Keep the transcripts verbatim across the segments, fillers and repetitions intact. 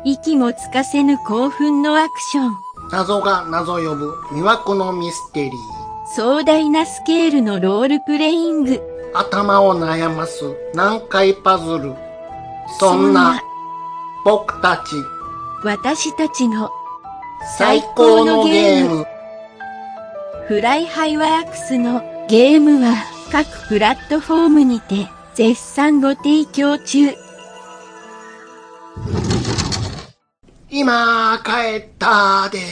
息もつかせぬ興奮のアクション。 謎が謎呼ぶ魅惑のミステリー。 壮大なスケールのロールプレイング。 頭を悩ます難解パズル。そんな僕たち私たちの最高のゲーム。 フライハイワークスのゲームは各プラットフォームにて絶賛ご提供中。 今帰ったで。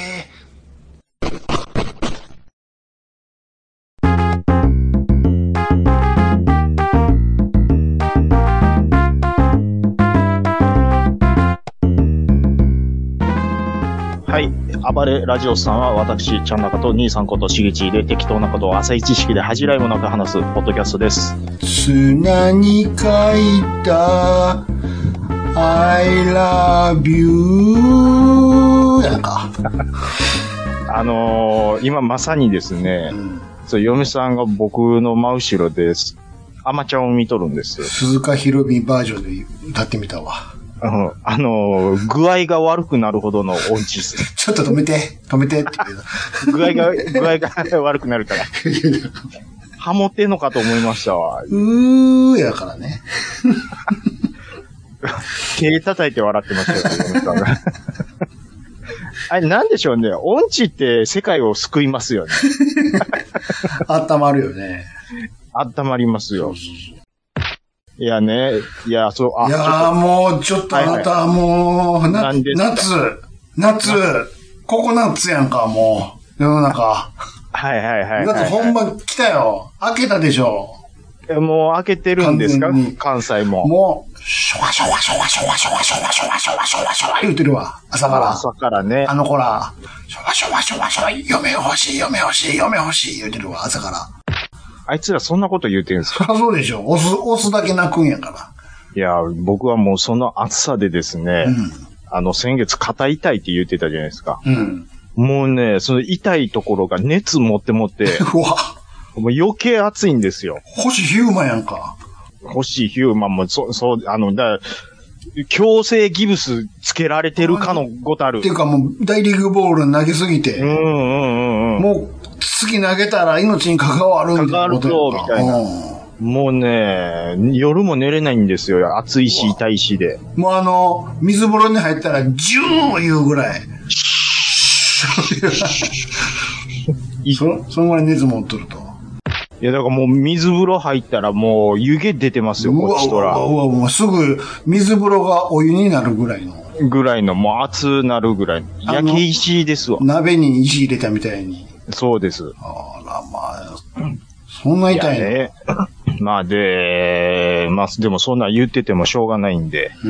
はい。暴れラジオさんは私、ちゃんなかと兄さんことしげちで適当なことを浅い知識で恥じらいもなく話すポッドキャストです。 砂に書いた I love you やんか。 あのー、今まさにですね、うん、そう、嫁さんが僕の真後ろです。アマちゃんを見とるんですよ。 鈴鹿ひろみバージョンで歌ってみたわ。 うん、あのー、具合が悪くなるほどの音痴です。 ちょっと止めて、止めてって言う。 具合が、具合が悪くなるから。ハモってんのかと思いましたわ。 うーやからね。 手叩いて笑ってましたよ、ね、あれなんでしょうね。音痴って世界を救いますよね。 温まるよね。 温まりますよ。そうそうそう。いやね、いや、そう、 あ、いやーもう、ちょっとあなた、はいはい、もう、な、夏、夏、ココナッツやんか、もう、世の中。 はいはいはい、はい。 夏本番来たよ。開けたでしょ。 もう開けてるんですか関西も。 もう、シュワシュワシュワシュワシュワシュワシュワシュワシュワシュワ言うてるわ。朝から。 朝からね。 あの子ら、シュワシュワシュワシュワ、嫁欲しい、嫁欲しい、嫁欲しい言うてるわ、朝から。 あいつらそんなこと言うてるんですか？ そうでしょ。押す、押すだけ泣くんやから。 いや、僕はもうその暑さでですね、うん、あの、先月肩痛いって言ってたじゃないですか。うん、もうね、その痛いところが熱持って持って、 うわもう余計暑いんですよ。 星ヒューマンやんか。 星ヒューマンも、そう、そう、あの、だ強制ギブスつけられてるかのごたる。 っていうかもう、大リーグボール投げすぎて。うんうんうんうん。もう、次投げたら命に関わるみたいなことやんか。 関わると、みたいな。うん、もうね、夜も寝れないんですよ。暑いし、痛いしで。 もうあの、水風呂に入ったら、ジュー言うぐらい。そ、そのぐらい熱持っとると。 いや、だからもう水風呂入ったらもう湯気出てますよ、こっちとら。 うわうわうわ、もうすぐ水風呂がお湯になるぐらいの。 ぐらいの、もう熱なるぐらい。焼け石ですわ。 鍋に石入れたみたいに。 そうです。 あら、まあ、そんな痛いの？いやね、 まあで、まあでもそんな言っててもしょうがないんで、うん、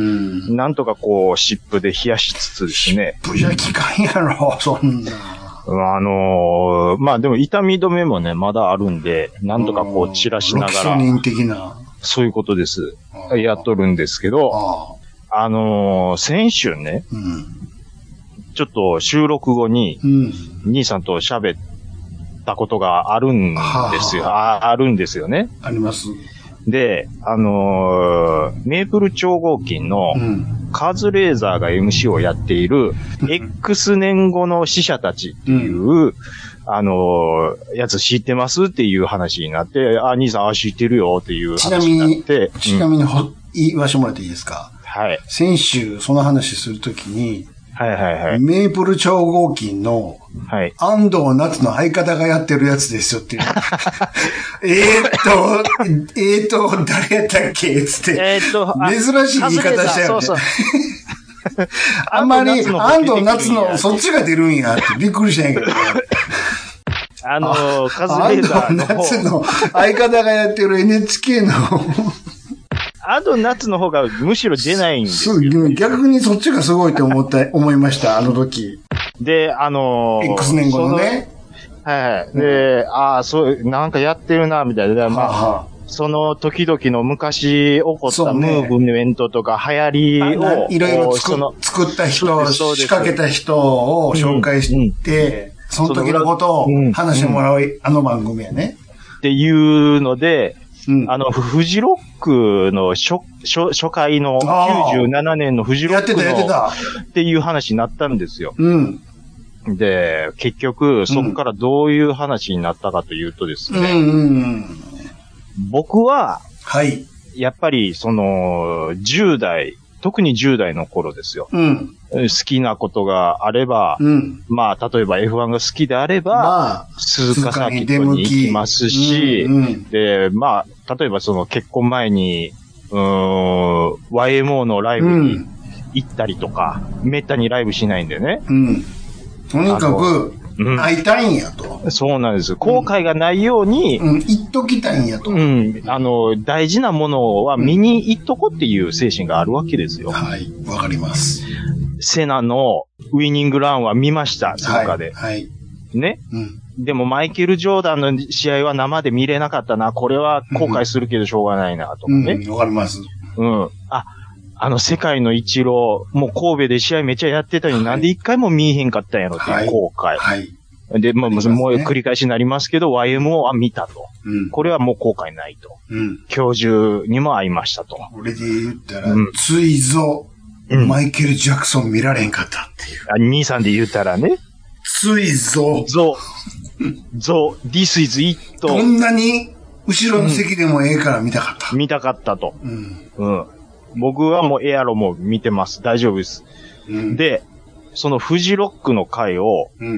なんとかこう、湿布で冷やしつつですね。 湿布じゃ効かんやろ、そんな。 あのー、まあでも痛み止めもね、まだあるんで、なんとかこう散らしながら。ロキソニン的な。 そういうことです。やっとるんですけど、あ、あのー、先週ね、うん、ちょっと収録後に、うん、兄さんと喋ったことがあるんですよ。はあ、あるんですよね。 あります。 で、あのー、メープル超合金の、カズレーザーが エムシー をやっている、X 年後の死者たちっていう、うん、あのー、やつ知ってますっていう話になって、あ、兄さん、あ、知ってるよっていう話になって。 ちなみに、ちなみにほ、言わしてもらっていいですか？ はい。 先週、その話するときに、 はいはいはい。 メープル超合金の、はい。安藤夏の相方がやってるやつですよっていう。えーっと、えーっと、誰やったっけつって。えーっと、珍しい言い方したよね。そうそう。あんまり、安藤夏のそっちが出るんやってびっくりしたんやけど。 あのー、カズレーザーの。 安藤夏の相方がやってる エヌエイチケー の。 あと夏の方がむしろ出ないんですよ。 逆にそっちがすごいと思った、思いました、あの時。 で、あのー、 X 年後のね。 はいはい。で、うん、ああ、そう、なんかやってるな、みたいな。まあ、はあ、その時々の昔起こったムーブメントとか流行りを、 いろいろ作った人、仕掛けた人を紹介して、うんうん、その時のことを話してもらう、あの番組やね。 っていうので、 うん、あの、フジロックの初、初、初回のきゅうじゅうななねんのフジロックの、やってたやってた。っていう話になったんですよ。うん。で、結局、そこからどういう話になったかというとですね。うんうんうん、僕は、はい。やっぱり、その、じゅう代、特にじゅう代の頃ですよ。うん。好きなことがあれば、うん、まあ、例えば エフワン が好きであれば、まあ、鈴鹿サーキットに行きますし、うんうん、で、まあ、例えばその結婚前に、うーん、ワイエムオー のライブに行ったりとか、うん、めったにライブしないんでね。うん。 とにかく、会いたいんやと、 うん。そうなんです。後悔がないように、 うん、行っときたいんやと。 うん。あの、大事なものは見に行っとこっていう精神があるわけですよ。 はい。わかります。 セナのウィニングランは見ました、鈴鹿で。はい。はい、ね。うん。でもマイケル・ジョーダンの試合は生で見れなかったな。これは後悔するけどしょうがないな、とかね。 うん、わかります。 うん。あ、あの世界の一郎、もう神戸で試合めっちゃやってたのに、はい、なんで一回も見えへんかったんやろっていう後悔。はい。はい、で、まあ、もう繰り返しになりますけど、ワイエムオー は見たと。うん。これはもう後悔ないと。うん。教授にも会いましたと。 俺で言ったら、うん、ついぞ、うん、マイケル・ジャクソン見られんかったっていう。 あ、兄さんで言ったらね。 ついぞ。 ぞ。ぞ。This is it. どんなに後ろの席でもええから見たかった。 うん、見たかったと。うん。うん。僕はもうエアロも見てます。大丈夫です。うん、で、そのフジロックの回を、うん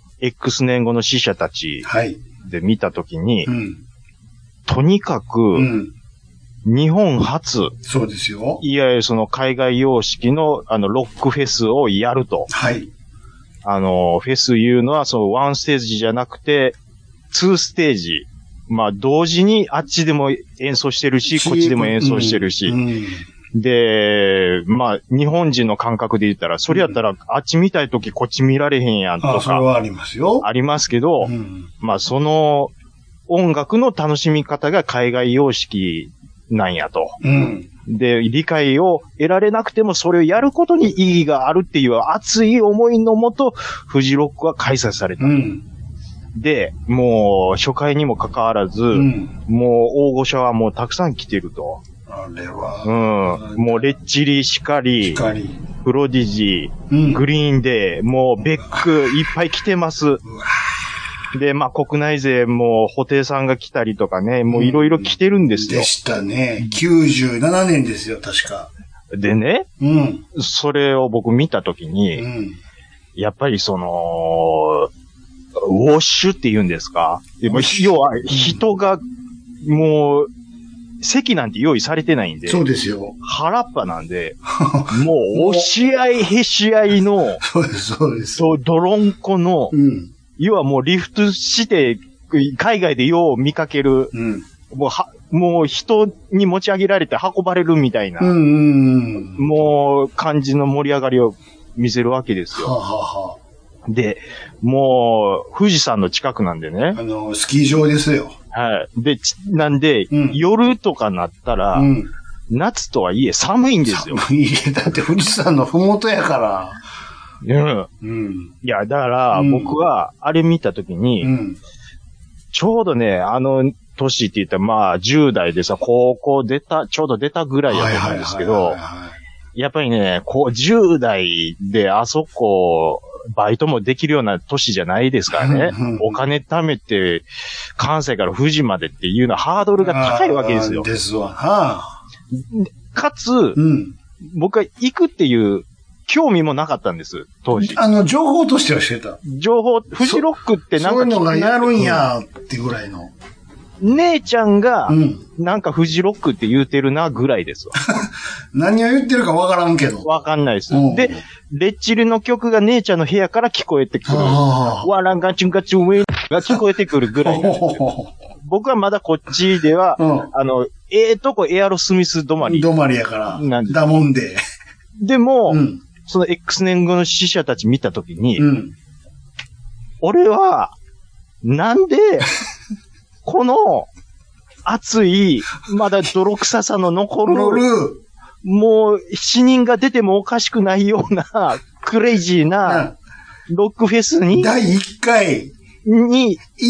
、X 年後の死者たちで見たときに、はいうん、とにかく、うん、日本初、 そうですよ。 いわゆるその海外様式のあのロックフェスをやると。はい。あの、フェスいうのはそのワンステージじゃなくて、ツーステージ。まあ同時にあっちでも演奏してるし、こっちでも演奏してるし。うんうんで、まあ、日本人の感覚で言ったら、それやったら、あっち見たいときこっち見られへんやんとか。 あ、それはありますよ。 ありますけど、うん、まあ、その音楽の楽しみ方が海外様式なんやと。うん、で、理解を得られなくても、それをやることに意義があるっていう熱い思いのもと、フジロックは開催された。うん、で、もう、初回にもかかわらず、うん、もう、大御所はもうたくさん来てると。 あれは。 うん。もう、レッチリしかり、しかりプロディジー、うん、グリーンデー、もう、ベック、いっぱい来てます。で、まあ、国内勢も、布袋さんが来たりとかね、もういろいろ来てるんですよ。 でしたね。きゅうじゅうななねんですよ、確か。 でね、うん。それを僕見たときに、うん、やっぱりその、ウォッシュって言うんですか？でも要は、人が、もう、席なんて用意されてないんで。 そうですよ。 腹っぱなんで、もう、押し合い、へし合いの、 そうです、そうです。 そう、泥んこの、うん、要はもうリフトして、海外でよう見かける、うん、もうは、もう人に持ち上げられて運ばれるみたいな、うんうんうん、もう感じの盛り上がりを見せるわけですよ。はあはあ、で、もう、富士山の近くなんでね。 あの、スキー場ですよ。 はい。で、なんで、うん、夜とかなったら、うん、夏とはいえ寒いんですよ。 寒い。だって富士山のふもとやから。 うん。うん。いや、だから、僕は、あれ見たときに、うん、ちょうどね、あの年って言ったら、まあ、じゅう代でさ、高校出た、ちょうど出たぐらいやと思うんですけど、やっぱりね、こう、じゅう代であそこ、バイトもできるような年じゃないですからね。お金貯めて、関西から富士までっていうのはハードルが高いわけですよ。 ですわな。 かつ、うん、僕は行くっていう興味もなかったんです、当時。 あの、情報としてはしてた。 情報、富士ロックってなんかそういうのがやるんやってぐらいの。 姉ちゃんが、なんか富士ロックって言うてるなぐらいですわ。 何を言ってるかわからんけど。 わかんないです。で、レッチリの曲が姉ちゃんの部屋から聞こえてくる。ワランガチュンガチュンウェイが聞こえてくるぐらいなんですよ。僕はまだこっちでは、うん、あの、ええー、とこエアロスミス止まり。 止まりやから。なんだもんで。 でも、うん、その X 年後の死者たち見たときに、うん、俺は、なんで、この、熱い、まだ泥臭さの残る、もう死人が出てもおかしくないような、クレイジーな、ロックフェスに、 だいいっかいに行っ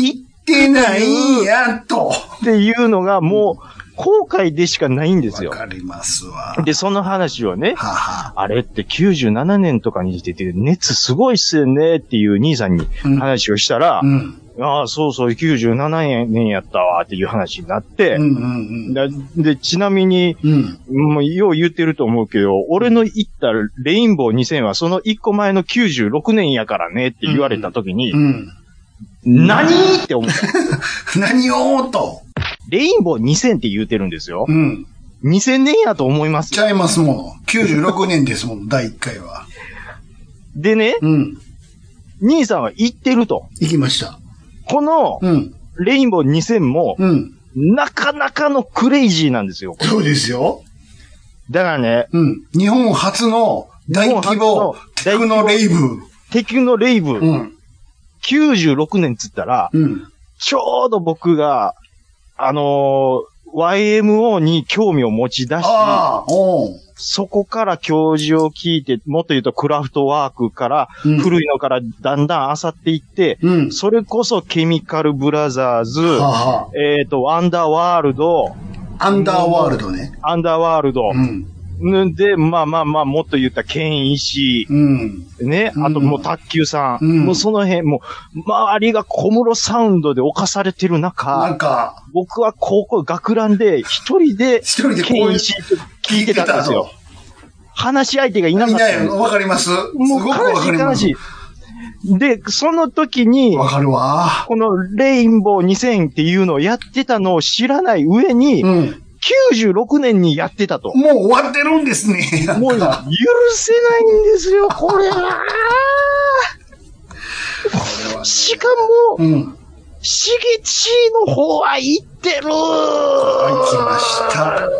てないんや、と。 っていうのがもう、後悔でしかないんですよ。 わかりますわ。 で、その話をね、 ははあれってきゅうじゅうななねんとかにしてて、熱すごいっすよねっていう兄さんに話をしたら、うんうん、ああ、そうそう、きゅうじゅうななねんやったわっていう話になって、うんうんうん、で、ちなみに、うん、もうよう言ってると思うけど、俺の言ったレインボーにせんはそのいっこまえのきゅうじゅうろくねんやからねって言われたときに、うんうん、何って思った。 何をと。 レインボーにせんって言うてるんですよ。うん。にせんねんやと思いますよ。ちゃいますもの。きゅうじゅうろくねんですもん、だいいっかいは。 でね、うん。兄さんは行ってると。 行きました。 この、うん。レインボーにせんも、うん。なかなかのクレイジーなんですよ。 そうですよ。 だからね、 うん。日本初の大規模テクノレイブ。 テクノレイブ。うん。きゅうじゅうろくねんっつったら、うん。ちょうど僕が、あのー、ワイエムオー に興味を持ち出し、そこから教授を聞いて、もっと言うとクラフトワークから、うん、古いのからだんだん漁っていって、うん、それこそケミカルブラザーズ、ははえっ、ー、と、アンダーワールド。 アンダーワールドね。 アンダーワールド。うんで、まあまあまあ、もっと言ったら、ケン石、うん、ね、あともう卓球さん、うん、もうその辺、もう、周りが小室サウンドで侵されてる中、なんか、僕は高校、学ランで一人で、 一人でケン石聞いてたんですよ。話し相手がいなかった。 いないよ、わかります。 もう悲しい悲しい。で、その時に、 わかるわ。 このレインボーにせんっていうのをやってたのを知らない上に、うんきゅうじゅうろくねんにやってたと。 もう終わってるんですね。 もう許せないんですよ、これは。しかも、うん、しげちの方は行ってる。 行きました。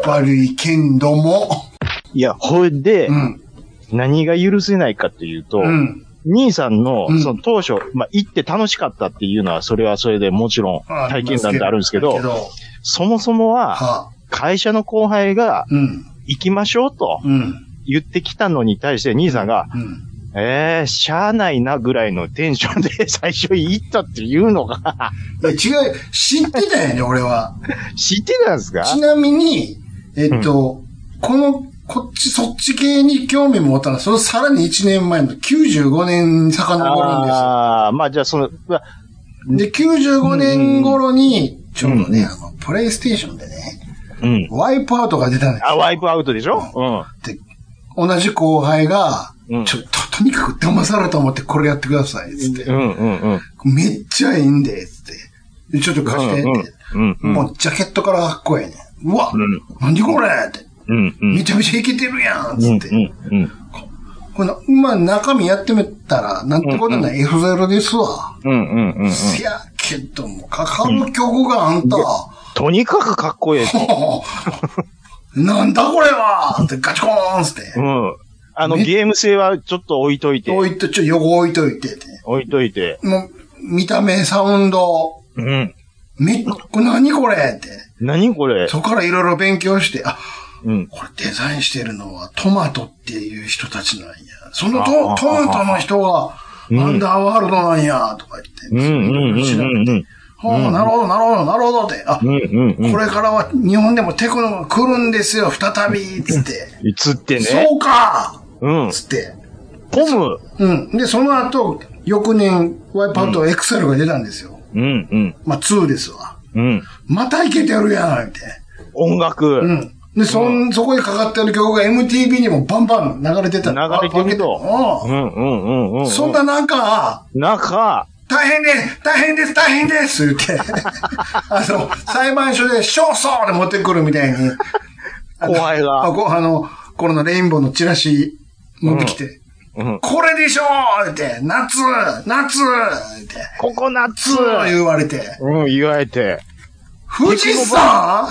悪いけんども。 いや、ほいで、うん、何が許せないかっていうと、うん、兄さんの、その当初、まあ、行って楽しかったっていうのは、それはそれでもちろん体験談ってあるんですけど、そもそもは、はあ会社の後輩が、行きましょうと、言ってきたのに対して兄さんが、うん、えー、しゃあないなぐらいのテンションで最初行ったっていうのが。 いや違う、知ってたよね、俺は。 知ってたんですか？ ちなみに、えっと、うん、この、こっち、そっち系に興味持ったら、そのさらにいちねんまえのきゅうじゅうごねんに遡るんですよ。 ああ、まあじゃあその、まあ、 で、きゅうじゅうごねん頃に、ちょうどね、うん、あの、プレイステーションでね、うん、ワイプアウトが出たんですよ。 あ、ワイプアウトでしょ？うん。 で、同じ後輩が、うん、ちょっと、とにかく騙されたと思ってこれやってください、つって。うんうんうん。めっちゃいいんで、つって。で、ちょっと貸して、って。うんうん、もう、ジャケットからかっこいいね。うわ、うん、何これって、うんうん。めちゃめちゃイケてるやん、つって。うんうんうん、これ今、中身やってみたら、なんてことない、うんうん、エフゼロ ですわ。うんうんうん、うん。せやけども、かかる曲があんた、うんとにかくかっこいい。 なんだこれはってガチコーンって。うん。 あのゲーム性はちょっと置いといて。 置いと、ちょ、横置いといて。 置いといて。 もう、見た目、サウンド。うん。め、これ何これって。 何これそこからいろいろ勉強して、あ、うん。これデザインしてるのはトマトっていう人たちなんや。そのトトマトの人がアンダーワールドなんや、とか言って。うんうんうんうんうん。はあ、うん、なるほど、なるほど、なるほどって。あ、うんうんうん、これからは日本でもテクノが来るんですよ、再び、つって。 つってね。 そうかうん。つって。 ポムうん。で、その後、翌年、ワイパッドエクセルが出たんですよ。うんうん。まあ、にですわ。うん。またいけてるやん、って。 音楽。うん。 で、そん、そこでかかってる曲が エムティービー にもバンバン流れてた。 流れてると。 うんうんうんうん。そんな中、 中、 大変です、大変です、大変です言って、あの、裁判所で勝訴で持ってくるみたいに、 後輩が。 ああの、このレインボーのチラシ持ってきて、うんうん、これでしょーって、夏夏って、 ココナッツ言われて。 うん、言われて。 富士山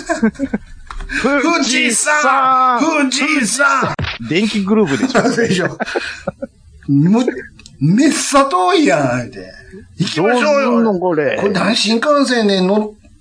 富士山富士山電気グループでしょでしょめっさ遠いやん、って。行きましょうよ。 のこれ。 これ新幹線で乗って、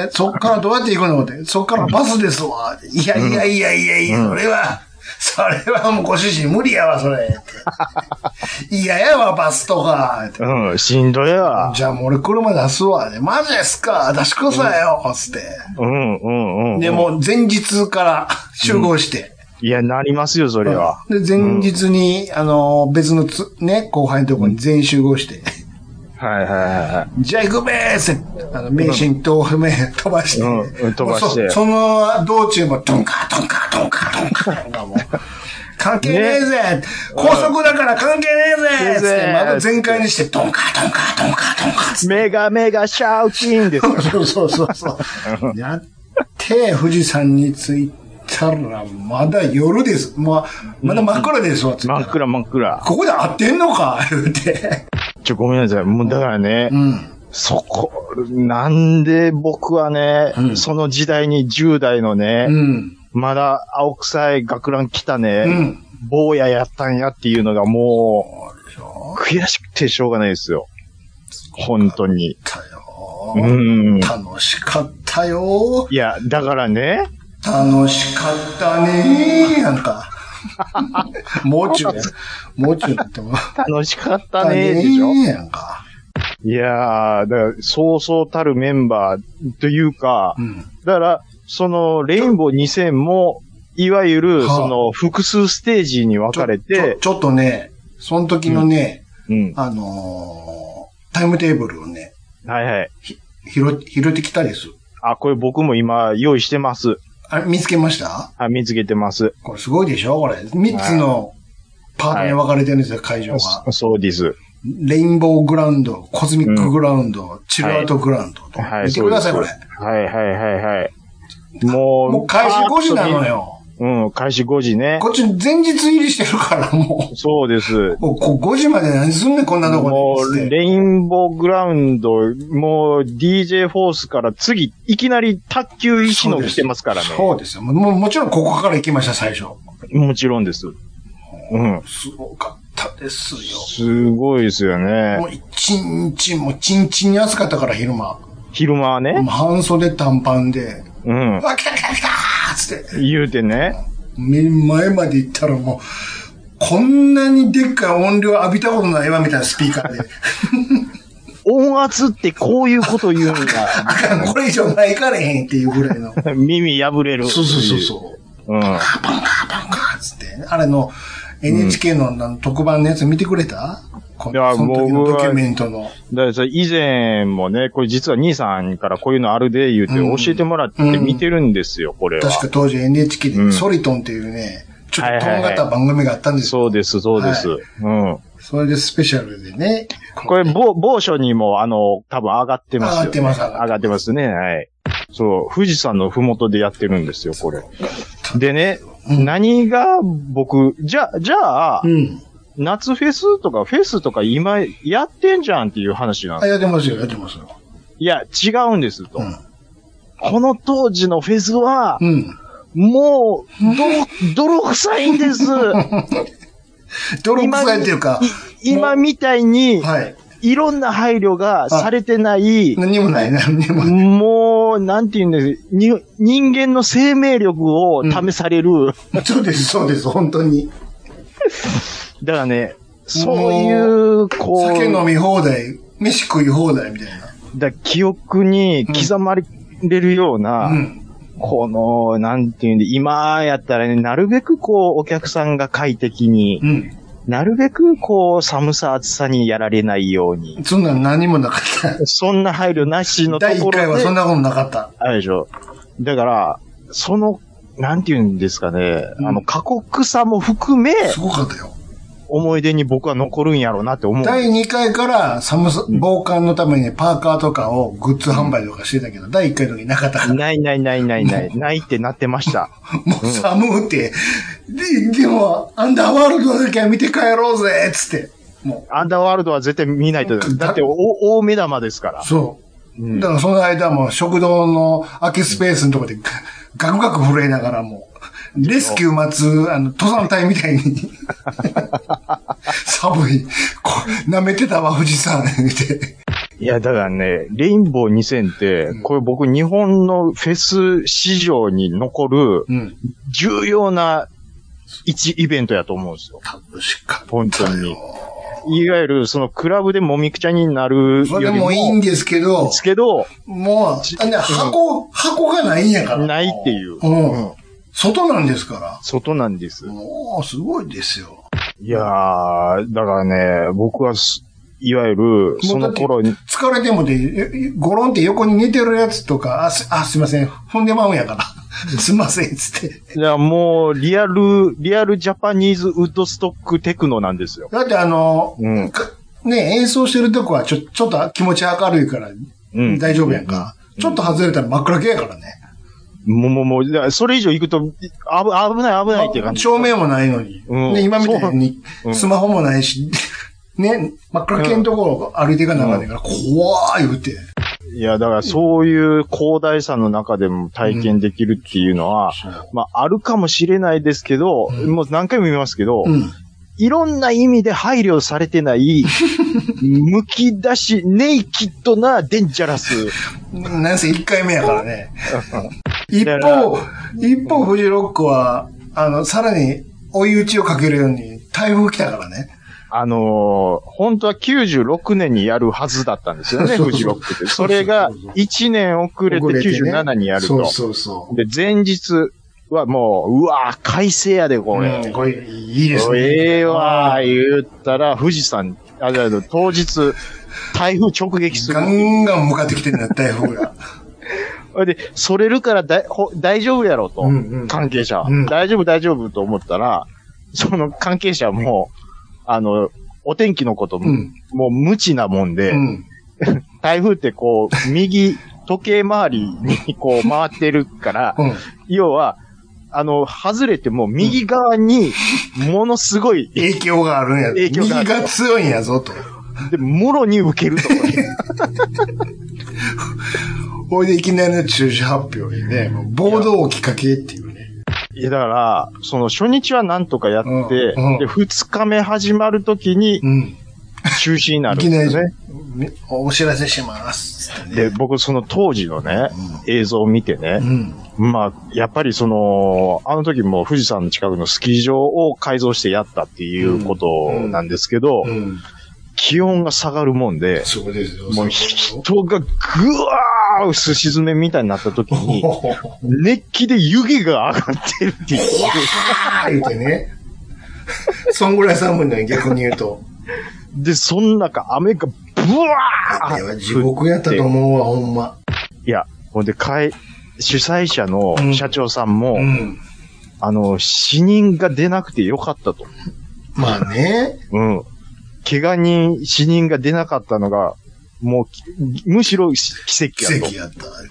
そっからどうやって行くのって。そっからバスですわ。いやいやいやいやいや、うん、俺は、 それはもうご主人無理やわ、それ。嫌やわ、バスとか。 うん、しんどいわ。 じゃあもう俺車出すわ。マジですか出してくださいよ、つって。 うん、うん、うん。 で、もう前日から集合して。 うん、いや、なりますよ、それは。 で、前日に、うん、あの、別のつ、ね、後輩のところに全員集合して。 はいはいはい。 じゃあ行くべーって、あの、名神と名飛ばして。 うん、飛ばして。 そ, その道中も、トンカトンカトンカトンカトンカもう、関係ねえぜ、ね、高速だから関係ねえぜって、まだ全開にして、トンカトンカトンカトンカって。 メガメガシャウチンです。 そうそうそうそう。やって、富士山に着いたら、まだ夜です。もう、まだ真っ暗ですわ、 真っ暗真っ暗。 ここで会ってんのか言うて。 ちょ、ごめんなさい。もうだからね、うん、そこ、なんで僕はね、うん、その時代にじゅう代のね、うん、まだ青臭い学ラン来たね、うん、坊ややったんやっていうのがもう、悔しくてしょうがないですよ。本当に。 うん、楽しかったよ。 いや、だからね。 楽しかったねー、なんか。もうちょい、もうちょいっても。 楽しかったねーでしょ。なんかいやー、だから、そうそうたるメンバーというか、うん、だから、その、レインボーにせんも、いわゆる、その、複数ステージに分かれてちょちょ、ちょっとね、その時のね、うん、あのー、タイムテーブルをね、 はいはい。 ひ、拾、拾ってきたです。 あ、これ僕も今用意してます。 あ、見つけました？ あ、見つけてます。 これすごいでしょこれ。三つのパートに分かれてるんですよ、はい、会場が。 そうです。 レインボーグラウンド、コズミックグラウンド、うん、チルアウトグラウンドと。はい、見てください、これ。 はいはいはいはい。もう、 もう開始ごじなのよ。 うん、開始ごじね。 こっち前日入りしてるからもう。 そうです。 もうこごじまで何すんねん、こんなとこで。 もう、レインボーグラウンド、もう ディージェー フォースから次、いきなり卓球石の来てますからね。 そうですよ。もうもちろんここから行きました、最初。 もちろんです。うん。 すごかったですよ。 すごいですよね。 もう一日、もうちんちんに暑かったから、昼間。 昼間はね。 半袖短パンで。うん。わ、来た来た来たーつって。 言うてね。 前まで行ったらもう、こんなにでっかい音量浴びたことないわ、みたいなスピーカーで。 音圧ってこういうこと言うんだ。 あかん、これ以上前行かれへんっていうぐらいの。 耳破れる。 そうそうそうそう。うん。パンカーパンカーパンカーつって。あれの エヌエイチケー の、うん、特番のやつ見てくれた？いや、その時のドキュメントの。 だからそれ以前もね、これ実は兄さんからこういうのあるで言うて教えてもらって見てるんですよ、うん、これは。 確か当時 エヌエイチケー でソリトンっていうね、うん、ちょっととんがった番組があったんですよ。 そうです、そうです、はい。うん。 それでスペシャルでね。 これ、某、某所にもあの、多分上がってますよ、ね。 上がってます、 上がってますね、はい。そう、富士山のふもとでやってるんですよ、これ。でね、うん、何が僕、じゃ、じゃあ、うん夏フェスとかフェスとか今やってんじゃんっていう話なんです。 あ、やってますよ、やってますよ。 いや、違うんですと。うん、この当時のフェスは、うん、もう、ど、泥臭いんです。 泥臭いっていうか。 今みたいに、はい。いろんな配慮がされてない。 何もない、何にもない。 もう、なんて言うんです。に、人間の生命力を試される。うん、 そうです、そうです、本当に。 だからね、そういう、こう。 酒飲み放題、飯食い放題みたいな。 だ記憶に刻まれるような、うん、この、なんていうんで、今やったらね、なるべくこう、お客さんが快適に、うん、なるべくこう、寒さ暑さにやられないように。 そんな何もなかった。 そんな配慮なしのところで。 だいいっかいはそんなことなかった。 あれでしょ。だから、その、なんていうんですかね、うん、あの、過酷さも含め、 すごかったよ。 思い出に僕は残るんやろうなって思う。 だいにかいから寒さ、防寒のためにパーカーとかをグッズ販売とかしてたけど、うん、だいいっかいの時なかったから。 ないないないないない。ないってなってました。 もう寒って、うん、で、でも、アンダーワールドだけは見て帰ろうぜつって。 もう。アンダーワールドは絶対見ないと。だって大目玉ですから。 そう。うん、だからその間も食堂の空きスペースのとこでガクガク震えながらもう。レスキュー待つ、あの、登山隊みたいに。寒い。こ舐めてたわ、富士山、見て。 いや、だからね、レインボーにせんって、うん、これ僕日本のフェス市場に残る、重要な一イベントやと思うんですよ。 楽しかった。 本当に。いわゆる、その、クラブでもみくちゃになるよりも。 それもいいんですけど。 ですけど。 もう、箱、箱がないんやから。 ないっていう。 うん。外なんですから。 外なんです。 もう、すごいですよ。 いやー、だからね、僕は、いわゆる、その頃に。 疲れてもで、ゴロンって横に寝てるやつとか、あ、す、あすいません、踏んでまうんやから。すいません、つって。 いや、もう、リアル、リアルジャパニーズウッドストックテクノなんですよ。 だってあの、うん、ね、演奏してるとこはちょ、ちょっと気持ち明るいから、うん、大丈夫やんか、うん。ちょっと外れたら真っ暗系やからね。 もう、もう、もう、それ以上行くと、危、危ない危ないっていう感じ。 照明もないのに。うん、ね、今みたいに、スマホもないし、うん、ね、真っ暗系のところ歩いていかなあかんねんから、怖い言うて。 いや、だからそういう広大さの中でも体験できるっていうのは、うん、まあ、あるかもしれないですけど、うん、もう何回も言いますけど、うん、いろんな意味で配慮されてない、むき出し、ネイキッドなデンジャラス。 なんせいっかいめやからね。一方、一方、フジロックは、あの、さらに追い打ちをかけるように台風来たからね。 あのー、本当はきゅうじゅうろくねんにやるはずだったんですよね、フジロックって。それがいちねん遅れてきゅうじゅうななにやると。 そうそうそう。 で、前日はもう、うわぁ、快晴やで、これ。 うん、これ、いいですね。 ええわー、言ったら、富士山、あ、じゃあ、当日、台風直撃する。 ガンガン向かってきてるんだ、台風が。 で、それるからだほ大丈夫やろと、うんうん、関係者、うん。大丈夫、大丈夫と思ったら、その関係者も、あの、お天気のことも、うん、もう無知なもんで、うん、台風ってこう、右、時計回りにこう回ってるから、うん、要は、あの、外れても右側に、ものすごい、 影響があるんや。影響が右が強いんやぞと。 で、もろに受けると。 ほいでいきなりの中止発表にね、暴動をきっかけっていうね。 いや、だから、その初日はなんとかやって、うんうん、で、二日目始まるときに、中止になるんですよね。 いきなりお知らせします、 ね。で、僕その当時のね、うん、映像を見てね、うん、まあ、やっぱりその、あの時も富士山の近くのスキー場を改造してやったっていうことなんですけど、うんうん、気温が下がるもんで、 そうですよ。 もう人がぐわーすし詰めみたいになった時に、熱気で湯気が上がってるっていう。 はー言うてね。そんぐらい寒いのに逆に言うと。 で、そん中雨がブワーあれは地獄やったと思うわ、ほんま。 いや、ほんで、かい、主催者の社長さんも、うんうん、あの、死人が出なくてよかったと。 まあね。 うん。怪我人、死人が出なかったのが、もう、むしろ奇跡やと。 奇跡やった。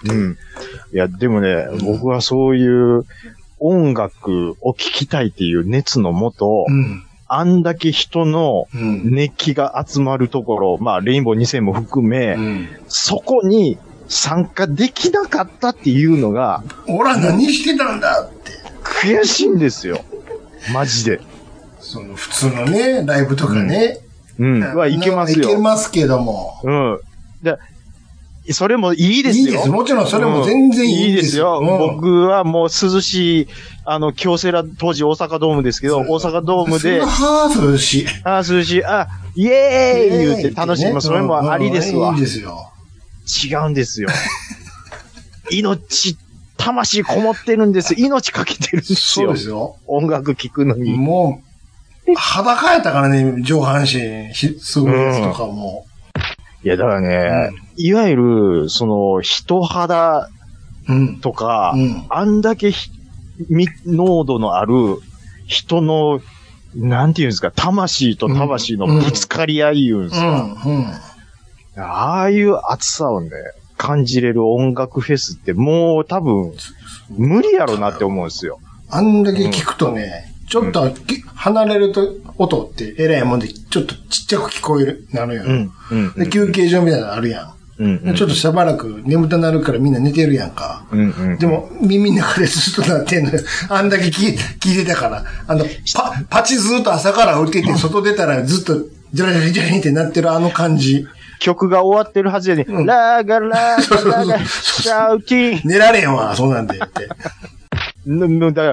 うん。いや、でもね、うん、僕はそういう音楽を聴きたいっていう熱のもと、うん、あんだけ人の熱気が集まるところ、うん、まあ、レインボーにせんも含め、うん、そこに参加できなかったっていうのが、 俺は何してたんだって。 悔しいんですよ。マジで。 その普通のね、ライブとかね。 うん。は、いけますよ。 いけますけども。 うん。で、それもいいですよ。 いいです。もちろんそれも全然いいです。 いいですよ。うん、僕はもう涼しい、あの、京セラ、当時大阪ドームですけど、大阪ドームで。 はぁ、涼しい。 あぁ、涼しい。あ、イエーイ言って楽しい。ね、それもありですわ。 いいですよ。 違うんですよ。命、魂こもってるんです。命かけてるんですよ。 そうですよ。 音楽聴くのに。 もう、裸やったからね、上半身、すごいやつとかも。 うん、いや、だからね、うん、いわゆる、その、人肌とか、うんうん、あんだけ濃度のある人の、なんていうんですか、魂と魂のぶつかり合い言うんですか。うんうんうん、ああいう熱さをね、感じれる音楽フェスってもう多分、無理やろなって思うんですよ。 あんだけ聞くとね、うん、ちょっと離れると音ってえらいもんでちょっとちっちゃく聞こえる、なるやん。うんうん、で休憩所みたいなのあるやん。うんうん、ちょっとしばらく眠たなるからみんな寝てるやんか。うんうん、でも耳の中でずっとなってんのよ。あんだけ聞い、聞いてたから。あの、パ、パチずっと朝から打ってて外出たらずっとジャラジャラジャラってなってるあの感じ。 曲が終わってるはずやね、うん。ラーガラーガラーガシャウティン。 寝られんわ、そうなんでって。 だから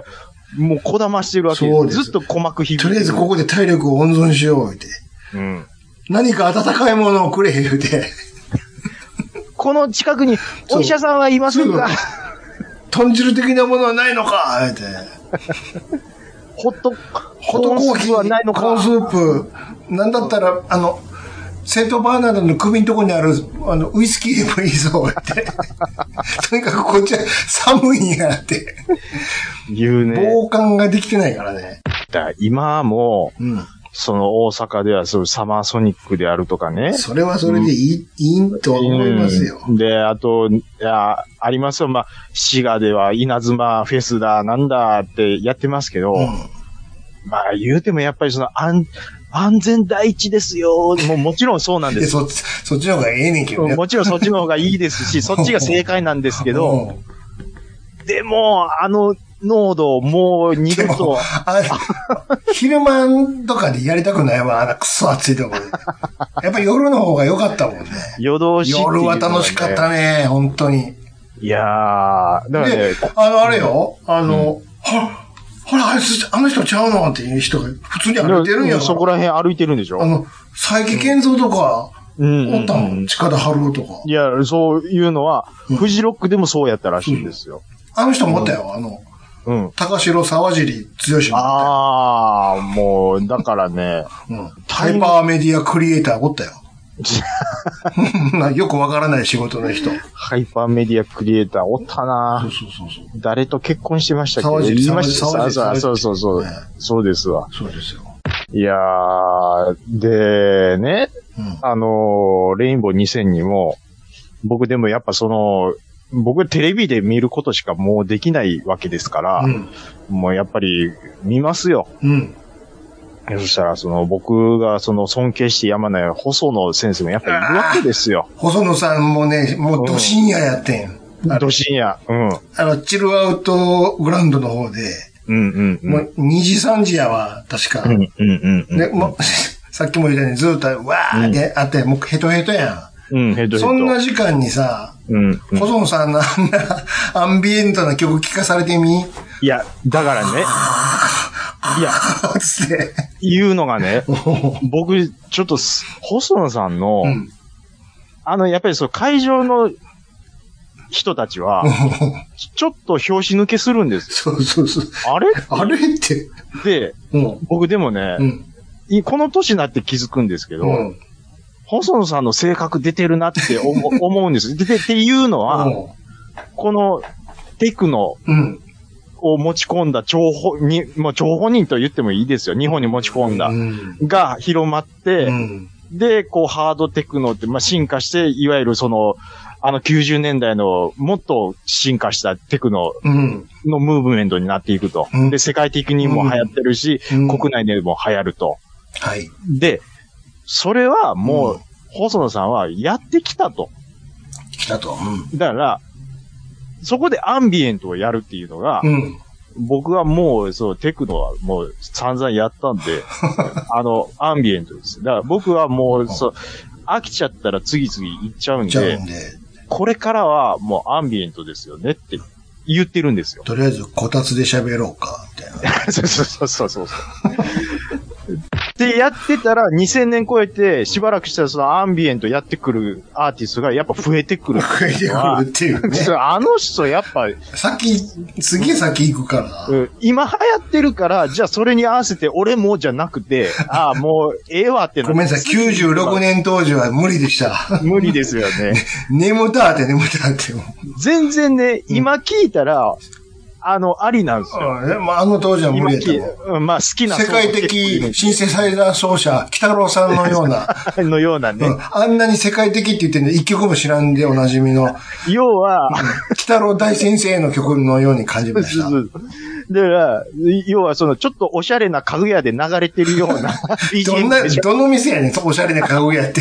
もうこだましてるわけです。ずっと鼓膜響いてる。 とりあえずここで体力を温存しようって。うん。何か温かいものをくれ言うて。 この近くにお医者さんはいませんか？ 豚汁的なものはないのか言うて。 ホット、ホットコーヒーはないのか？ コーンスープ。なんだったら、あの、セントバーナードの首のとこにある、あの、ウイスキーでもいいぞって。とにかくこっちは寒いんやって。 言うね。 防寒ができてないからね。 だ今も、うん、その大阪ではそういうサマーソニックであるとかね。 それはそれでいい、うん、いいと思いますよ。 で、あと、いや、ありますよ。まあ、滋賀では稲妻フェスだ、なんだってやってますけど、うん、まあ言うてもやっぱりその安、安全第一ですよ。もうもちろんそうなんです。 そっち、そっちの方がええねんけどね。 もちろんそっちの方がいいですし、そっちが正解なんですけど、でも、あの濃度、もう二度と。 昼間とかでやりたくないわ、あのクソ暑いところで。やっぱ夜の方が良かったもんね。 夜通し、ね。 夜は楽しかったね、本当に。 いやー、だからね。 で、あの、あれよ、あの、うん、はほら、あいつ、あの人ちゃうのっていう人が普通に歩いてるんやろ。 そこら辺歩いてるんでしょ？ あの、佐伯健三とか、うん、おったもん、近田春夫とか。 いや、そういうのは、うん、フジロックでもそうやったらしいんですよ。 うん、あの人もおったよ、あの、うん。高城沢尻剛も。 ああ、もう、だからね。 うん。ハイパーメディアクリエイターおったよ。よくわからない仕事の人。 ハイパーメディアクリエイターおったな。 そうそうそうそう。 誰と結婚してましたっけ？ 沢尻言いました。そうそうそう。ね、そうですわ。 そうですよ。 いやー、で、ね、うん、あのー、レインボーにせんにも、僕でもやっぱその、僕テレビで見ることしかもうできないわけですから、うん、もうやっぱり見ますよ。うん。そしたら、その、僕が、その、尊敬してやまない細野先生もやっぱりいるわけですよ。 細野さんもね、もう、ど深夜やってん。 ど深夜。うん。 あの、チルアウトグラウンドの方で、 うんうんうん。 もう、にじさんじやわ、確か。 うんうんうん。 で、もう、さっきも言ったように、ずっと、わーってあって、もう、ヘトヘトやん。うん、ヘトヘト。 そんな時間にさ、 うん、うん。 細野さんのあんな、アンビエントな曲聴かされてみ？ いや、だからね。いや、言うのがね、僕、ちょっと、細野さんの、うん、あの、やっぱりそう、会場の人たちは、ちょっと拍子抜けするんです。 そうそうそう。 あれあれって。 で、うん、僕でもね、うん、この年になって気づくんですけど、うん、細野さんの性格出てるなって思思うんです。で、っていうのは、うん、このテクノ、うんを持ち込んだ張本に、もう張本人と言ってもいいですよ。日本に持ち込んだ。うん、が広まって、うん、で、こうハードテクノって、まあ、進化して、いわゆるその、あのきゅうじゅうねんだいのもっと進化したテクノのムーブメントになっていくと。うん、で、世界的にも流行ってるし、うん、国内でも流行ると。 はい。 で、それはもう、細野さんはやってきたと。 来たと。 うん、だから、そこでアンビエントをやるっていうのが、うん、僕はもう、そう、テクノはもう散々やったんで、あの、アンビエントです。だから僕はもう、そう、飽きちゃったら次々行っちゃうんで、 行っちゃうんでこれからはもうアンビエントですよねって言ってるんですよ。 とりあえず、こたつで喋ろうか、みたいな。 そうそうそうそう。で、やってたら、にせんねん超えて、しばらくしたらそのアンビエントやってくるアーティストがやっぱ増えてくる。 増えてくるっていうね。 あの人やっぱ、 先、すげえ先行くから、 うん。今流行ってるから、じゃあそれに合わせて俺もじゃなくて、ああ、もうええわってな。 ごめんなさい、きゅうじゅうろくねん当時は無理でした。 無理ですよね。 眠たって眠たって。 全然ね、今聞いたら、あの、ありなんですよ。 あ, まあ、あの当時は無理やったもん。まあ、好きな。 世界的シンセサイザー奏者、北郎さんのような。 のようなね、 うん。あんなに世界的って言ってんの、一曲も知らんでおなじみの。 要は、 北郎大先生の曲のように感じました。 だから、要はその、ちょっとおしゃれな家具屋で流れてるような。 どんな、どの店やねん、おしゃれな家具屋って。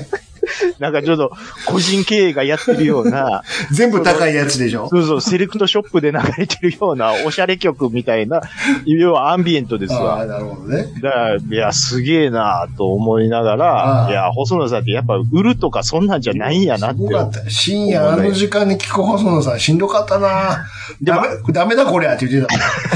なんかちょっと、個人経営がやってるような。 全部高いやつでしょ？ そうそう、セレクトショップで流れてるような、おしゃれ曲みたいな、要はアンビエントですわ。 ああ、なるほどね。 だから、いや、すげえなと思いながら、いや、細野さんってやっぱ売るとかそんなんじゃないんやなって。すごかった。 深夜あの時間に聞く細野さんしんどかったな。ダメ、ダメだこりゃって言ってた。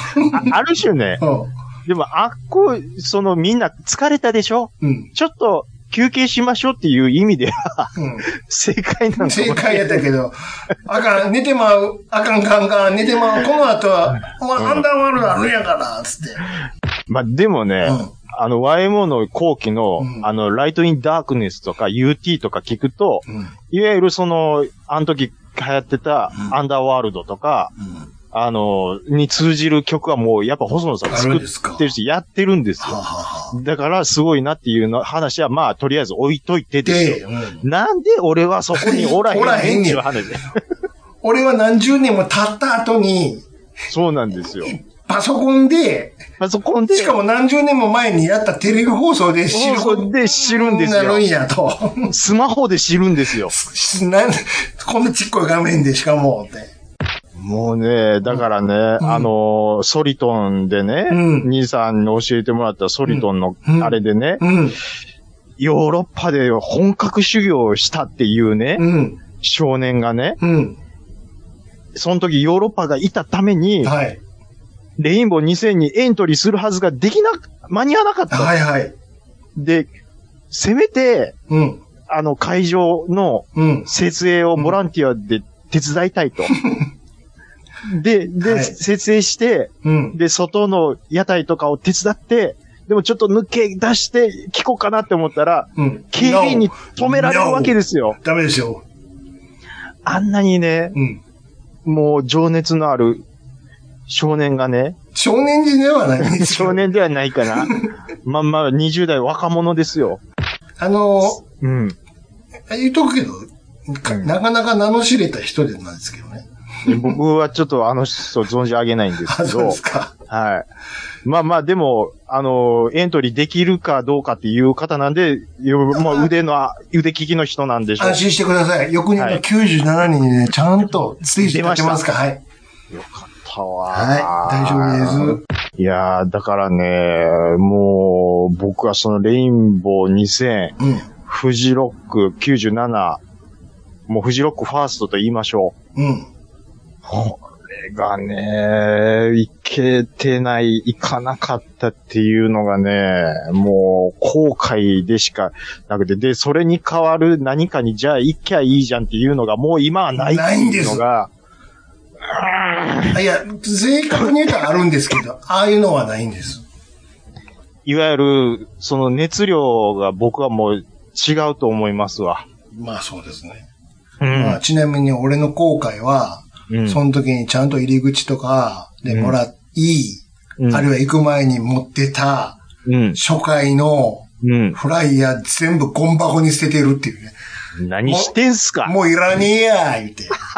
ある種ね。でも、あっこ、そのみんな疲れたでしょ、うん、ちょっと休憩しましょうっていう意味では、うん、正解なの。 正解やったけど、あかん、寝てまう、あかんかんかん、寝てまう、この後は、お前、アンダーワールドあるんやから、つって。 まあ、でもね、うん、あの、ワイエムオー の後期の、うん、あの、ライトインダークネスとか ユーティー とか聞くと、うん、いわゆるその、あの時流行ってたアンダーワールドとか、うんあの、に通じる曲はもう、やっぱ細野さんが作ってるし、やってるんですよ。はははだから、すごいなっていうの話は、まあ、とりあえず置いといてですよ。うん、なんで俺はそこにおらへんねんっていう話。 俺は何十年も経った後に、 そうなんですよ。 パソコンで、 パソコンで、 しかも何十年も前にやったテレビ放送で知る。 放送で知るんですよ。 なるんやと。 スマホで知るんですよ。 なんこんなちっこい画面でしかも、って。 もうね、だからね、うん、あの、ソリトンでね、うん、兄さんに教えてもらったソリトンのあれでね、うんうん、ヨーロッパで本格修行をしたっていうね、うん、少年がね、うん、その時ヨーロッパがいたために、はい、レインボーにせんにエントリーするはずができな、間に合わなかった。はいはい。で、せめて、うん、あの会場の設営をボランティアで手伝いたいと。で、で、はい、設営して、うん、で、外の屋台とかを手伝って、でもちょっと抜け出して聞こうかなって思ったら、うん、警備員に止められるわけですよ。 ダメですよ。 あんなにね、うん、もう情熱のある少年がね。 少年時ではないんですよ。少年ではないかな。まあまあ、にじゅう代若者ですよ。 あの、うん。言うとくけど、なかなか名の知れた人でなんですけどね。 僕はちょっとあの人存じ上げないんですけど。 そうですか。 はい。まあまあでも、あの、エントリーできるかどうかっていう方なんで、まあ腕の、腕利きの人なんでしょう。 安心してください。翌年のきゅうじゅうななねんにね、ちゃんとステージ立ってますか。はい。 よかったわ。 はい。大丈夫です。 いやー、だからね、もう、僕はそのレインボーにせん、うん、フジロックきゅうじゅうなな、もうフジロックファーストと言いましょう。うん。これがね、いけてない、いかなかったっていうのがね、もう後悔でしかなくて、で、それに代わる何かにじゃあ行きゃいいじゃんっていうのがもう今はないっていうのが、 いや、正確に言うとあるんですけど、ああいうのはないんです。 いわゆる、その熱量が僕はもう違うと思いますわ。 まあそうですね。うん、まあ、ちなみに俺の後悔は、うん、その時にちゃんと入り口とかでもらい、うん、あるいは行く前に持ってた、うん、初回のフライヤー全部ゴン箱に捨ててるっていうね。 何してんすか？ もういらねえや、言うて。しまった。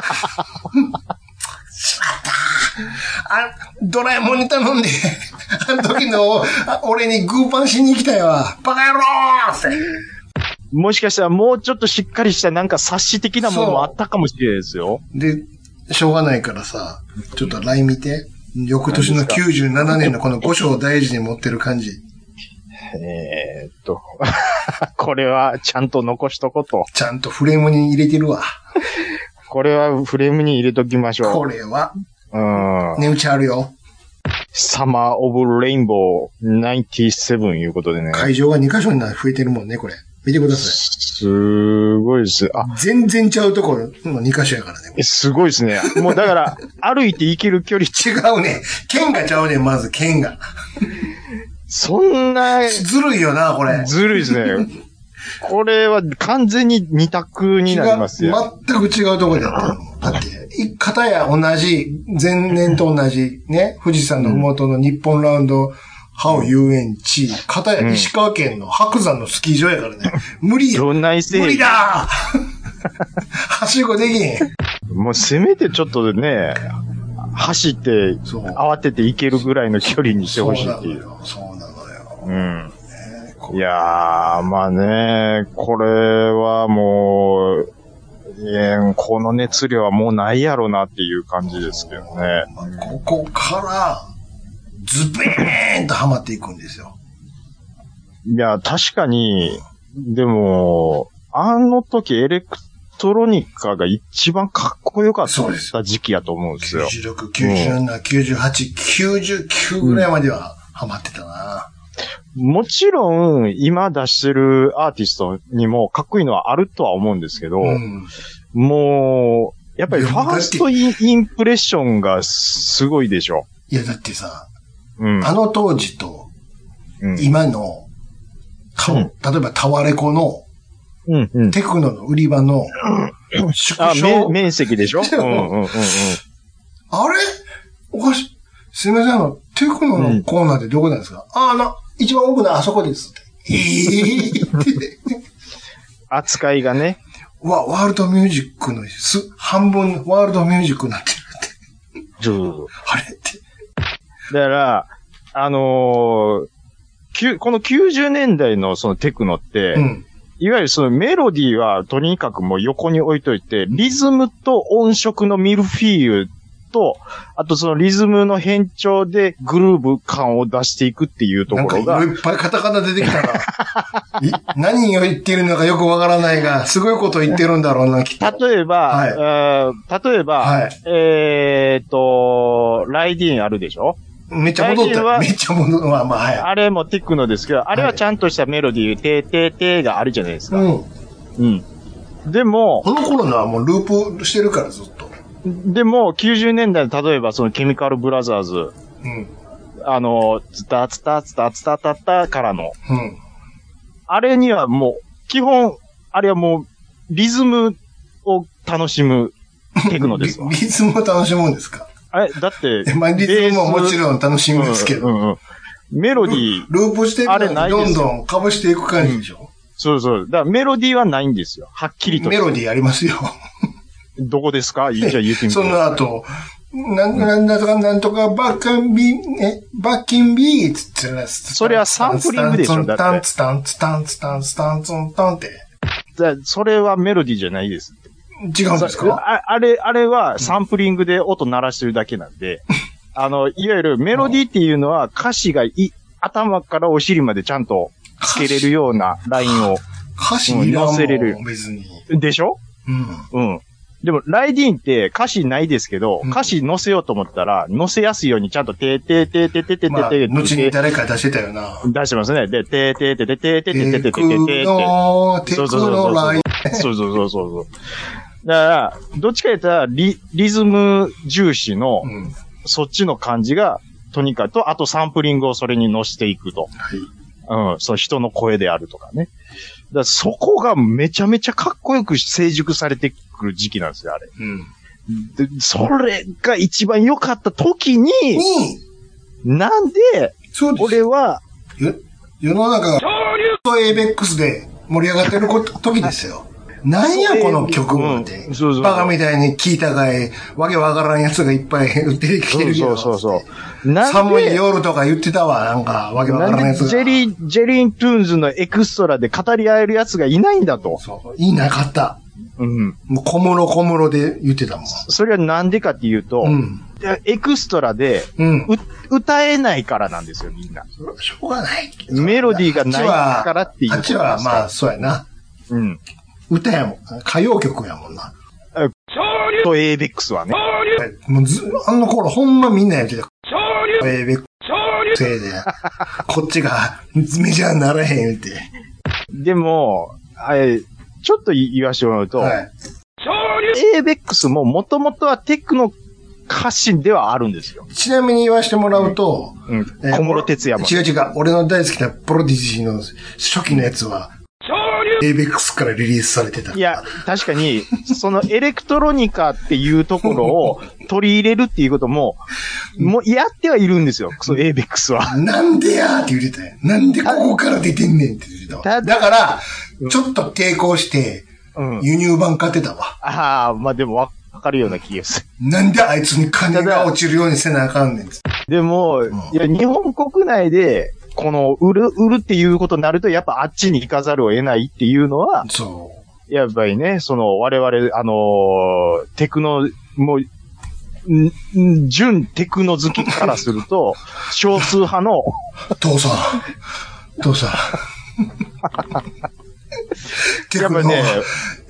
あ、ドラえもんに頼んで、あの時の俺にグーパンしに来たよ。バカ野郎って。 もしかしたらもうちょっとしっかりしたなんか冊子的なものもあったかもしれないですよ。 で、しょうがないからさ、ちょっと ライン 見て。翌年のきゅうじゅうななねんのこの五章を大事に持ってる感じ。 えーっと、これはちゃんと残しとこうと。 ちゃんとフレームに入れてるわ。 これはフレームに入れときましょう。 これは。うん。値打ちあるよ。 サマーオブレインボーきゅうじゅうなないうことでね。 会場がにカ所に増えてるもんね、これ。見てください。 すごいです。あ、 全然ちゃうところのにカ所やからね。 すごいですね。もうだから、歩いて行ける距離。 違うね。県がちゃうねん、まず県が。 そんな。 ずるいよな、これ。 ずるいですね。これは完全に二択になりますよ。 全く違うところでやってるの。だって、片や同じ、前年と同じ、ね、富士山のふもとの日本ラウンド、ハオ遊園地、片や石川県の白山のスキー場やからね。無理よ。無理だはしごできん。 もうせめてちょっとね、走って、慌てて行けるぐらいの距離にしてほしいっていう。 そうなのよ。 うん。いやー、まあね、これはもう、えー、この熱量はもうないやろなっていう感じですけどね。 ここから、ズベーンとハマっていくんですよ。 いや、確かに、でも、あの時エレクトロニカが一番かっこよかった時期やと思うんですよ。 きゅうじゅうろく、きゅうじゅうなな、きゅうじゅうはち、きゅうじゅうきゅうぐらいまではハマってたな。 うん、もちろん、今出してるアーティストにもかっこいいのはあるとは思うんですけど、うん、もう、やっぱりファーストイン、インプレッションがすごいでしょ。 いや、だってさ、うん、あの当時と、今の、うん、例えばタワレコの、うんうん、テクノの売り場の、 縮小。面積でしょ、うんうんうんうん、 あれおかしい。すみません、あの、テクノのコーナーってどこなんですか、うん、あ、あの、一番奥のあそこです。えー、 扱いがね。 わ、ワールドミュージックのす、半分ワールドミュージックになってるって。 そう。 あれって。 だから、あのー、このきゅうじゅうねんだいのそのテクノって、うん、いわゆるそのメロディーはとにかくもう横に置いといて、リズムと音色のミルフィーユと、あとそのリズムの変調でグルーヴ感を出していくっていうところが。 なんかいっぱいカタカナ出てきたな。何を言っているのかよくわからないが、すごいこと言ってるんだろうな、きっと。 例えば、はい、例えば、はい、えーっと、ライディーンあるでしょ？ めっちゃ戻った。めっちゃ戻った。まあまあ、はい。 あれもテクノですけど、あれはちゃんとしたメロディー、てーてーてーがあるじゃないですか。うん。うん。でも、 この頃のはもうループしてるからずっと。 でも、きゅうじゅうねんだいの例えばそのケミカルブラザーズ。うん。あの、ツタツタツタツタタタからの。うん。あれにはもう、基本、あれはもう、リズムを楽しむテクノですわ。 リ, リズムを楽しむんですか？ あれ、だって、 まあ、リズムももちろん楽しみですけど。うんうんうん、 メロディー。 ループしていくのにどんどんかぶしていく感じでしょ、うん、 そうそう。だからメロディーはないんですよ。はっきりと。 メロディーありますよ。 どこですか？じゃあ言ってみて。 その後、なん、なんだとか、なんとか、バッキンビー、え、バッキンビーツってやつ。 それはサンプリングでしょ、だって。 タンツタンツタンツタンツタンツタンって。 それはメロディーじゃないです。 違うんですか？ あ, あれ、あれはサンプリングで音鳴らしてるだけなんで、あの、いわゆるメロディーっていうのは歌詞がい、頭からお尻までちゃんとつけれるようなラインを。 歌詞に乗せれる。別に。 でしょ？うん。うん。でも、ライディーンって歌詞ないですけど、うん、歌詞載せようと思ったら、載せやすいようにちゃんとてーてーてーてーてーてーてーてー。 後に誰か出してたよな。 出してますね。で、てーてーてーてーてーてーてーてーてーてーてーてー。 そうそうそう。 そうそうそうそう。だから、どっちか言ったらリ、リズム重視の、うん、そっちの感じが、とにかくと、あとサンプリングをそれに乗せていくと。はい。うん、その人の声であるとかね。だからそこがめちゃめちゃかっこよく成熟されてくる時期なんですよ、あれ。うん。で、それが一番良かった時に、うん、なんで、俺は、 世の中が、エイベックスで盛り上がってる時ですよ。なんやこの曲って、うん、そうそうバカみたいに聞いたかい、わけわからんやつがいっぱい出てきてるよ。 そうそうそう。 寒い夜とか言ってたわ、なんか、わけわからんやつが。 ジェリー、ジェリーントゥーンズのエクストラで語り合えるやつがいないんだと。 そう。いなかった。うん。もう小室小室で言ってたもん。 それはなんでかっていうと、うん、エクストラで、うん、歌えないからなんですよ、みんな。 しょうがない。 メロディーがないからっていう。 あっちは、まあ、そうやな。うん。歌やもん。歌謡曲やもんな。 と、エイベックスはね。 もうず、あの頃ほんまみんなやってた。エイベックスせいで、こっちがメジャーにならへんって。 でも、あれ、ちょっと言わしてもらうと、はい、エイベックスももともとはテクノ発信ではあるんですよ。 ちなみに言わしてもらうと、 うん。えー、小室哲也も。 違う違う。俺の大好きなプロディジーの初期のやつは、エイベックスからリリースされてた。 いや、確かに、そのエレクトロニカっていうところを取り入れるっていうことも、もうやってはいるんですよ、そのエイベックスは。 なんでやーって言ってたよ。なんでここから出てんねんって言ってたわ。だから、ちょっと抵抗して、輸入版買ってたわ。うん、 ああ、まあでもわかるような気がする。なんであいつに金が落ちるようにせなあかんねん。 でも、うん、いや、日本国内で、この、売る、売るっていうことになると、やっぱあっちに行かざるを得ないっていうのは、そう。やっぱりね、その、我々、あのー、テクノ、もう、ん、純テクノ好きからすると、少数派の、 父さん、父さん。 やっぱりね、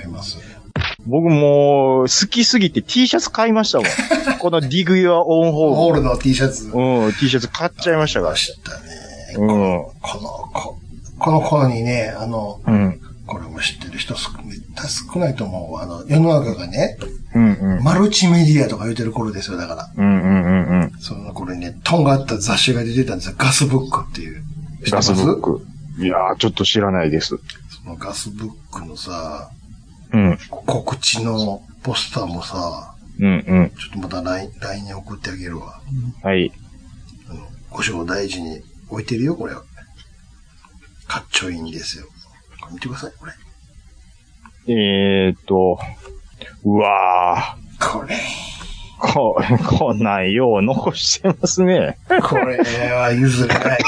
思います。 僕も好きすぎて T シャツ買いましたもん。この Dig Your Own Hole。 ホールの T シャツ。 うん、T シャツ買っちゃいましたから。 ましたね。うん。この、ここの頃にね、あの、うん、これも知ってる人少ないと思う。あの、世の中がね、うんうん、マルチメディアとか言ってる頃ですよ、だから。うんうんうんうん、その頃にね、とんがった雑誌が出てたんですよ。ガスブックっていう。 ガスブック。いやー、ちょっと知らないです。 そのガスブックのさ、うん、告知のポスターもさ、うんうん、ちょっとまた ライン ライン に送ってあげるわ。はい。あのご賞大事に置いてるよ、これ。かっちょいいんですよ。これ見てください、これ。 えーっと、うわー。これ。 こ、こんなんよう残してますね。 これは譲れない。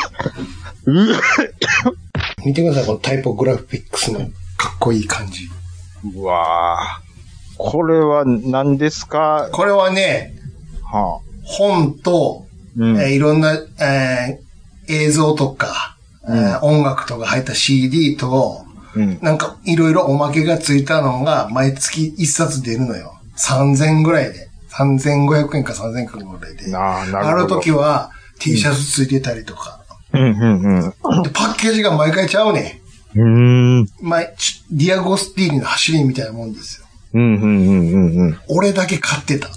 見てください、このタイポグラフィックスのかっこいい感じ。 うわー。これは何ですか？ これはね、はあ、本と、うんえー、いろんな、えー、映像とか、うんえー、音楽とか入った シーディー と、うん、なんかいろいろおまけがついたのが毎月一冊出るのよ。さんぜんぐらいで。さんぜんごひゃくえんかさんぜんえんかぐらいで。あ, なるある時は T シャツついてたりとか。うんうんうん、でパッケージが毎回ちゃうね。うーん。まあ、ディアゴスティーニの走りみたいなもんですよ。うんうんうんうんうん。俺だけ買ってた。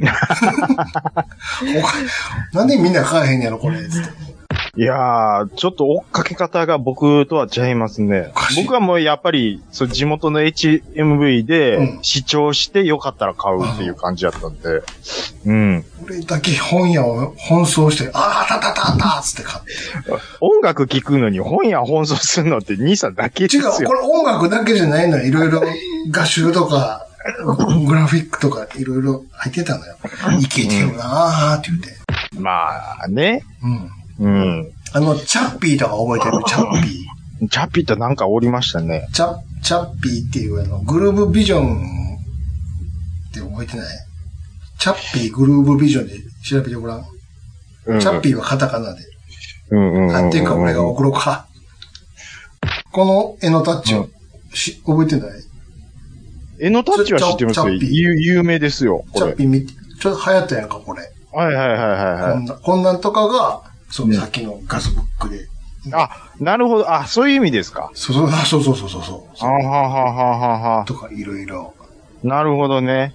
なんでみんな買えへんやろこれ。 いやー、ちょっと追っかけ方が僕とは違いますね。僕はもうやっぱり、そう地元の エイチエムブイ で視聴してよかったら買うっていう感じだったんで。うん。 俺だけ本屋を奔走して、あーたたたたつって買って。 音楽聴くのに本屋奔走するのって兄さんだけですよ。 違う、これ音楽だけじゃないのよ。いろいろ画集とか、グラフィックとかいろいろ入ってたのよ。いけてるなーって言って。 まあね。うん。 うん。あの、チャッピーとか覚えてる？チャッピー。チャッピーってなんかおりましたね。 チャ、チャッピーっていうあの、グルーブビジョンって覚えてない？チャッピーグルーブビジョンで調べてごらん。うん、チャッピーはカタカナで。うんうんうん。あ、っていうか俺が送ろうか。この絵のタッチを、うん、し覚えてない？ 絵のタッチは知ってますよ。有名ですよ。 チャッピーみ、ちょっと流行ったやんか、これ。 はいはいはいはい、はい。 こんな、こんなんとかが、そう、さっきのガスブックで。 あ、なるほど。あ、そういう意味ですか。 そうそうそうそうそうそう。 あははははは。 とか、いろいろ。 なるほどね。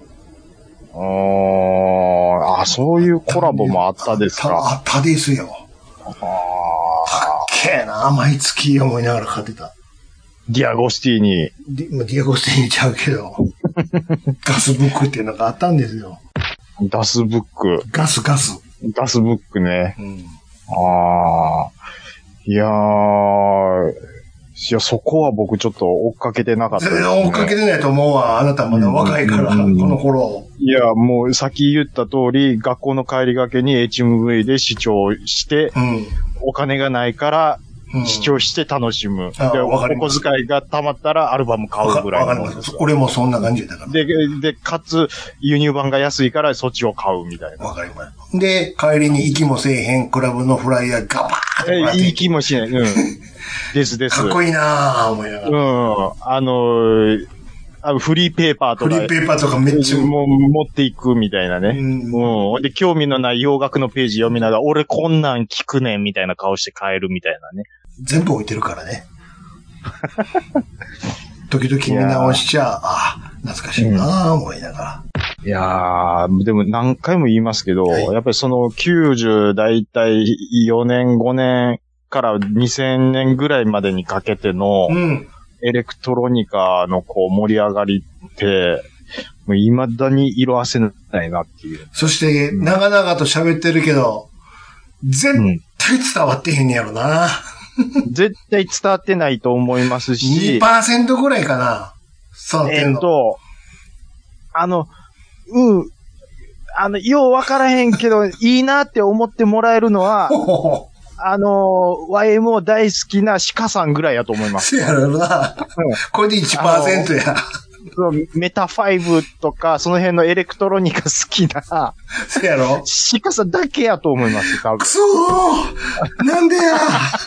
ああ、そういうコラボもあったですか。 あったですよ。ああ。たっけえな、毎月思いながら買ってた。 ディアゴスティーニ。 ディ、ディアゴスティーニちゃうけど。ガスブックっていうのがあったんですよ。 ガスブック。 ガスガス。 ガスブックね。 うん、 ああ。いやー。いや、そこは僕ちょっと追っかけてなかったですね。 追っかけてないと思うわ。あなたまだ若いから、うん、この頃。 いや、もうさっき言った通り、学校の帰りがけに エイチエムブイ で視聴して、うん、お金がないから、視聴して楽しむ。うん、で、お小遣いが貯まったらアルバム買うぐらいの。 わかります。俺もそんな感じだから。 で、で、かつ、輸入版が安いからそっちを買うみたいな。 わかります。で、帰りに行きもせえへんクラブのフライヤーガバーッと。行きもしない。うん。ですです。 かっこいいなぁ、思いながら。 うん。あのー、あフリーペーパーとか。 フリーペーパーとかめっちゃ。 もう持っていくみたいなね。うん。うん。で、興味のない洋楽のページ読みながら、俺こんなん聞くねんみたいな顔して帰るみたいなね。 全部置いてるからね。時々見直しちゃ、あ、懐かしいなぁ、思いながら。 いやー、でも何回も言いますけど、はい、やっぱりそのきゅうじゅうだいたいよねんごねんからにせんねんぐらいまでにかけての、エレクトロニカのこう盛り上がりって、もう未だに色褪せないなっていう。 そして、長々と喋ってるけど、絶対伝わってへんねやろな。 絶対伝わってないと思いますし。 にパーセント ぐらいかな。伝わってんの。 えっと、あの、うん。あの、ようわからへんけど、いいなって思ってもらえるのは、あの、ワイエムオー 大好きな鹿さんぐらいやと思います。 そうやろな。うん、これで いちパーセント や。 メタファイブとか、その辺のエレクトロニカ好きな、 そうやろ鹿さんだけやと思います、多分。 くそーなんでや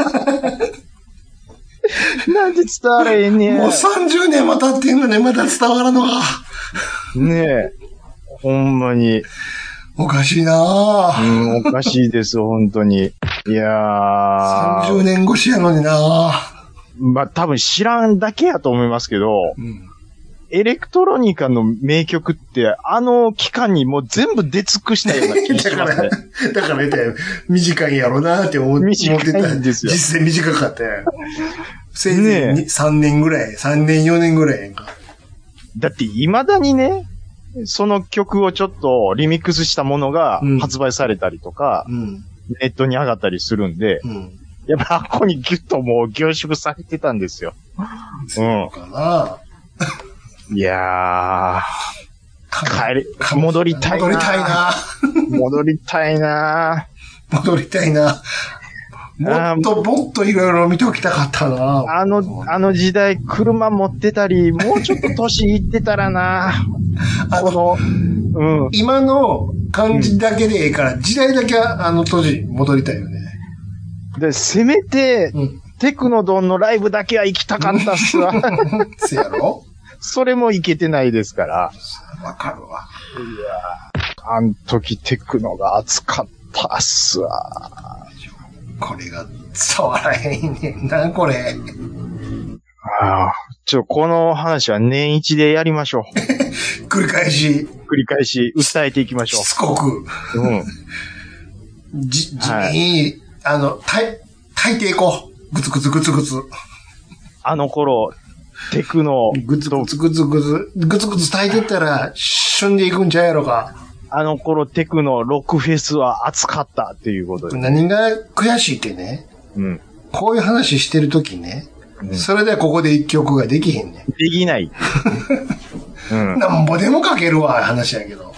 なんで伝われへんねや。 もうさんじゅうねんも経ってんのにまだ伝わらんのか。 ねえ。ほんまに。 おかしいなぁ。うん、おかしいです、本当に。いやー。 さんじゅうねん越しやのになぁ。 まあ、多分知らんだけやと思いますけど、うん、エレクトロニカの名曲って、あの期間にもう全部出尽くしたような気がしますね。 だから、だから言ったよ。短いんやろなって思ってた。 短いんですよ。 実際短かったよ。せいぜいさんねんぐらい、さんねんよねんぐらいやんか。 だって未だにね、その曲をちょっとリミックスしたものが発売されたりとか、うん、ネットに上がったりするんで、うん、やっぱここにギュッともう凝縮されてたんですよ。 そうかな、 うん、いやー、帰り、戻りたいな。 戻りたいな。 戻りたいな。 戻りたいな。もっともっといろいろ見ておきたかったな。 あの、あの時代車持ってたり、もうちょっと年いってたらな。この、うん。 今の感じだけでいいから、うん、時代だけあの当時戻りたいよね。 で、せめて、うん、テクノドンのライブだけは行きたかったっすわ。 せやろ？ それも行けてないですから。 わかるわ。 いやあん時テクノが熱かったっすわ。 これが伝わらへんねんな、これ。 ああ、ちょ、この話は年一でやりましょう。 繰り返し。 繰り返し、訴えていきましょう。 しつこく。うん。じ、地味に、はい、あの、炊い、炊いていこう。ぐつぐつぐつぐつ。 あの頃、テクノ。 ぐつぐつぐつぐつ。ぐつぐつ炊いてったら、旬でいくんちゃうやろか。 あの頃テクノロックフェスは熱かったっていうことで。 何が悔しいってね。うん。こういう話してるときね。うん。それではここで一曲ができへんねん。 できない。 うん。なんぼでもかけるわ、話やけど。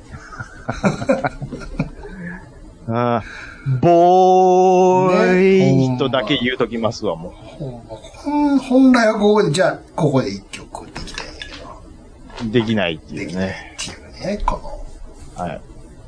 ああ。ボーイとだけ言うときますわ、もう。 ほん、本来はここで、じゃあ、ここで一曲できたんやけど。できないっていうね。 できないっていうね、この。 はい。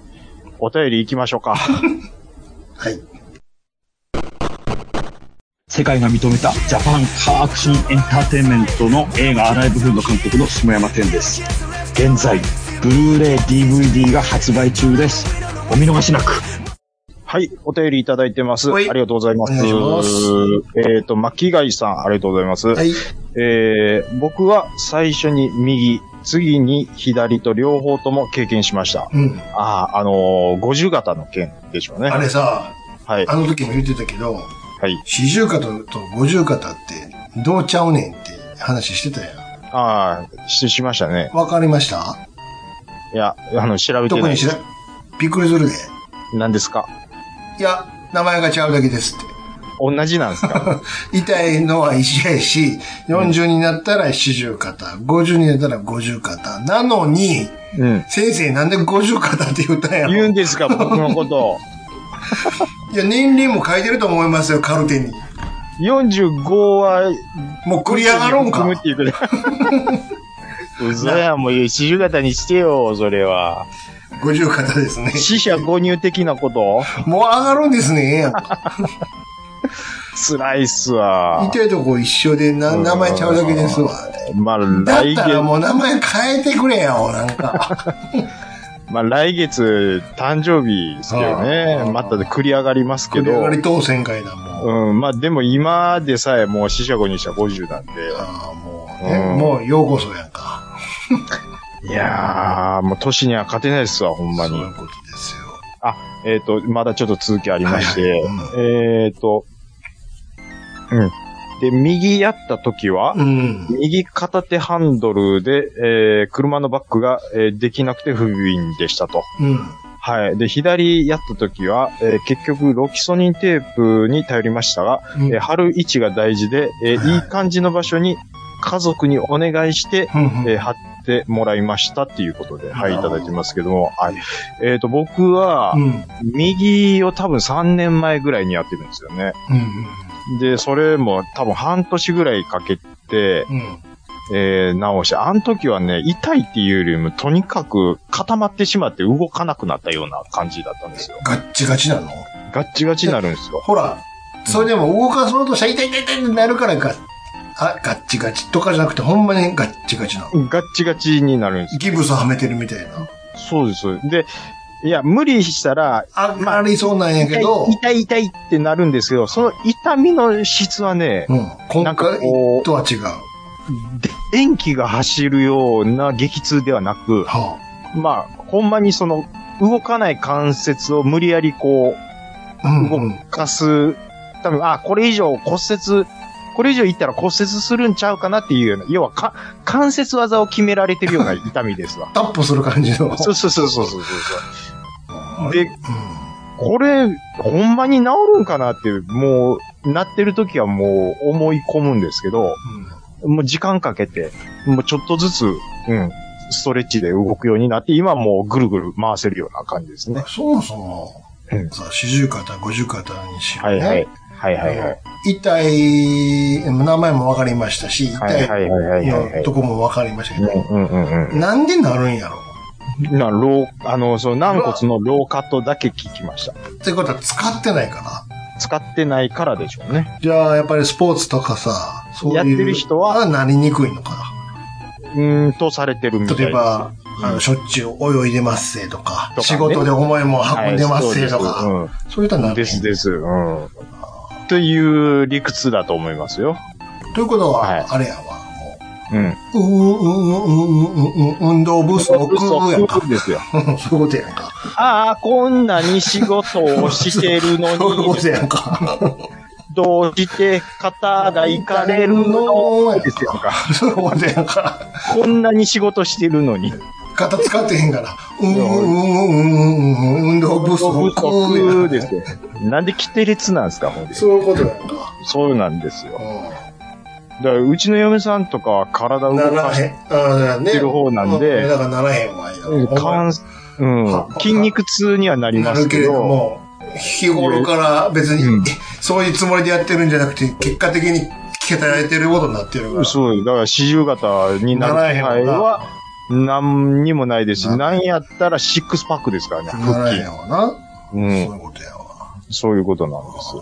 お便り行きましょうか。 はい。 世界が認めたジャパンカーアクションエンターテインメントの映画アライブフード監督の下山天です。現在、ブルーレイ ディーブイディー が発売中です。お見逃しなく。 はい、お便りいただいてます。ありがとうございます。 お願いします。 えっと、巻貝さん、ありがとうございます。 はい。 えー、僕は最初に右、次に左と両方とも経験しました。 うん。 ああ、あのー、五十肩の件でしょうね。 あれさ、 はい。 あの時も言ってたけど、 はい。 四十肩と五十肩ってどうちゃうねんって話してたやん。 ああ、し、しましたね。 わかりました？ いや、あの、調べてない。 特に知ら、びっくりするで。 何ですか？ いや、名前が違うだけですって。 同じなんですか？ 痛いのは一緒やし、よんじゅうになったら四十肩、ごじゅうになったら五十肩。なのに、うん、先生なんで五十肩って言ったんやろ？ 言うんですか、僕のこと。 いや、年齢も書いてると思いますよ、カルテに。 よんじゅうごは、 もう繰り上がるんか。 嘘や、もう四十肩にしてよ、それは。 五十肩ですね。 死者誤入的なこともう上がるんですね、やんか。 辛いっすわ。 痛いとこ一緒でな、名前ちゃうだけですわ。 まあ、 来月。だったらもう名前変えてくれよ、なんか。 まあ、来月、誕生日ですけどね。またで繰り上がりますけど。 繰り上がり当選会だ、もう。うん。まあ、でも今でさえもう死者誤入者ごじゅうなんで。 ああ、もう、ね、うん、もうようこそやんか。 いやー、もう年には勝てないですわ、ほんまに。 そういうことですよ。 あ、えっと、まだちょっと続きありまして。はいはいうん、えっと、うん。で、右やった時は、うん、右片手ハンドルで、えー、車のバックが、えー、できなくて不憫でしたと。うん、はい。で、左やった時は、えー、結局ロキソニンテープに頼りましたが、うんえー、貼る位置が大事で、えーはい、いい感じの場所に家族にお願いして、うんえー、貼ってもらいましたっていうことで、はい、いただいてますけども、はい。えっと、僕は、うん、右を多分さんねんまえぐらいにやってるんですよね。うんで、それも多分半年ぐらいかけて、うん、えー、直して、あの時はね、痛いっていうよりも、とにかく固まってしまって動かなくなったような感じだったんですよ。 ガッチガチなの？ ガッチガチになるんですよ。 ほら、それでも動かそうとしたら痛い痛い痛いってなるからガッ、あ、ガッチガチとかじゃなくて、ほんまにガッチガチなの？ ガッチガチになるんですよ。 ギブスはめてるみたいな。 そうです。で、いや、無理したら、 あ、まあ、ありそうなんやけど。 痛い痛い痛いってなるんですけど、その痛みの質はね、 うん、今回とは違う。 電気が走るような激痛ではなく、はあ、まあ、ほんまにその、動かない関節を無理やりこう、うんうん、動かす、多分、あ、これ以上骨折、これ以上いったら骨折するんちゃうかなっていうような、要はか、関節技を決められてるような痛みですわ。 タップする感じの。 そうそうそうそうそうそう。で、うん、これ、ほんまに治るんかなって、もう、なってる時はもう思い込むんですけど、うん、もう時間かけて、もうちょっとずつ、うん、ストレッチで動くようになって、今もうぐるぐる回せるような感じですね。 そもそも、うん、さあ、四十肩、五十肩にしろね。 はいはい。はいはいはい。 痛い、名前も分かりましたし、痛いのとこも分かりましたけど、なんでなるんやろ？ な、ロー、あの、その軟骨のローカットだけ聞きました。 ってことは使ってないかな？ 使ってないからでしょうね。 じゃあ、やっぱりスポーツとかさ、 そういうやってる人は、 なりにくいのかな？ うーんとされてるみたいです。 例えば、あの、しょっちゅう泳いでますせとか、とかね、仕事で重いもん運んでますせとか、はい、そう、うん、そういったなるですです。うん。という理屈だと思いますよ。 ということは、はい、あれやわ。 うん。うんうんうんうんうん運動不足やんか。 ですよ。 そういうことやんか。 ああ、こんなに仕事をしてるのに。 そういうことやんか。 どうして肩がいかれるのですよか。 そういうことやんか。 こんなに仕事してるのに。 肩使ってへんから。うんうんうんうん運動不足ですよ。なんで規定列なんですか、ほんで。 そういうことやんか。 そうなんですよ。だからうちの嫁さんとかは体を動かしてる方なんで、 だからならへんわよ。うん、筋肉痛にはなりますけど、なるけれども、 日頃から別に、うん、そういうつもりでやってるんじゃなくて、結果的に鍛えられてることになってるから。 そう、だから四十肩になる場合は、何にもないですし、何やったらシックスパックですからね、腹筋。 ならへんわな。 うん。 そういうことやわ。 そういうことなんです。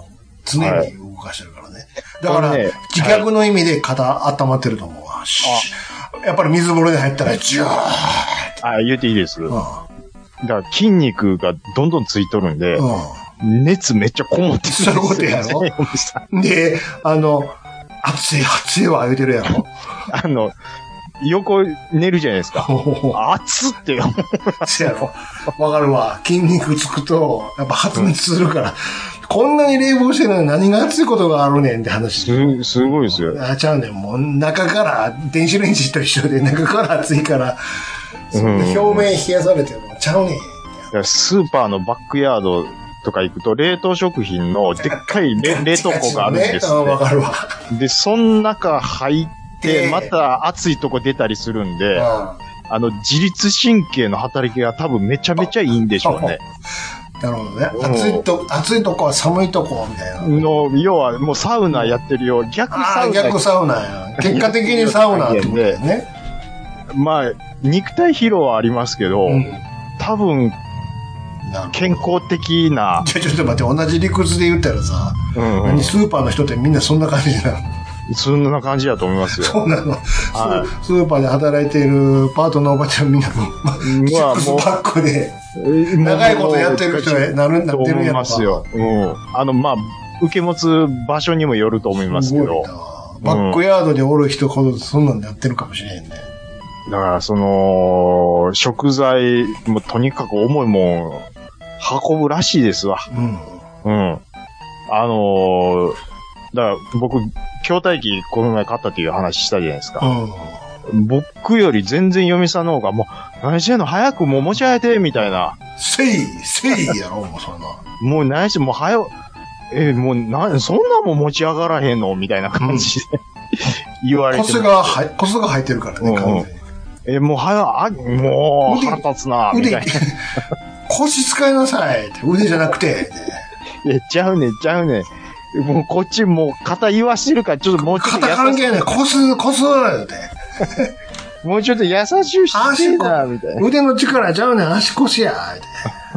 常に動かしてるからね。だから、自虐の意味で肩温まってると思うわ。やっぱり水風呂に入ったら、ジューッあ、言うていいです。うん、だから筋肉がどんどんついとるんで、うん、熱めっちゃこもってるんですよ、ね。そういうことやろで、あの、熱い熱いわ言うてるやろあの、横寝るじゃないですか。熱ってよ。 そうやろ。わかるわ。筋肉つくと、やっぱ発熱するから、うん、こんなに冷房してるのに何が熱いことがあるねんって話。 す、すごいですよ。 あ、ちゃうねん。もう中から、電子レンジと一緒で中から熱いから、うん、表面冷やされてるのちゃうねん。 スーパーのバックヤードとか行くと、冷凍食品のでっかい冷凍庫があるんですよ、ね。わかるわ。で、その中入って、で、また暑いとこ出たりするんで、うん、あの、自律神経の働きが多分めちゃめちゃいいんでしょうね。 なるほどね。暑いと、暑いとこは寒いとこみたいな。 の、要はもうサウナやってるよ。逆サウナ。 逆サウナや。結果的にサウナってことだよね。 まあ、肉体疲労はありますけど、うん、多分、健康的な。 じゃあちょっと待って、同じ理屈で言ったらさ、うんうん、スーパーの人ってみんなそんな感じなの？ そんな感じだと思いますよ。 そうなの。はい、スーパーで働いているパートのおばちゃんみんなも、シックスパックで、長いことやってる人がなるんだってるんやろ。と思いますよ。 うん。あの、まあ、受け持つ場所にもよると思いますけど。 バックヤードでおる人ほどそんなんでやってるかもしれへんね。 だから、その、食材、もとにかく重いもん、運ぶらしいですわ。うん。うん。あのー、だから僕、筐体機この前買ったっていう話したじゃないですか。うん、僕より全然嫁さんの方がもう、何してんの早くもう持ち上げてみたいな。 せい、せいやろ、もうそんな。 もう何して、もう早く、えー、もうな、そんなもん持ち上がらへんのみたいな感じで、うん、言われて。 コスが、コスが入ってるからね、うん、完全に。 えー、もう早あ、もう腹立つな、みたいな。 腰使いなさいって、腕じゃなくて。 いや、ちゃうねん、ちゃうねん。もうこっちもう肩言わしてるから、ちょっともうちょっと優しい。 肩関係ない。こす、こすって。 もうちょっと優しいしてな、みたいな。 腕の力ちゃうねん、足腰や、って。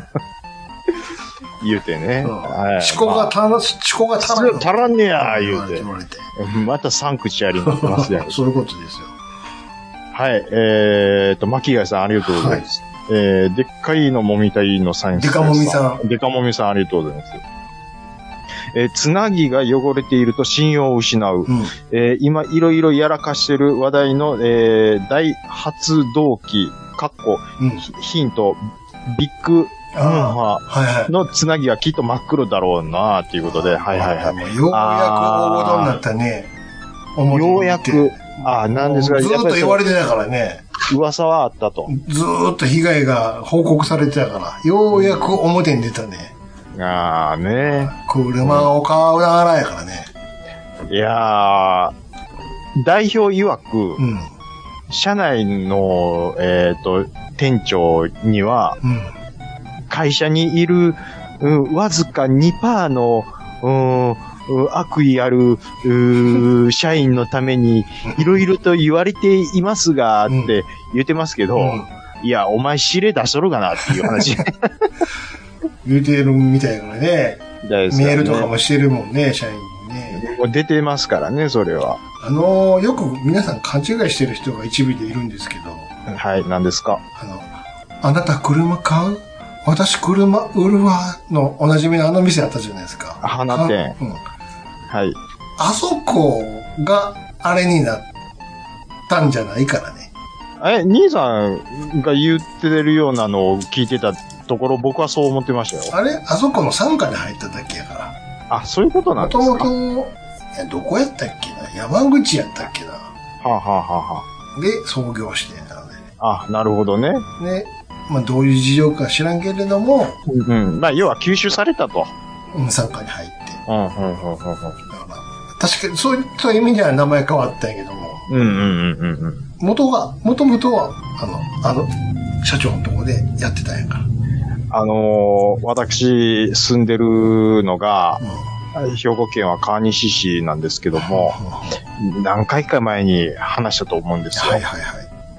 言うてね。 思考が足らん、思考が足らん。 足らんねや、言うて。またサンクチュアリになってますよ。 そういうことですよ。 はい、えーと、巻貝さんありがとうございます。はい、えー、でっかいのもみたいのサインス。 でかもみさん。でかもみさんありがとうございます。えー、つなぎが汚れていると信用を失う。うん、えー、今、いろいろやらかしてる話題の、えー、大発動機、かっこ、うん、ヒント、ビッグムーハーのつなぎはきっと真っ黒だろうな、っていうことで、はいはいはい。ようやく大事になったね。 ようやく、ああ、なんですか。 ずっと言われてたからね。 噂はあったと。 ずーっと被害が報告されてたから、ようやく表に出たね。 ああね。 車を買うならやからね。 いやー、代表曰く、うん、社内の、えっと、店長には、うん、会社にいる、うん、わずか にパーセント の、うん、悪意ある、社員のために、いろいろと言われていますが、って言ってますけど、うん、いや、お前指令出しとるかなっていう話。 言うてるみたいからね。メールとかもしてるもんね、社員にね。 出てますからね、それは。 あのー、よく皆さん勘違いしてる人が一部でいるんですけど。 はい、何ですか？ あの、あなた車買う？私車売るわのおなじみのあの店あったじゃないですか。 花店。うん。はい。 あそこがあれになったんじゃないからね。 え、兄さんが言ってるようなのを聞いてたところ、僕はそう思ってましたよ。 あれあそこの傘下に入っただけやから。 あ、そういうことなんですか？ もともと、いや、どこやったっけな？山口やったっけな？はあ、はあははあ、 で、創業してたので。 あ、なるほどね。 ね。まあ、どういう事情か知らんけれども。 うん。まあ、要は吸収されたと。 うん、傘下に入って。うん、うん、うん、うん。だから、 確かにそういった意味では名前変わったんやけども。 うん、うん、うん、うん。 元が、元々は、あの、あの、社長のところでやってたんやから。 あのー、私、住んでるのが、うん、兵庫県は川西市なんですけども、うん、何回か前に話したと思うんですよ。 はいはいはい。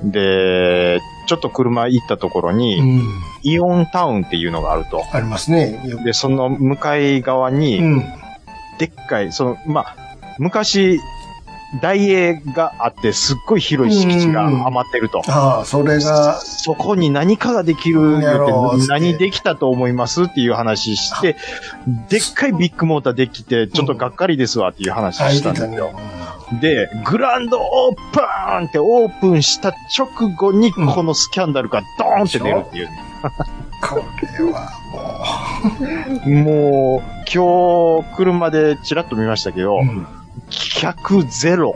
で、ちょっと車行ったところに、うん、イオンタウンっていうのがあると。 ありますね。 で、その向かい側に、うん、 でっかい、その、まあ、昔、大英があって、すっごい広い敷地が余ってると。 ああ、それが。 そこに何かができるって、何できたと思いますっていう話して、でっかいビッグモーターできて、ちょっとがっかりですわっていう話したんですよ。うん、で、グランドオープンってオープンした直後に、このスキャンダルがドーンって出るっていう。 これはもう。もう、今日、車でチラッと見ましたけど、うん客ゼロ。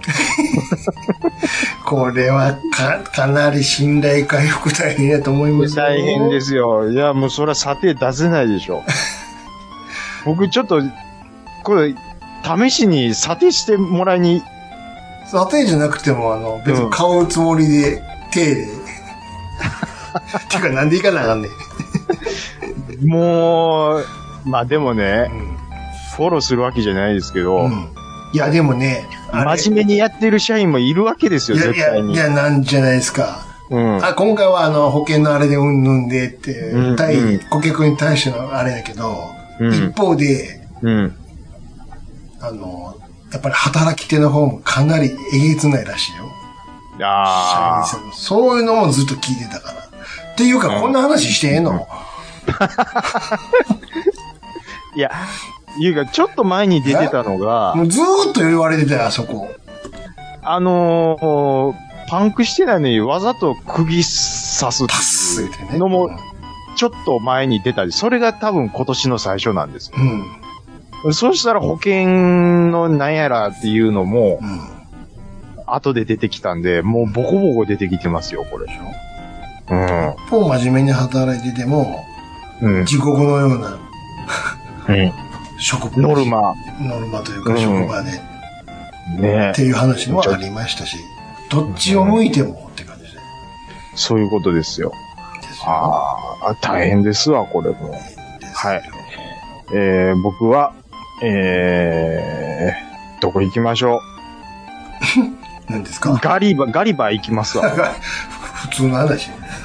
これはか、かなり信頼回復大変だと思いますよ。 大変ですよ。いや、もうそれは査定出せないでしょ。僕ちょっと、これ、試しに査定してもらいに。 査定じゃなくても、あの、別に買うつもりで、手で。てか、なんでいかなあかんねん。もう、まあでもね、うん、フォローするわけじゃないですけど、うんいや、でもね。 真面目にやってる社員もいるわけですよ、絶対に。 いや、いや、なんじゃないですか。うん。あ、今回はあの、保険のあれでうんぬんでって、うん、対、うん、顧客に対してのあれだけど、うん、一方で、うん。あの、やっぱり働き手の方もかなりえげつないらしいよ。 ああ。 そういうのもずっと聞いてたから。っていうか、こんな話してええの、うん、 いや、いうか、ちょっと前に出てたのが、 もうずーっと言われてたよ、あそこ。 あのー、パンクしてないのにわざと釘刺すっていうのも、ちょっと前に出たり、それが多分今年の最初なんですよ。うん。そうしたら保険のなんやらっていうのも、うん、後で出てきたんで、もうボコボコ出てきてますよ、これ。うん。 一方真面目に働いてても、うん、地獄のような、うん。職場ノルマ。 ノルマというか職場で。うん、ねっていう話もありましたし、どっちを向いてもって感じで。 そういうことですよ。ですよああ、大変ですわ、これも。はい。えー、僕は、えー、どこ行きましょう。 何ですかガリバ、ガリバ行きますわ。 普通の話。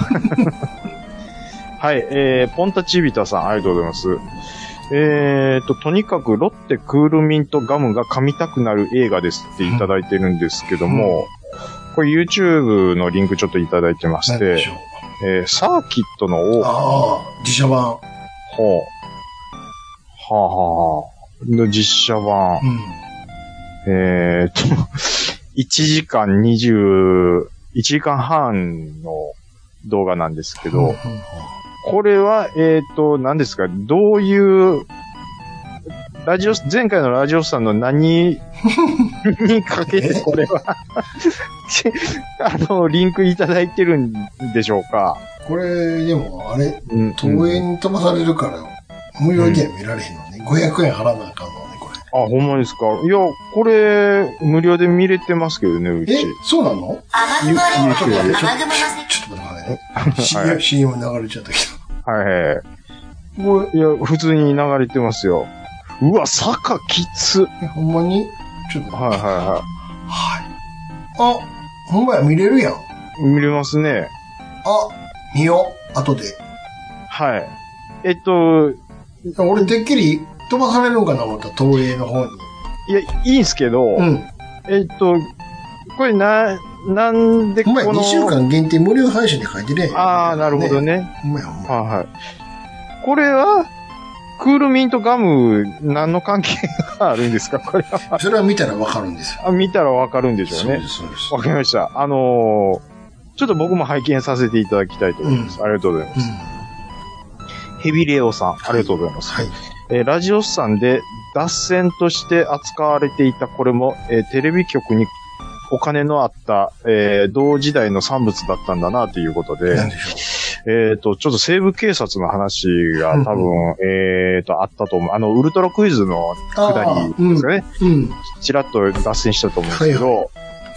はい、えー、ポンタチビタさん、ありがとうございます。えーと、とにかくロッテクールミントガムが噛みたくなる映画ですっていただいてるんですけども、うん、これ YouTube のリンクちょっといただいてまして、えー、サーキットの王。 ああ、実写版。ほう。はあはあ。の実写版。うん、えーと、いちじかんにじゅう、いちじかんはんの動画なんですけど、うんうん、これは、えっと、何ですか、どういう、ラジオ、前回のラジオさんの何にかけてこれは、あの、リンクいただいてるんでしょうか。 これ、でも、あれ、うん、東映に飛ばされるから、無料では見られへんのね。うん、ごひゃくえん払わなあかんのね、これ。 あ、ほんまですか。いや、これ、無料で見れてますけどね、うち。 え、そうなの？ ゆ、ゆ、ちょっと待って、ちょっと待ってね。シーエム、シーエム 流れちゃったけど。はいはい。これ、いや、普通に流れてますよ。うわ、坂きつ。 え、ほんまにちょっと。 はいはいはい。はい。 あ、ほんまや、見れるやん。 見れますね。 あ、見よう。後で。 はい。えっと、 俺、てっきり飛ばされるのかな思った、東映の方に。 いや、いいんすけど、うん。えっと、これな、なんでこの。 お前にしゅうかん限定無料配信で書いてね。 ああ、なるほどね。 ほんまや、ほんまや。 はいはい。これは、クールミントガム、何の関係があるんですかこれは。 それは見たらわかるんですよ。 あ、見たらわかるんでしょうね。 そうです、そうです。 わかりました。あのー、ちょっと僕も拝見させていただきたいと思います。うん、ありがとうございます。うん、ヘビレオさん、ありがとうございます。はい。えー、ラジオスさんで脱線として扱われていたこれも、えー、テレビ局にお金のあった、えー、同時代の産物だったんだなということで。 何でしょう。 えっと、ちょっと西部警察の話が多分、うん、えっと、あったと思う。あの、ウルトラクイズのくだりですかね。うん。ちらっと脱線したと思うんですけど、はいはい、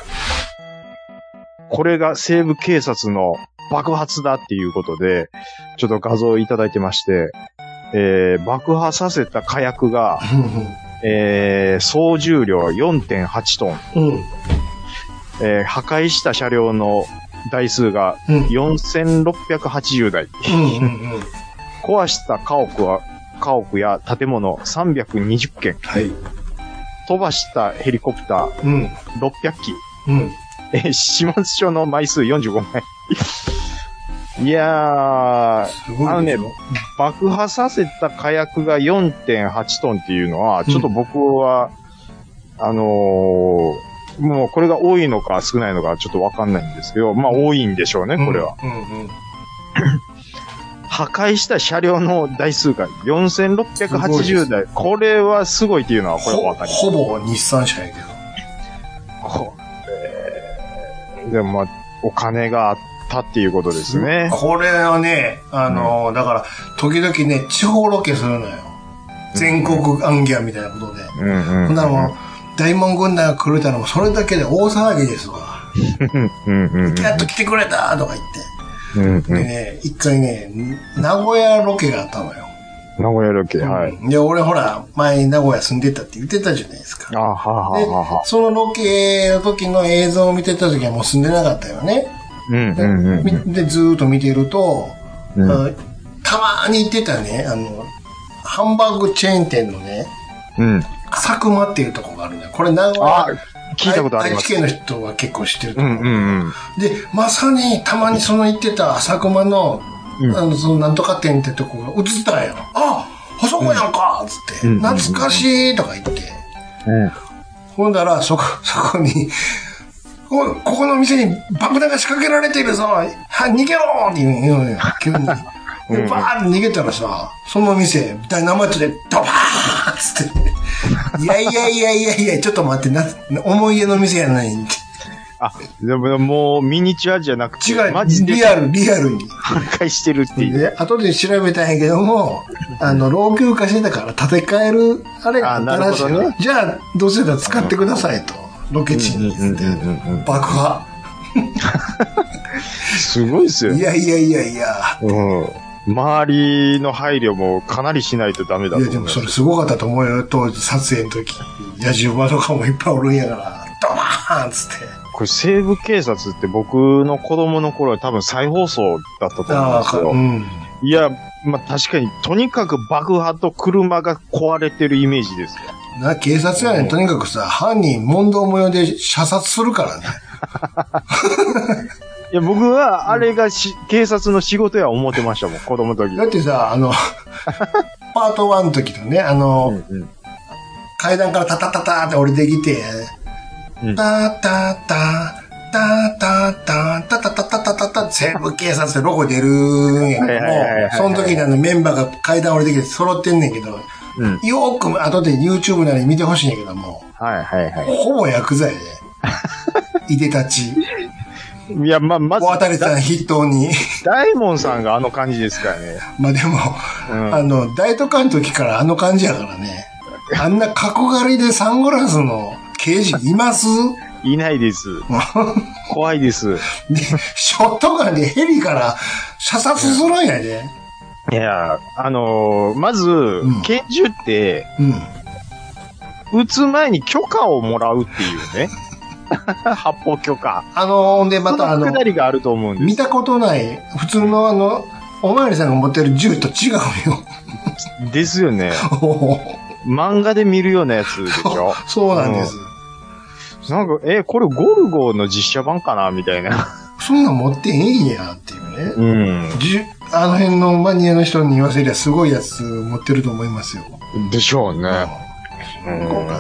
これが西部警察の爆発だっていうことで、ちょっと画像をいただいてまして、えー、爆破させた火薬が、えー、総重量 よんてんはち トン、うんえー、破壊した車両の台数がよんせんろっぴゃくはちじゅうだい、うんうんうん、壊した家屋は家屋や建物さんびゃくにじゅっけん、はい、 飛ばしたヘリコプター、うん、ろっぴゃっき。うん。え、始末書の枚数よんじゅうごまい。いやー、あのね、爆破させた火薬が よんてんはち トンっていうのは、ちょっと僕は、うん、あのー、もうこれが多いのか少ないのかちょっとわかんないんですけど、まあ多いんでしょうね、これは。うんうんうん、破壊した車両の台数がよんせんろっぴゃくはちじゅうだい。これはすごいっていうのはこれわかります。 ほぼ日産車やけど。 これ、でもまあ、お金があったっていうことですね。 これはね、あのーうん、だから、時々ね、地方ロケするのよ。全国暗記みたいなことで。うんうんうん、ほんならもう、大門軍団が来れたのもそれだけで大騒ぎですわ。うんうんうん、やっと来てくれたとか言って。うんうん、でね、一回ね、名古屋ロケがあったのよ。 名古屋ロケ、はい。 で、俺ほら、前に名古屋住んでたって言ってたじゃないですか。あはははは。で、そのロケの時の映像を見てた時はもう住んでなかったよね。うんうんうん、で、ずーっと見てると、うん、たまーに行ってたね、あの、ハンバーグチェーン店のね、うん、浅熊っていうとこがあるんだよ。これ名古屋、 聞いたことあります。 愛知県の人は結構知ってると思う。うんうんうん、で、まさにたまにその行ってた浅熊の、うん、あの、そのなんとか店ってとこが映ったんよ。あ、あそこやんかつって、うん、懐かしいとか言って。うん、ほんだら、そこ、そこに、ここの店に爆弾が仕掛けられているぞは、逃げろって言うのよ、急に。で、バーって逃げたらさ、その店、ダイナマイトでドバーッつって。いやいやいやいやいや、ちょっと待って、な、思い出の店やないんって。 あ、でももうミニチュアじゃなくて。 違う、マジでリアル、リアルに。 破壊してるっていう。 で、後で調べたんやけども、あの、老朽化してたから建て替える、あれがあったらしい、ね。じゃあ、どうせだ使ってくださいと。ロケ地に行って。爆破。 すごいですよね。 いやいやいやいや。 うん。周りの配慮もかなりしないとダメだと思う。いや、 でもそれすごかったと思うよ。当時撮影の時。野じ馬とかもいっぱいおるんやから、ドバーンつって。 これ西部警察って僕の子供の頃は多分再放送だったと思うんですよ。うん、いや、まあ、確かにとにかく爆破と車が壊れてるイメージですよ。 な、警察はね、うん、とにかくさ、犯人問答無用で射殺するからね。 いや、僕は、あれがし、うん、警察の仕事や思ってましたもん、子供の時。 だってさ、あの、パートワンの時とね、あの、うんうん、階段からタタタタって降りてきて、うん、タタタ、タタタ、タタタタタタタ、西部警察ってロゴ出るんやけども、その時にあのメンバーが階段降りてきて揃ってんねんけど、うん、よーく後で YouTube なり見てほしいんやけども、はいはいはい。ほぼ薬剤で、いでたち。 いや、まあ、まず。 渡れさん筆頭に。 大門さんがあの感じですからね。 まあでも、うん、あの、大都会の時からあの感じやからね。あんな角刈りでサングラスの刑事いますいないです。怖いです。 で、ショットガンでヘリから射殺するんやで。 いや、あのー、まず、うん、拳銃って、うん、撃つ前に許可をもらうっていうね。発砲許可。 あのー、で、またあの、 くだりがあると思うんです。 見たことない、普通のあの、おまわりさんが持ってる銃と違うよ。 ですよね。漫画で見るようなやつでしょ。 そうなんです。 うん、なんか、え、これゴルゴの実写版かなみたいな。 そんなん持ってええんや、っていうね。うん。じあの辺のマニアの人に言わせりゃすごいやつ持ってると思いますよ。 でしょうね。 うん、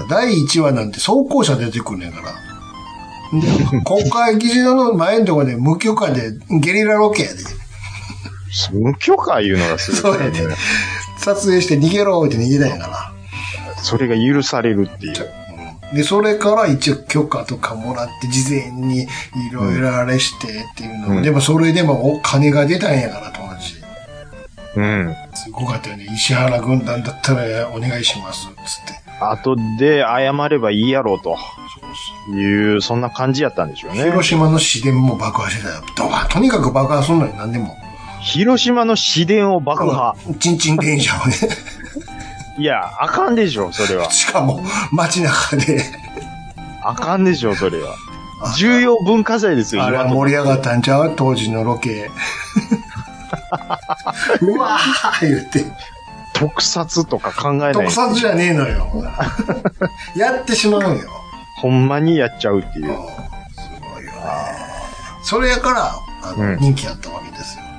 だいいちわなんて装甲車出てくるんやから。で、国会議事堂の前のところで無許可でゲリラロケやで。 無許可言うのがすごい、ね。そうやね。 撮影して逃げろって逃げたんやから。 それが許されるっていう。 で、それから一応許可とかもらって事前にいろいろあれしてっていうの、うん、でもそれでもお金が出たんやから当時。うん。すごかったよね。石原軍団だったらお願いします。つって。 後で謝ればいいやろうと。いう、そんな感じやったんでしょうね。 広島の市電も爆破してたよ。とにかく爆破すんのよ、何でも。 広島の市電を爆破。 チンチン電車をね。 いや、あかんでしょ、それは。 しかも、街中で。 あかんでしょ、それは。重要文化財ですよ、 あれは盛り上がったんちゃう当時のロケ。うわー言って。 特撮とか考えない。 特撮じゃねえのよ。やってしまうよ。 ほんまにやっちゃうっていう。すごいよね。 それやから、あの、うん、人気あったわけですよ。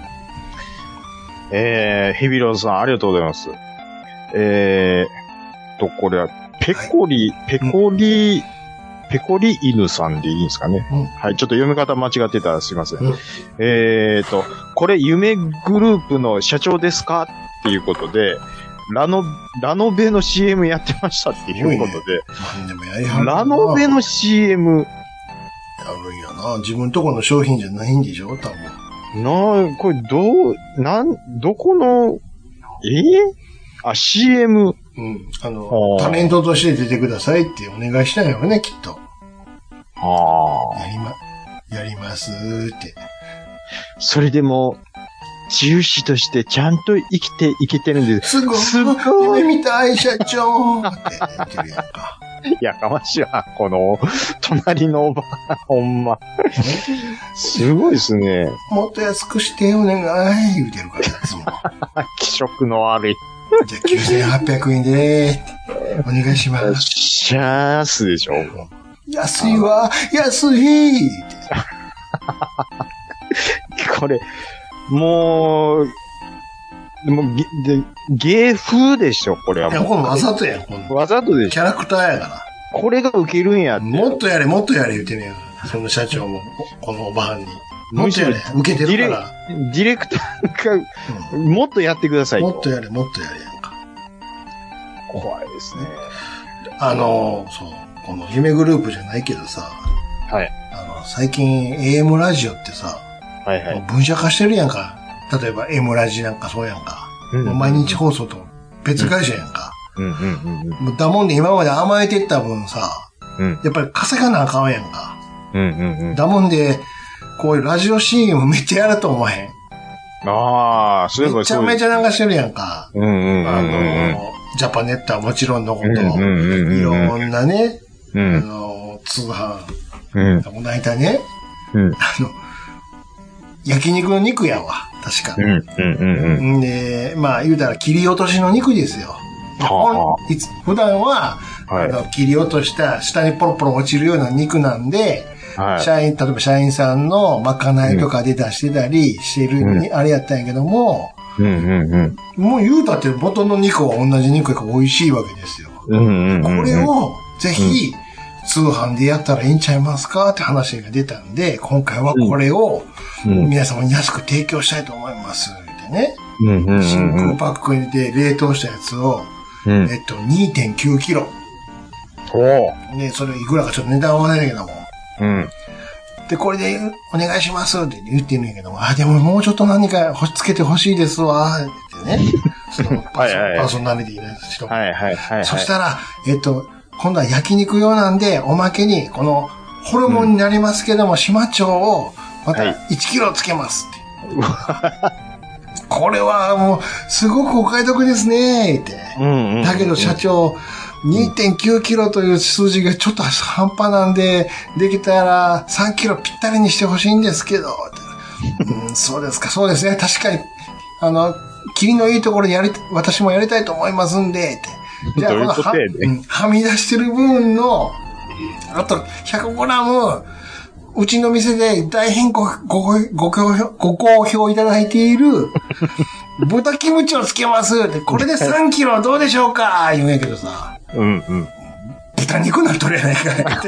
えー、ヘビローズさん、ありがとうございます。えーと、これは、ペコリ、はい、ペコリ、うん、ペコリ犬さんでいいんですかね。うん、はい、ちょっと読み方間違ってたらすいません。うん、えーと、これ、夢グループの社長ですかっていうことで、ラノ、ラノベの シーエム やってましたっていうことで、ね、でもやりはるなラノベの シーエム。 やるんやな。自分とこの商品じゃないんでしょ多分。 なこれ、どう、なん、どこの、えー、あ、シーエム。 うん。あの、タレントとして出てくださいってお願いしたんやろね、きっと。 ああ。 やりま、やりますーって。 それでも、治癒士としてちゃんと生きていけてるんです。 すごい。すごい。夢見たい社長って言ってるやんか。 やかましいわ、この、隣のおばあ、ほんま。すごいですね。 もっと安くしてお願い、言うてるから、いつも。 気色の悪い。 じゃあきゅうせんはっぴゃくえんでー、お願いします。 シャースでしょ。 安いわ、安いって。 これ、もう、もう、で、芸風でしょ、これは。 いや、これわざとやん、この。わざとでしょ。 キャラクターやから。 これがウケるんやって。 もっとやれ、もっとやれ言うてねえその社長も、このおばはんに。もっとやれ、受けてるから。 ディレクターが、うん、もっとやってくださいと。 もっとやれ、もっとやれやんか。 怖いですね。 あの、そう、この夢グループじゃないけどさ。 はい。 あの、最近 エーエム ラジオってさ、 はいはい。 分社化してるやんか。例えば M ラジなんかそうやんか。うんうんうん、もう毎日放送と別会社やんか。 うんうんうんうん、 だもんで今まで甘えてった分さ、うん、やっぱり稼がなあかんやんか。 うんうんうん、だもんで、こういうラジオ シーエム めっちゃやると思わへん。 ああ、そういえばめちゃめちゃ流してるやんか。 うんうんうんうん、 あの、ジャパネットはもちろんのこと、うんうんうんうん、いろんなね、うん、あの、通販、うん、この間ね、うん、あの、焼肉の肉やわ。確か。 うんうんうんうん、 で、まあ言うたら切り落としの肉ですよ。はあ、いつ普段は、はい、あの切り落とした下にポロポロ落ちるような肉なんで、はい、社員、例えば社員さんのまかないとかで出してたりしてる、うん、あれやったんやけども、 うんうんうん、 もう言うたって元の肉は同じ肉やから美味しいわけですよ。 うんうんうん、 これをぜひ、通販でやったらいいんちゃいますかって話が出たんで、今回はこれを皆様に安く提供したいと思います。ってね。真空パックに入れて冷凍したやつを、うん、えっと、にてんきゅうキロ。 おで、それいくらかちょっと値段はないんだけども。 うん。 で、これでお願いしますって言ってるんやけども、あ、でももうちょっと何かつけてほしいですわ、ってね。そのパーソ、はいはい、パーソナリティの人。 はいはいはい、はい。 そしたら、えっと、今度は焼肉用なんで、おまけに、この、ホルモンになりますけども、島町を、またいちキロつけますって。はい、これはもう、すごくお買い得ですねって。 うんうんうん、 だけど社長、にてんきゅうキロという数字がちょっと半端なんで、できたらさんキロぴったりにしてほしいんですけど、うん、そうですか、そうですね。確かに、あの、切りのいいところでやり、私もやりたいと思いますんで、って。じゃあ、このは、うん、はみ出してる部分の、あとひゃくグラム、うちの店で大変ご、ご、ご好評、ご好評いただいている、豚キムチをつけますって、これでさんキロどうでしょうか言うんやけどさ。 うんうん。 豚肉なっとるやないかって。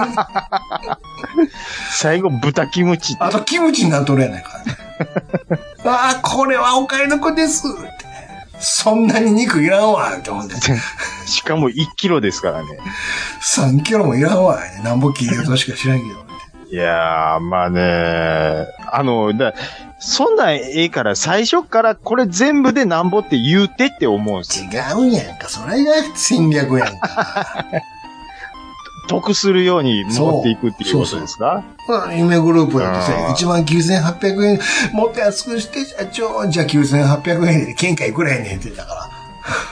最後、豚キムチって。 あとキムチになっとるやないか。ああ、これはお買い得ですって。そんなに肉いらんわ、って思って。 しかもいちキロですからね。 さんキロもいらんわ、なんぼ切り落としか知らんけど。 いやー、まあね、あの、だそんなんええから最初からこれ全部でなんぼって言うてって思うんすよ。 違うんやんか。それが戦略やんか。 得するように持っていくっていうことですか？ そうそう。夢グループだとさ、いちまんきゅうせんはっぴゃくえんもっと安くして、社長、じゃあきゅうせんはっぴゃくえんで県下いくらやねんって言ったから。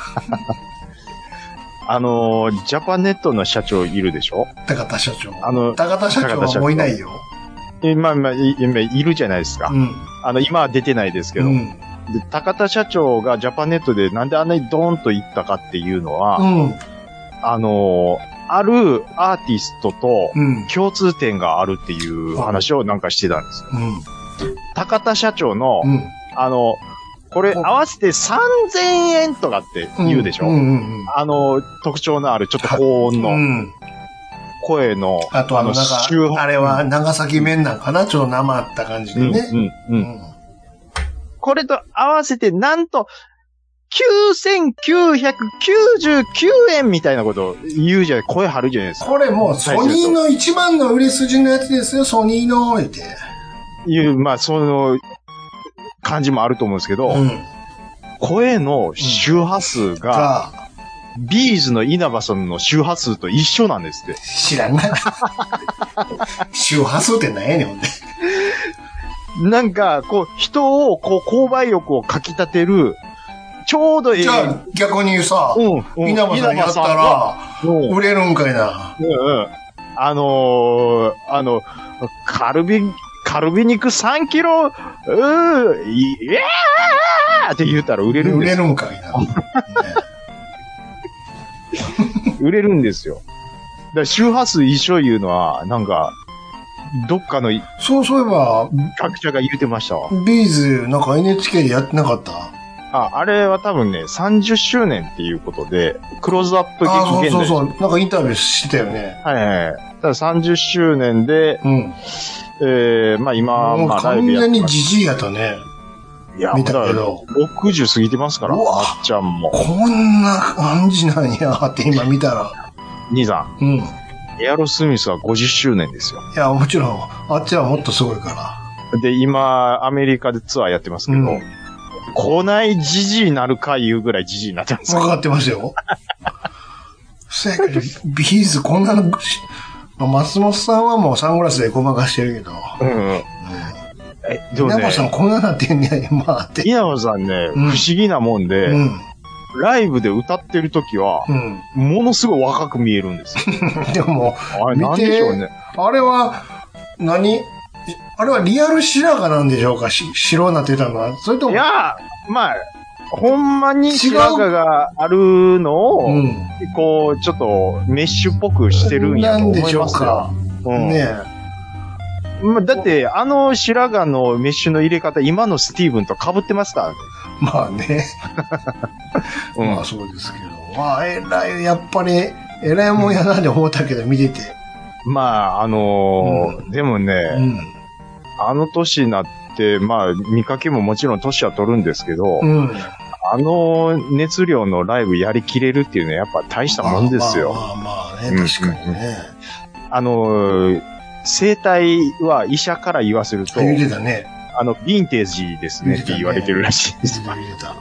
あのー、ジャパネットの社長いるでしょ？ 高田社長。 あの、 高田社長はもういないよ。 え、まあまあ、い、いるじゃないですか。 うん。 あの、今は出てないですけど。うん。 で、高田社長がジャパネットでなんであんなにドーンと行ったかっていうのは、 うん、 あの、あるアーティストと共通点があるっていう話をなんかしてたんですよ。うん、高田社長の、うん、あの、これ合わせてさんぜんえんとかって言うでしょ、うんうんうんうん、あの、特徴のあるちょっと高音の声の、 あとあの、なんか、あれは長崎弁なんかな、ちょっと生あった感じでね。うんうんうんうん、 これと合わせてなんと、きゅうせんきゅうひゃくきゅうじゅうきゅうえんみたいなこと言うじゃない、声張るじゃないですか。 これもうソニーの一番の売れ筋のやつですよ、ソニーの、言って。 いう、まあ、その、感じもあると思うんですけど、うん、声の周波数が、うん、ビーズの稲葉さんの周波数と一緒なんですって。 知らんがな。周波数って何やねん、ほんで。 なんか、こう、人を、こう、購買欲をかき立てる、ちょうどええ。 じゃあ、逆にさ、うんうん、稲葉さんやったら、売れるんかいな。 うんうん。あのー、あの、カルビ、カルビ肉さんキロ、うー、いやーって言ったら売れるんですよ。 売れるんかいな。ね、 売れるんですよ。だから周波数一緒いうのは、なんか、どっかの、 そうそういえば、 各社が言うてましたわ。 ビーズ、なんか エヌエイチケー でやってなかった？ あ、あれは多分ね、さんじゅっしゅうねんっていうことで、クローズアップ劇現代。そうそうそう。なんかインタビューしてたよね。 はいはい。たださんじゅっしゅうねんで、うん。えー、まあ今、まあライブやって完全にジジイやったね。 いや、見たけど。ろくじゅう過ぎてますから、まっちゃんも。 こんな感じなんやって今見たら。 兄さん。うん。エアロスミスはごじゅっしゅうねんですよ。 いや、もちろん、あっちはもっとすごいから。で、今、アメリカでツアーやってますけど、うん、来ないジジイになるかいうぐらいジジイになってます。 わかってますよ。そやけど、ビーズこんなの、松本さんはもうサングラスでごまかしてるけど。うん、うん。え、でもね。稲葉さんこんななってんねや、今って。 稲葉さんね、うん、不思議なもんで、うん、ライブで歌ってる時は、うん、ものすごい若く見えるんですよ。 でも、あれなんでしょうね。あれは、何あれはリアル白髪なんでしょうか、し白になってたのは。それとも。 いや、まあ、ほんまに白髪があるのを、うん、こう、ちょっとメッシュっぽくしてるんやと思いますよ。なんでしょうか。うん、ねえ。まあ、だって、あの白髪のメッシュの入れ方、今のスティーブンと被ってますからね。 まあね。うん、まあそうですけど。まあ、えらい、やっぱり、えらいもんやなって思ったけど、見てて。 まあ、あのーうん、でもね、うん、あの年になって、まあ、見かけももちろん年は取るんですけど、うん、あの熱量のライブやりきれるっていうのはやっぱ大したもんですよ。 まあまあまあね、確かにね。 うん、あのー、生態は医者から言わせると、 言ってたね。 あの、ヴィンテージですねって言われてるらしいです。言ってた。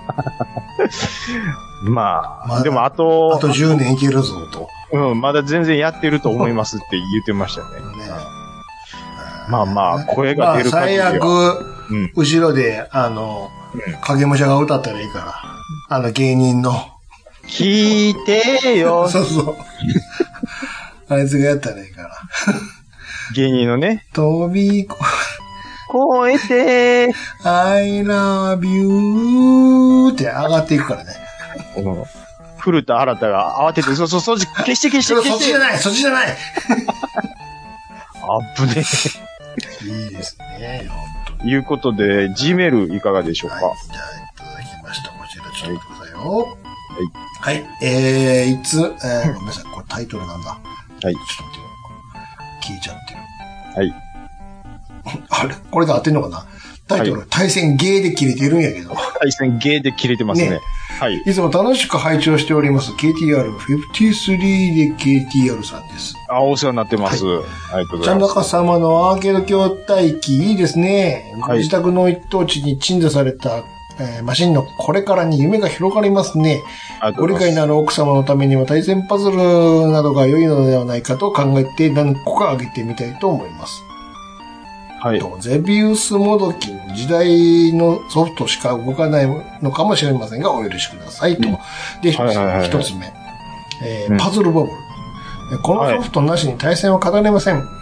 まあ、まあ、でもあと、 あとじゅうねんいけるぞと。 うん、まだ全然やってると思いますって言ってましたね。ねまあまあ、声が出る限りは。 まあ、最悪、うん、後ろで、あの、うん、影武者が歌ったらいいから。あの芸人の。 聞いてよ。 そうそう。あいつがやったらいいから。 芸人のね。 飛び越えて、 I love you って上がっていくからね。 うん、古田新太が慌てて、そうそう、そっち消して消して消して。 そっちじゃない、そっちじゃない。 あぶねえ。いいですね。 ということで、G メールいかがでしょうか。はい、 じゃあ、いただきました。こちらちょっと待ってくださいよ。はい。はい。えー、いつ、えー、ごめんなさい。これタイトルなんだ。はい。ちょっと待ってよ。聞いちゃってる。 はい。 あれこれで合ってんのかなタイトル、はい、対戦ゲーで切れてるんやけど。 対戦ゲーで切れてますね。ねはい。いつも楽しく拝聴しております。ケーティーアールごじゅうさん で ケーティーアール さんです。 あ、お世話になってます。はい、ありがとうございます。 ちゃんなか様のアーケード筐体機いいですね。はい、ご自宅の一等地に鎮座された、えー、マシンのこれからに夢が広がりますね。ご理解のある奥様のためには対戦パズルなどが良いのではないかと考えて何個か挙げてみたいと思います。はい。ゼビウスもどきの時代のソフトしか動かないのかもしれませんが、お許しくださいと。うん、で、一、はいはい、つ目、えーうん、パズルボブル。このソフトなしに対戦は語れません。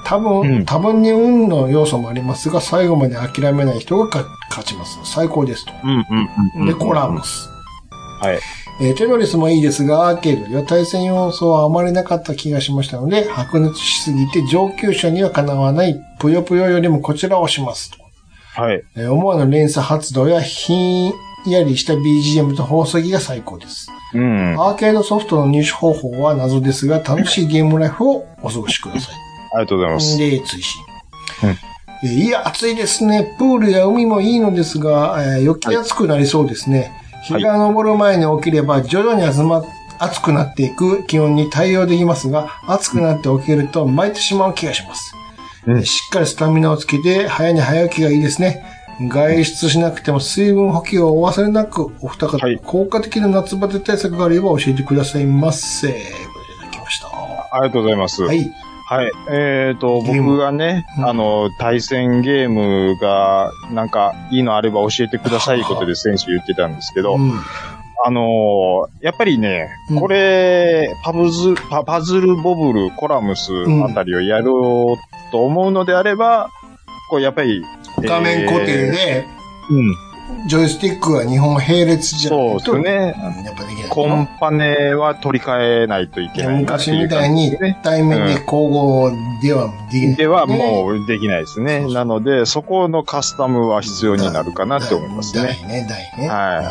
多分、うん、多分に運の要素もありますが、最後まで諦めない人が勝ちます。最高ですと。 うんうんうん、 で、コラムス。 はい。 えー、テロリスもいいですが、アーケードでは対戦要素はあまりなかった気がしましたので、白熱しすぎて上級者にはかなわないぷよぷよよりもこちらをしますと。 はい。 えー、思わぬ連鎖発動やひんやりした ビージーエム と宝石が最高です。 うん。 アーケードソフトの入手方法は謎ですが、楽しいゲームライフをお過ごしください。 ありがとうございます。 で、追伸。 うん。 いや、暑いですね。プールや海もいいのですが、えー、余計暑くなりそうですね。はい日が昇る前に起きれば徐々に集ま、暑くなっていく気温に対応できますが、暑くなって起きると巻いてしまう気がします。うん、しっかりスタミナをつけて、早寝早起きがいいですね。外出しなくても水分補給をお忘れなく、お二方、はい、効果的な夏バテ対策があれば教えてくださいませ。いただきました。 ありがとうございます。はい。はい。えっ、ー、と、僕がね、うん、あの、対戦ゲームが、なんか、いいのあれば教えてくださいことで選手言ってたんですけど、うん、あの、やっぱりね、うん、これ、パブズ、パ、パズルボブル、コラムスあたりをやろうと思うのであれば、こう、やっぱり、 画面固定で、 うん。 ジョイスティックはにほん並列じゃないと。 そうですね。 やっぱできない。 コンパネは取り替えないといけない、ね。 昔みたいに対面で交互ではできない、ね。 ではもうできないですね。そうそうなので、そこのカスタムは必要になるかなって思いますね。 大ね、大ね。 はい。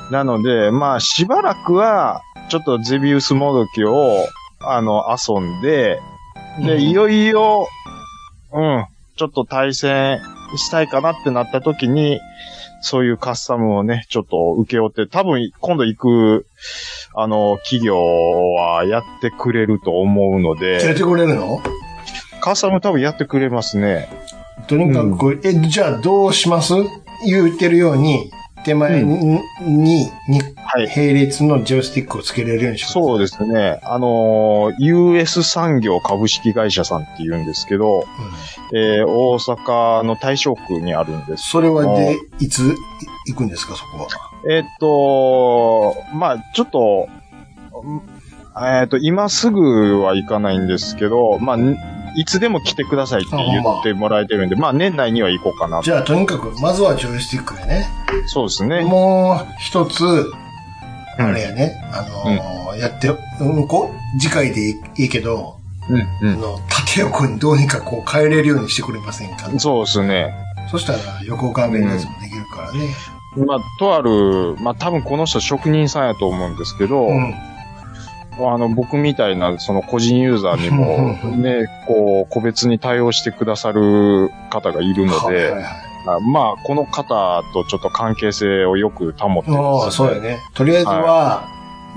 なので、まあしばらくは、ちょっとゼビウスもどきを、あの、遊んで、で、うん、いよいよ、うん、ちょっと対戦したいかなってなった時に、そういうカスタムをね、ちょっと受け負って、多分今度行く、あの、企業はやってくれると思うので。 やってくれるの？ カスタム多分やってくれますね。 とにかく、うん、え、じゃあどうします？言ってるように、手前に、うん、に、に、はい、並列のジョイスティックをつけれるようにします。 そうですね。あの、ユーエス 産業株式会社さんって言うんですけど、うん、えー、大阪の大正区にあるんです。 それはで、いつ行くんですか、そこは。 えー、っと、まあちょっと、えー、っと、今すぐは行かないんですけど、まあいつでも来てくださいって言ってもらえてるんで、まあ年内には行こうかな。 じゃあとにかく、まずはジョイスティックでね。 そうですね。 もう一つ、あれやね、うん、あのーうん、やって、うん、こう、次回でいいけど、 うんうん、 あの、縦横にどうにかこう変えれるようにしてくれませんか？ そうですね。 そしたら横画面のやつもできるからね。 うん、まあ、とある、まあ多分この人職人さんやと思うんですけど、うんあの、僕みたいな、その個人ユーザーにも、ね、こう、個別に対応してくださる方がいるので、はいはいはい、まあ、この方とちょっと関係性をよく保ってます、 ね。そうやね。とりあえずは、はい、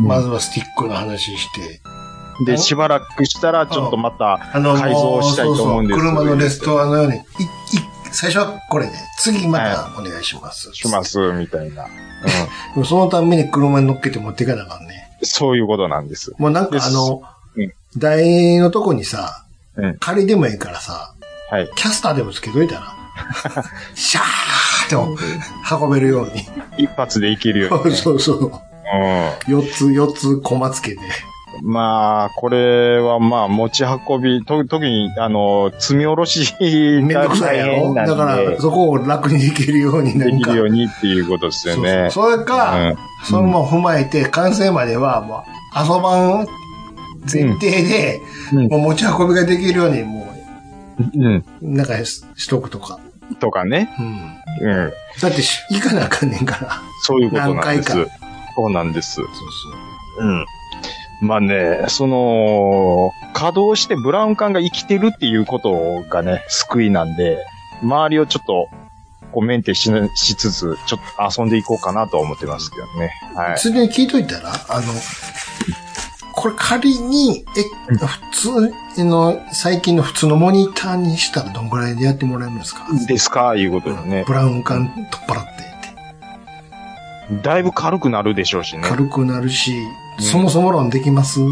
まずはスティックの話して、 で、しばらくしたら、ちょっとまた、改造したいと思うんですけど、 そうそう車のレストアのように、い、い、最初はこれね、次またお願いします。はい、 します、みたいな。 うん、そのために車に乗っけて持っていかなあかんね。 そういうことなんです。 もうなんかあの、うん、台のとこにさ、うん、仮でもいいからさ、 はい、 キャスターでもつけといたら、シャーって運べるように。 一発でいけるように、ね。 そうそうそう。うん、四つ、四つコマつけて。 まあ、これはまあ、持ち運び、と、特に、あの、積み下ろしが大変なんで。 だから、そこを楽にできるようになんかできるようにっていうことですよね。 そうそうそれか、うん、そのまま踏まえて、完成までは、もう、遊ばん前提で、うん、もう持ち運びができるように、もう、うん、なんかし、しとくとか。 とかね。 うん。うん。だって、行かなあかんねんから。 そういうことなんです。そうなんです。そうそう。うん。まあね、その、稼働してブラウン管が生きてるっていうことがね、救いなんで、周りをちょっと、こうメンテし、しつつ、ちょっと遊んでいこうかなとは思ってますけどね。はい。 ついでに聞いといたら、あの、これ仮に、え、普通の、最近の普通のモニターにしたらどんぐらいでやってもらえるんですか？ ですかいうことですね。 ブラウン管取っ払って。 だいぶ軽くなるでしょうしね。 軽くなるし、うん、そもそも論できますつって。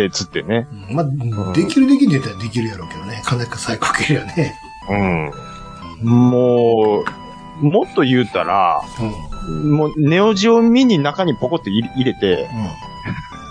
で、つってね。 うん、まあ、うん、できるできるって言ったらできるやろうけどね。金か最高けりゃね。 うん。もう、もっと言うたら、うん、もう、ネオジオミニ中にポコって入れて、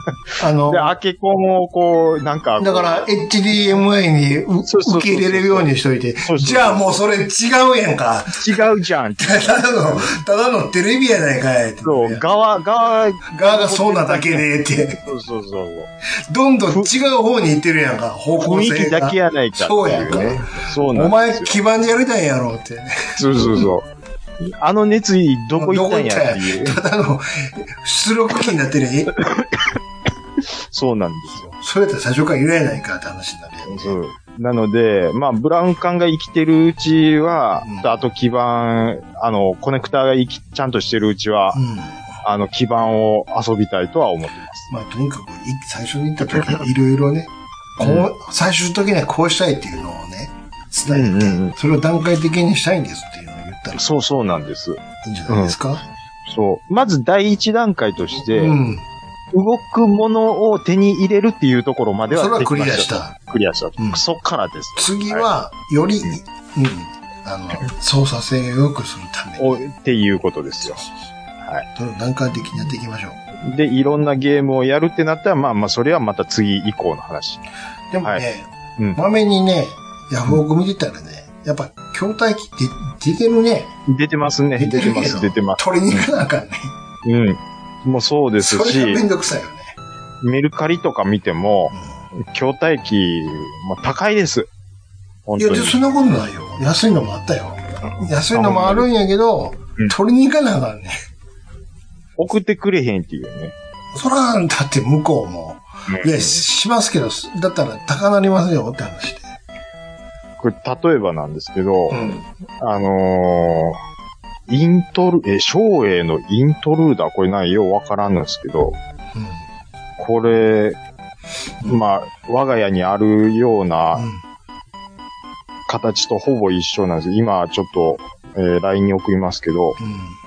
あの、で、アケコンをこう、なんか。 だから、エイチディーエムアイ に受け入れれるようにしといて。じゃあもうそれ違うやんか。 違うじゃん。 ただの、ただのテレビやないかい。 そう、側、側、 側がそうなだけでって。 そうそうそう。 どんどん違う方に行ってるやんか、方向性が。 雰囲気だけやないか。 そうやんか。 そうなんお前、基盤でやりたいんやろって。 そうそうそう。あの熱意、どこ行ったんやっていう。 ただの、出力機になってるやん。 そうなんですよ。 それやったら最初から言えないかって話になるやん、ね。 そう。なので、まあ、ブラウン管が生きてるうちは、うん、あと基板、あの、コネクターが生き、ちゃんとしてるうちは、うん、あの、基板を遊びたいとは思ってます。 まあ、とにかく、最初に言った時にいろいろね、こう、最終的にはこうしたいっていうのをね、伝えて、うんうんうん、それを段階的にしたいんですっていうのを言ったら。 そうそうなんです。 いいんじゃないですか、うん、 そう。まず第一段階として、うん、動くものを手に入れるっていうところまではできました。それはクリアした。クリアした。うん、そっからです。 次は、より、はい、うん、あの、操作性を良くするために。 っていうことですよ。 はい。それを段階的にやっていきましょう。で、いろんなゲームをやるってなったら、まあまあ、それはまた次以降の話。 でもね、はい、うん、まめにね、ヤフオク見てたらね、やっぱ、筐体機って出てるね。 出てますね。出てます、出てます。 取りに行かなあかんね。 うん。もうそうですし。 それがめんどくさいよね。 メルカリとか見ても、うん、筐体機、まあ、高いです。 本当に。いや、そんなことないよ。安いのもあったよ。うん、安いのもあるんやけど、うん、取りに行かなあかんね。 送ってくれへんっていうね。 そら、だって向こうも、うん、いや、しますけど、だったら高なりますよって話で。 これ、例えばなんですけど、うん、あのー、イントル、え、照英のイントルーダー、これないよ、わからんのですけど、うん、これ、うん、まあ、我が家にあるような形とほぼ一緒なんです。今、ちょっと、えー、ライン に送りますけど、うん、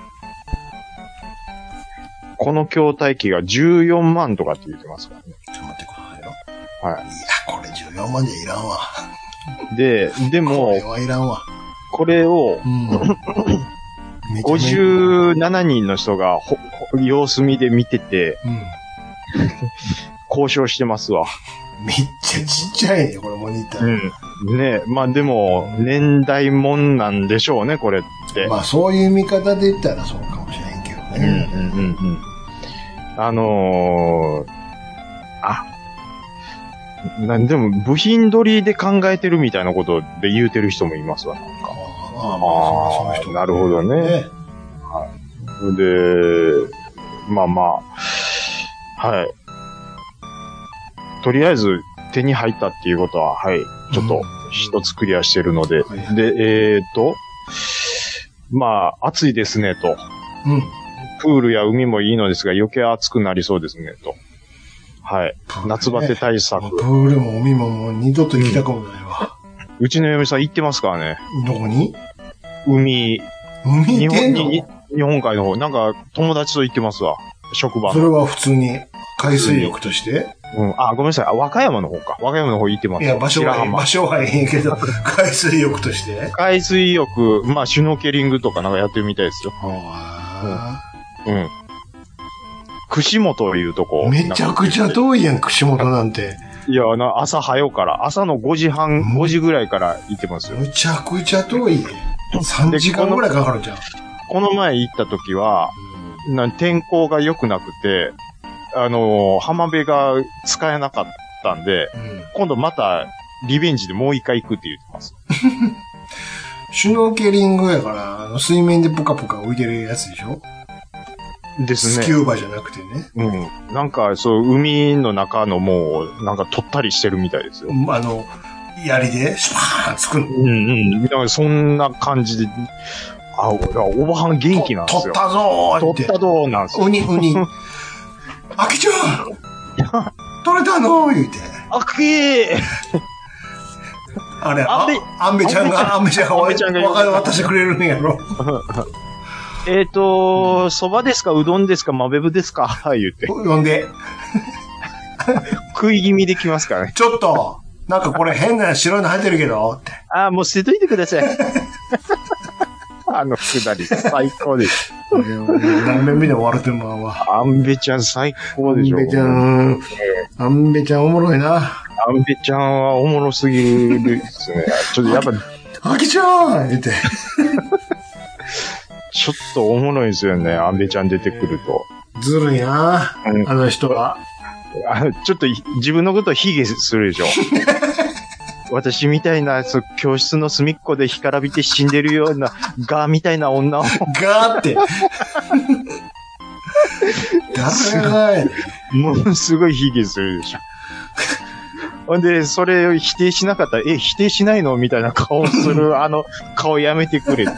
この筐体機がじゅうよんまんとかって言ってますからね。 ちょっと待ってくださいよ。 はい。 いや、これじゅうよんまんじゃいらんわ。 で、でも、 これはいらんわ。 これを、うん、ごじゅうななにんの人がほ様子見で見てて、うん、交渉してますわ。 めっちゃちっちゃいね、これモニター。 うん。ねまあでも、年代もんなんでしょうね、これって。 まあそういう見方で言ったらそうかもしれんけどね。 うんうんうんうん。あのー、あ、なんでも部品取りで考えてるみたいなことで言うてる人もいますわ、なんか。 ああ、まあ、そういう人。 なるほどね。ねはい。で、まあまあ、はい。とりあえず手に入ったっていうことは、はい、ちょっと一つクリアしてるので、うん、で、えーと、まあ、暑いですね、と。うん。プールや海もいいのですが、余計暑くなりそうですね、と。はい。夏バテ対策。 プールも海ももう二度と行きたくもないわ。 うん、うちの嫁さん行ってますからね。 どこに？ 海。 海行ってんの？ 日本、日本海の方。なんか、友達と行ってますわ。職場。 それは普通に海水浴として？ うん。あ、ごめんなさい。和歌山の方か。和歌山の方行ってます。 いや、場所は、場所はええけど、海水浴として海水浴、まあ、シュノーケリングとかなんかやってるみたいですよ。はぁ。うん。うん。串本いうとこ。 めちゃくちゃ遠いやん、串本なんて。 いや、な朝早うから、朝のごじはん、ごじぐらいから行ってますよ。 めちゃくちゃ遠い。さんじかんぐらいかかるじゃん。 この前行った時は、うん、な天候が良くなくて、あのー、浜辺が使えなかったんで、うん、今度またリベンジでもう一回行くって言ってます。 シュノーケリングやから、あの水面でポカポカ浮いてるやつでしょ？ですね。スキューバじゃなくてね。 うん。なんか、そう、海の中のもう、なんか取ったりしてるみたいですよ。 あの、槍で、シュパーン作る。 うんうん。だからそんな感じで、あ、おばはん元気なんですよ。 取ったぞーって。 取ったぞーなんですよ。 ウニ、ウニ。あきちゃん取れたのー言うて。 あきーあれ、あ、アンベちゃんが、アンベちゃんが、アンベちゃんが渡してくれるんやろ。 えっと、蕎麦ですかうどんですかまべぶですか言って。 呼んで。 食い気味できますからね。 ちょっと、なんかこれ変な白いの入ってるけどって。 ああ、もう捨てといてください。あのくだり、最高です。 何遍目で終わるてんまんわ。 アンベちゃん最高でしょ。 アンベちゃん、アンベちゃんおもろいな。 アンベちゃんはおもろすぎるですね。ちょっとやっぱ、 アキちゃん言って。 ちょっとおもろいですよね、アンベちゃん出てくると。 ずるいな、うん、あの人は。 あちょっと自分のことを卑下するでしょ。私みたいな、そう、教室の隅っこで干からびて死んでるような、ガーみたいな女を。 ガーって。誰ものすごい卑下するでしょ。ほんで、それを否定しなかったら、え、否定しないのみたいな顔をする、あの、顔やめてくれって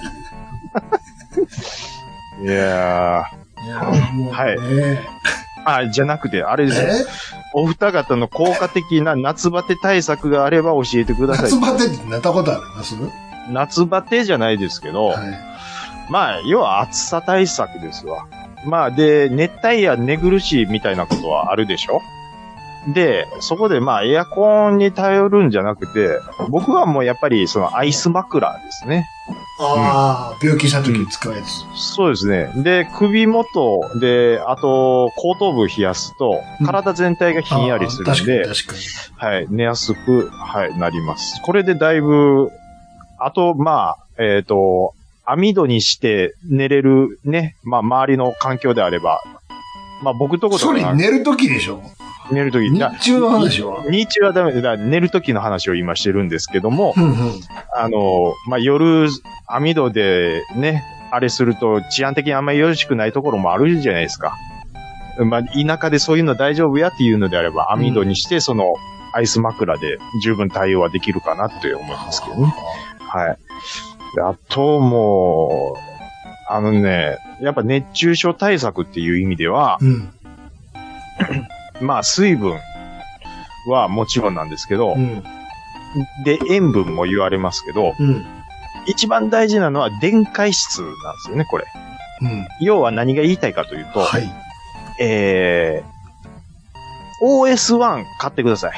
いう。いやー。 いやーもうね、はい。 あ、じゃなくて、あれですよ。お二方の効果的な夏バテ対策があれば教えてください。 夏バテってなったことあります？ 夏バテじゃないですけど、はい、まあ、要は暑さ対策ですわ。まあ、で、熱帯夜寝苦しいみたいなことはあるでしょ？で、そこでまあ、エアコンに頼るんじゃなくて、僕はもうやっぱりそのアイス枕ですね。 ああ、うん、病気した時に使うやつ、 うん。そうですね。で、首元で、あと、後頭部冷やすと、体全体がひんやりするんで、うん、確かに確かに。 はい、寝やすく、はい、なります。これでだいぶ、あと、まあ、えっと、網戸にして寝れるね、まあ、周りの環境であれば、まあ、僕とことか。 それ寝る時でしょ？ 寝るとき。 日中の話は日中はダメだ。寝るときの話を今してるんですけども、 うんうん、 あの、まあ、夜、網戸でね、あれすると治安的にあんまりよろしくないところもあるじゃないですか。まあ、田舎でそういうの大丈夫やっていうのであれば、網戸にして、その、アイス枕で十分対応はできるかなって思いますけどね。はい。あと、もう、あのね、やっぱ熱中症対策っていう意味では、 うんまあ、水分はもちろんなんですけど、 うん、 で、塩分も言われますけど、 うん、 一番大事なのは電解質なんですよね、これ。 うん、 要は何が言いたいかというと、 はい、 えー、オーエスワン 買ってください。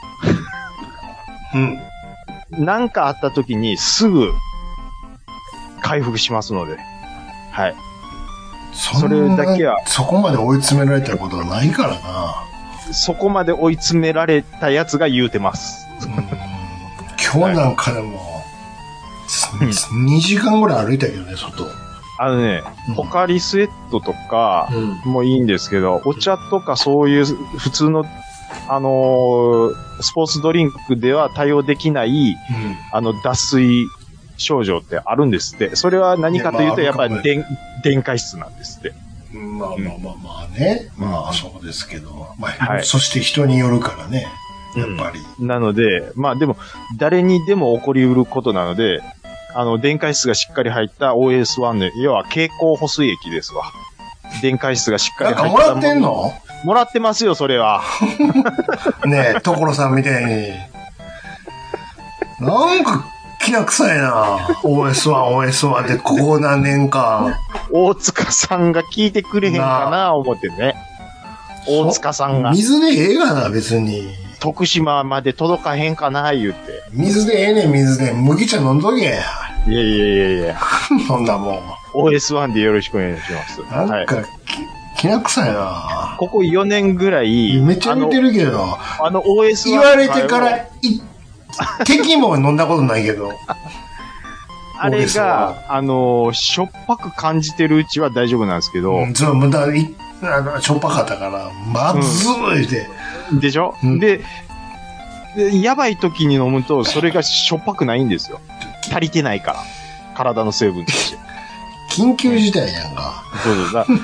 うん。 なんかあった時にすぐ回復しますので、はい。 それだけは。そこまで追い詰められたことはないからな。 そこまで追い詰められたやつが言うてます。 今日なんかでも、はい、にじかんぐらい歩いたけどね、外。 あのね、うん、ポカリスエットとかもいいんですけど、うん、お茶とかそういう普通の、あのー、スポーツドリンクでは対応できない、うん、あの、脱水症状ってあるんですって。それは何かというと、やっぱり電、電解質なんですって。 まあまあまあまあね。うん、まあそうですけど。まあ、はい、そして人によるからね。やっぱり。 うん、なので、まあでも、誰にでも起こりうることなので、あの、電解質がしっかり入った オーエスワン の、要は経口補水液ですわ。電解質がしっかり入った。 なんかもらってんの？ もらってますよ、それは。 ねえ、所さんみたいに。なんか、きな臭いな オーエスワン、オーエスワン ってここ何年か。 大塚さんが聞いてくれへんかな思ってね。大塚さんが。 水でええがな、別に。 徳島まで届かへんかな、言うて。 水でええねん、水で。麦茶飲んどけや。いやいやいやいや。 そんなもん。 オーエスワン でよろしくお願いします。 なんか、はい、き、きな臭いなここよねんぐらい。 めっちゃ似てるけど。 あの オーエスワン言われてから、い、敵も飲んだことないけど。 あれが、あのー、しょっぱく感じてるうちは大丈夫なんですけど。 うん、そう、まだ、い、あの、しょっぱかったから、まずいで、 うん。でしょ、うん、で、で、やばい時に飲むと、それがしょっぱくないんですよ。足りてないから。体の成分として。 緊急事態やんか。 そうそうだ。だから、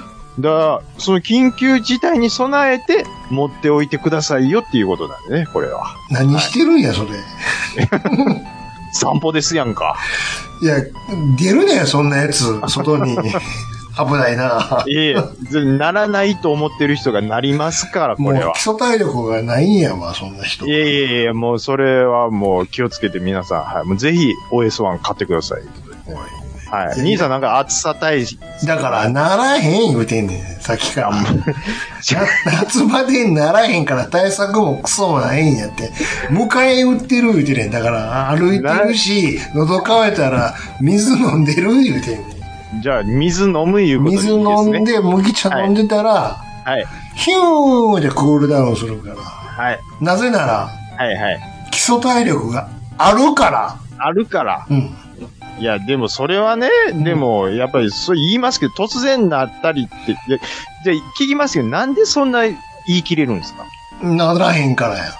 その緊急事態に備えて持っておいてくださいよっていうことなんでね、これは。 何してるんや、はい、それ。 散歩ですやんか。 いや、出るねそんなやつ、外に。危ないな。 いえいえ、ならないと思ってる人がなりますから、これは。 もう基礎体力がないんやわ、そんな人。 いえいえいえ、もうそれはもう気をつけて皆さん、はい。もうぜひ オーエスワン 買ってください。はい。兄さんなんか暑さ対策。 だから、ならへん言うてんねん、さっきから。夏場でならへんから対策もクソもないんやって。迎え撃ってる言うてねん。だから、歩いてるし、喉乾いたら水飲んでる言うてんねん。 じゃあ、水飲むいうことでいいですね。 水飲んで、麦茶飲んでたら、 はい。 ヒューでクールダウンするから。 はい。 なぜなら、 はいはい。 基礎体力があるから。 あるから。 うん。 いや、でもそれはね、うん、でも、やっぱりそう言いますけど、突然なったりって、じゃあ聞きますけど、なんでそんな言い切れるんですか？ ならへんからや。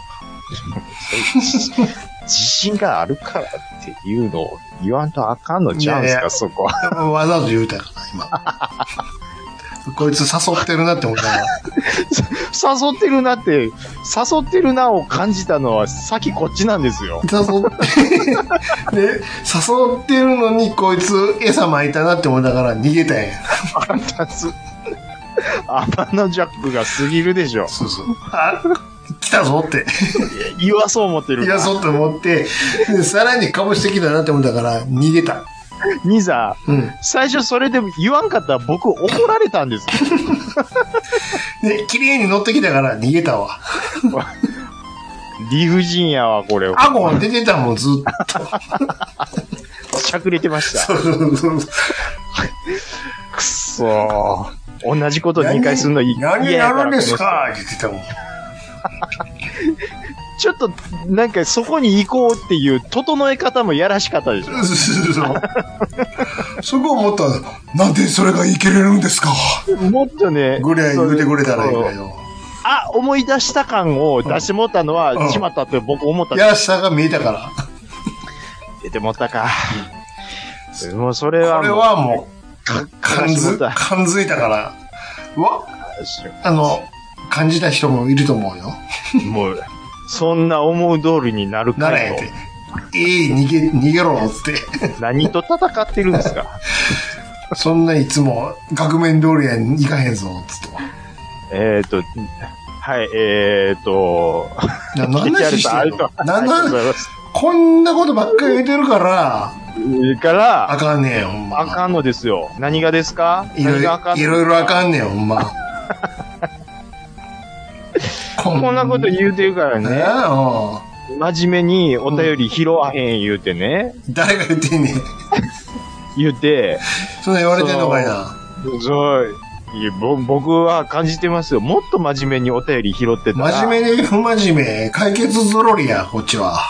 自信があるからっていうのを言わんとあかんのちゃうんですか、いやいやそこは。 わざと言うたから、今。こいつ誘ってるなって思ったら。 誘ってるなって、誘ってるなを感じたのは、先こっちなんですよ。 誘って、で、誘ってるのに、こいつ餌撒いたなって思ったから逃げたんや。 腹立つ。アバのジャックが過ぎるでしょ。 そうそう。あ、来たぞって。 言わそう思ってる。 言わそうと思って、でさらにかぶしてきたなって思ったから、逃げた。 にさ、うん、最初それで言わんかったら僕怒られたんですよ。 で、綺麗に乗ってきたから逃げたわ。 理不尽やわ、これ。 あ、もう出てたもん、ずっと。しゃくれてました。 そうそうそう。 くそー。同じことにかいするのいい。 何やるんですかって言ってたもん。 ちょっと、なんかそこに行こうっていう整え方もやらしかったでしょ。 そこをもっと、なんでそれがいけれるんですかもっとね。 ぐれ言うてくれたらいいわよ。 あ、思い出した感を出してもったのは、うん、しまったって僕思った。 やらしさが見えたから。 出てもったか。うん、もうそれはもう。 これはもう、感づ、感づいたから。うわあの、感じた人もいると思うよ。 もう。そんな思う通りになるかならへんて。ええー、逃げ、逃げろって。 何と戦ってるんですかそんないつも、額面通りにいかへんぞ、つって。 えっと、はい、えー、っと、 何の話してるの何の話こんなことばっかり言ってるから、 から、 あかんねえよ、ほんま。 あかんのですよ。何がですかいろいろ、いろいろあかんねえよ、ほんま。 こんなこと言うてるからね。真面目にお便り拾わへん言うてね。 誰が言ってんねん。 言うて。 そんな言われてんのかいな。 そう。いや僕は感じてますよ。もっと真面目にお便り拾ってたら。 真面目で不真面目。解決ぞろりや、こっちは。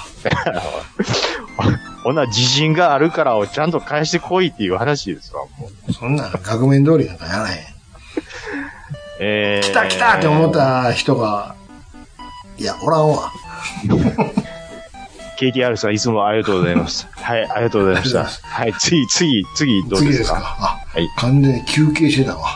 ほな、自信があるからをちゃんと返してこいっていう話ですわ。もうそんな、額面通りだからやらへん。 えー、 来た来たって思った人が、いや、おらんわ。 ケーティーアール さん、いつもありがとうございます。はい、ありがとうございました。はい、次、次、次、どうですか？次ですか？ あ、はい。完全に休憩してたわ。